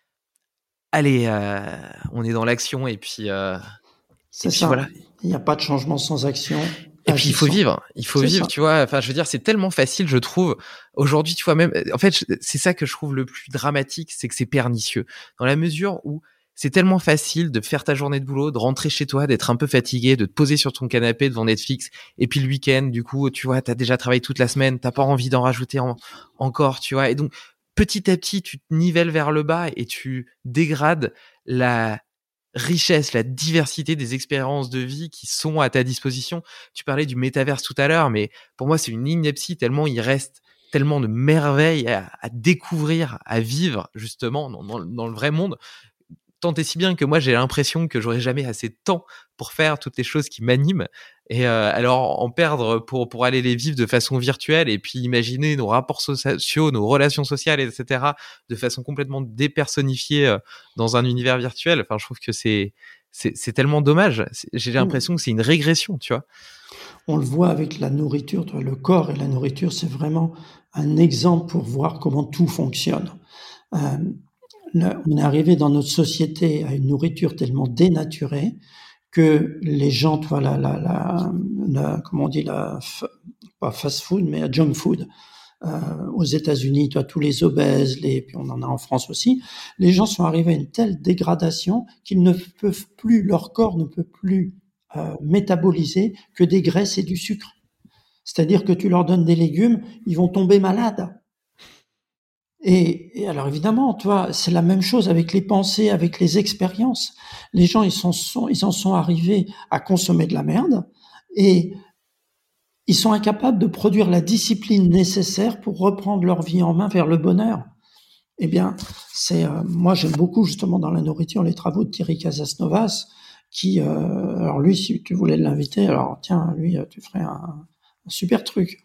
Allez, on est dans l'action et puis c'est ça. Voilà. Il n'y a pas de changement sans action. Et puis, il faut vivre, tu vois. Enfin, je veux dire, c'est tellement facile, je trouve. Aujourd'hui, tu vois, même, en fait, c'est ça que je trouve le plus dramatique, c'est que c'est pernicieux. Dans la mesure où c'est tellement facile de faire ta journée de boulot, de rentrer chez toi, d'être un peu fatigué, de te poser sur ton canapé devant Netflix. Et puis le week-end, du coup, tu vois, t'as déjà travaillé toute la semaine, t'as pas envie d'en rajouter encore, tu vois. Et donc, petit à petit, tu te nivelles vers le bas et tu dégrades la richesse, la diversité des expériences de vie qui sont à ta disposition. Tu parlais du métaverse tout à l'heure, mais pour moi, c'est une ineptie tellement il reste tellement de merveilles à découvrir, à vivre, justement, dans le vrai monde. Tant et si bien que moi, j'ai l'impression que j'aurai jamais assez de temps pour faire toutes les choses qui m'animent. Et alors, en perdre pour aller les vivre de façon virtuelle et puis imaginer nos rapports sociaux, nos relations sociales, etc., de façon complètement dépersonnifiée dans un univers virtuel. Enfin, je trouve que c'est tellement dommage. J'ai l'impression que c'est une régression, tu vois. On le voit avec la nourriture. Le corps et la nourriture, c'est vraiment un exemple pour voir comment tout fonctionne. On est arrivé dans notre société à une nourriture tellement dénaturée que les gens, tu vois, comment on dit, pas fast food, mais junk food, aux États-Unis, tu vois, tous les obèses, puis on en a en France aussi, les gens sont arrivés à une telle dégradation qu'ils ne peuvent plus, leur corps ne peut plus métaboliser que des graisses et du sucre. C'est-à-dire que tu leur donnes des légumes, ils vont tomber malades. Et alors évidemment, tu vois, c'est la même chose avec les pensées, avec les expériences. Les gens, ils en sont arrivés à consommer de la merde et ils sont incapables de produire la discipline nécessaire pour reprendre leur vie en main vers le bonheur. Eh bien, moi j'aime beaucoup justement dans la nourriture les travaux de Thierry Casasnovas qui, alors lui, si tu voulais l'inviter, alors tiens, lui, tu ferais un super truc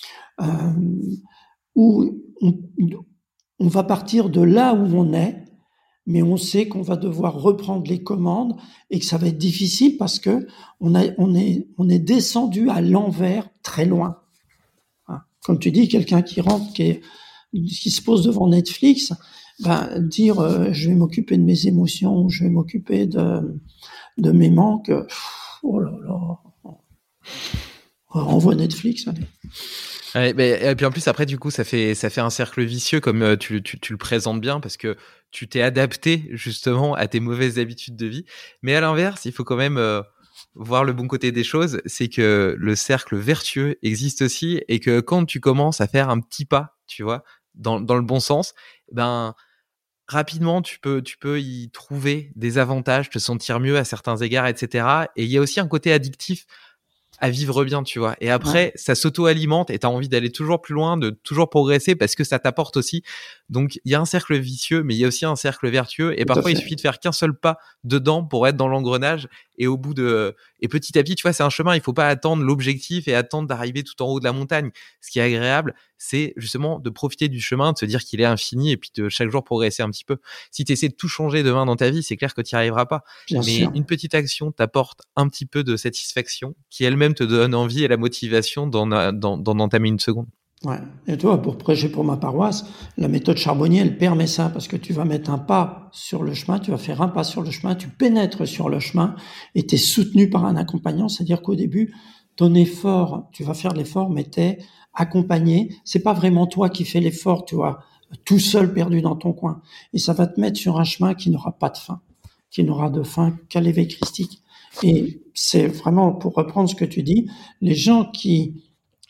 où on va partir de là où on est, mais on sait qu'on va devoir reprendre les commandes et que ça va être difficile parce que on est descendu à l'envers très loin. Comme tu dis, quelqu'un qui rentre, qui se pose devant Netflix, dire je vais m'occuper de mes émotions, je vais m'occuper de mes manques. Oh là là, renvoie Netflix. Allez. Ouais, et puis en plus après du coup ça fait un cercle vicieux comme tu le présentes bien parce que tu t'es adapté justement à tes mauvaises habitudes de vie, mais à l'inverse il faut quand même voir le bon côté des choses, c'est que le cercle vertueux existe aussi et que quand tu commences à faire un petit pas, tu vois, dans le bon sens, rapidement tu peux y trouver des avantages, te sentir mieux à certains égards, etc. Et il y a aussi un côté addictif à vivre bien, tu vois. Et après, ça s'auto-alimente et t'as envie d'aller toujours plus loin, de toujours progresser parce que ça t'apporte aussi. Donc, il y a un cercle vicieux, mais il y a aussi un cercle vertueux. Et parfois, il suffit de faire qu'un seul pas dedans pour être dans l'engrenage et petit à petit, tu vois, c'est un chemin. Il faut pas attendre l'objectif et attendre d'arriver tout en haut de la montagne. Ce qui est agréable, c'est justement de profiter du chemin, de se dire qu'il est infini et puis de chaque jour progresser un petit peu. Si tu essaies de tout changer demain dans ta vie, c'est clair que tu n'y arriveras pas. Bien Mais sûr. une petite action t'apporte un petit peu de satisfaction qui elle-même te donne envie et la motivation d'en entamer une seconde. Ouais. Et toi, pour prêcher pour ma paroisse, la méthode Charbonnier, elle permet ça parce que tu vas mettre un pas sur le chemin, tu vas faire un pas sur le chemin, tu pénètres sur le chemin et tu es soutenu par un accompagnant. C'est-à-dire qu'au début, ton effort, tu vas faire l'effort, mais tu es accompagné. C'est pas vraiment toi qui fais l'effort, tu vois, tout seul perdu dans ton coin. Et ça va te mettre sur un chemin qui n'aura pas de fin, qui n'aura de fin qu'à l'éveil christique. Et c'est vraiment, pour reprendre ce que tu dis, les gens qui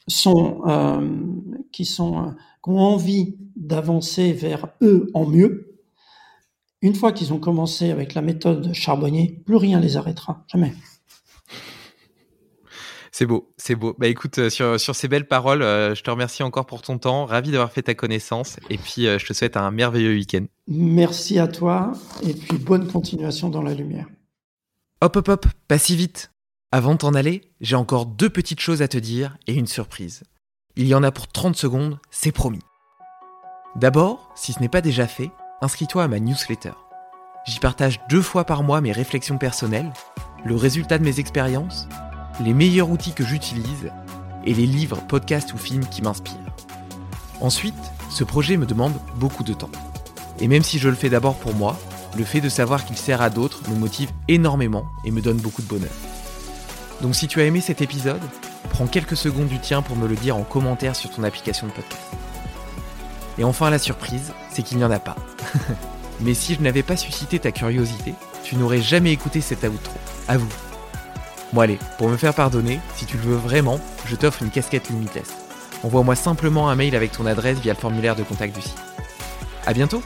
ont envie d'avancer vers eux en mieux, une fois qu'ils ont commencé avec la méthode Charbonnier, plus rien les arrêtera, jamais. C'est beau, c'est beau. Bah écoute, sur ces belles paroles, je te remercie encore pour ton temps, ravi d'avoir fait ta connaissance, et puis je te souhaite un merveilleux week-end. Merci à toi, et puis bonne continuation dans la lumière. Hop, pas si vite. Avant de t'en aller, j'ai encore 2 petites choses à te dire et une surprise. Il y en a pour 30 secondes, c'est promis. D'abord, si ce n'est pas déjà fait, inscris-toi à ma newsletter. J'y partage 2 fois par mois mes réflexions personnelles, le résultat de mes expériences, les meilleurs outils que j'utilise et les livres, podcasts ou films qui m'inspirent. Ensuite, ce projet me demande beaucoup de temps. Et même si je le fais d'abord pour moi, le fait de savoir qu'il sert à d'autres me motive énormément et me donne beaucoup de bonheur. Donc si tu as aimé cet épisode, prends quelques secondes du tien pour me le dire en commentaire sur ton application de podcast. Et enfin la surprise, c'est qu'il n'y en a pas. Mais si je n'avais pas suscité ta curiosité, tu n'aurais jamais écouté cet outro. Avoue. Bon allez, pour me faire pardonner, si tu le veux vraiment, je t'offre une casquette Limitless. Envoie-moi simplement un mail avec ton adresse via le formulaire de contact du site. À bientôt!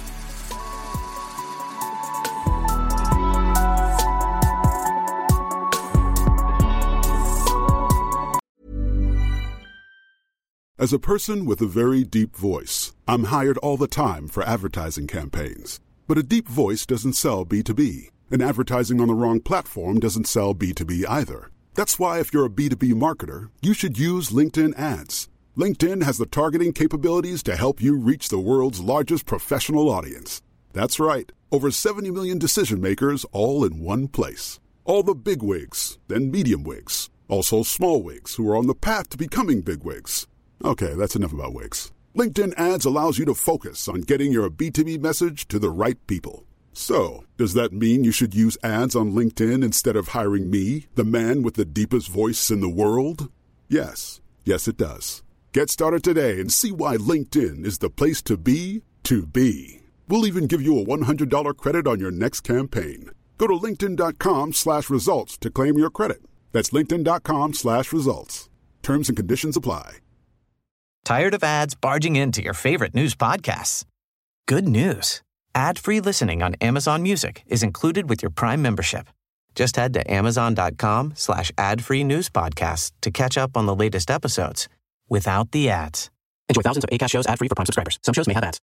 As a person with a very deep voice, I'm hired all the time for advertising campaigns. But a deep voice doesn't sell B2B, and advertising on the wrong platform doesn't sell B2B either. That's why if you're a B2B marketer, you should use LinkedIn ads. LinkedIn has the targeting capabilities to help you reach the world's largest professional audience. That's right, over 70 million decision makers all in one place. All the big wigs, then medium wigs, also small wigs who are on the path to becoming big wigs. Okay, that's enough about wigs. LinkedIn ads allows you to focus on getting your B2B message to the right people. So, does that mean you should use ads on LinkedIn instead of hiring me, the man with the deepest voice in the world? Yes. Yes, it does. Get started today and see why LinkedIn is the place to be to be. We'll even give you a $100 credit on your next campaign. Go to linkedin.com/results to claim your credit. That's linkedin.com/results. Terms and conditions apply. Tired of ads barging into your favorite news podcasts? Good news. Ad-free listening on Amazon Music is included with your Prime membership. Just head to amazon.com/ad-free news podcasts to catch up on the latest episodes without the ads. Enjoy thousands of Acast shows ad-free for Prime subscribers. Some shows may have ads.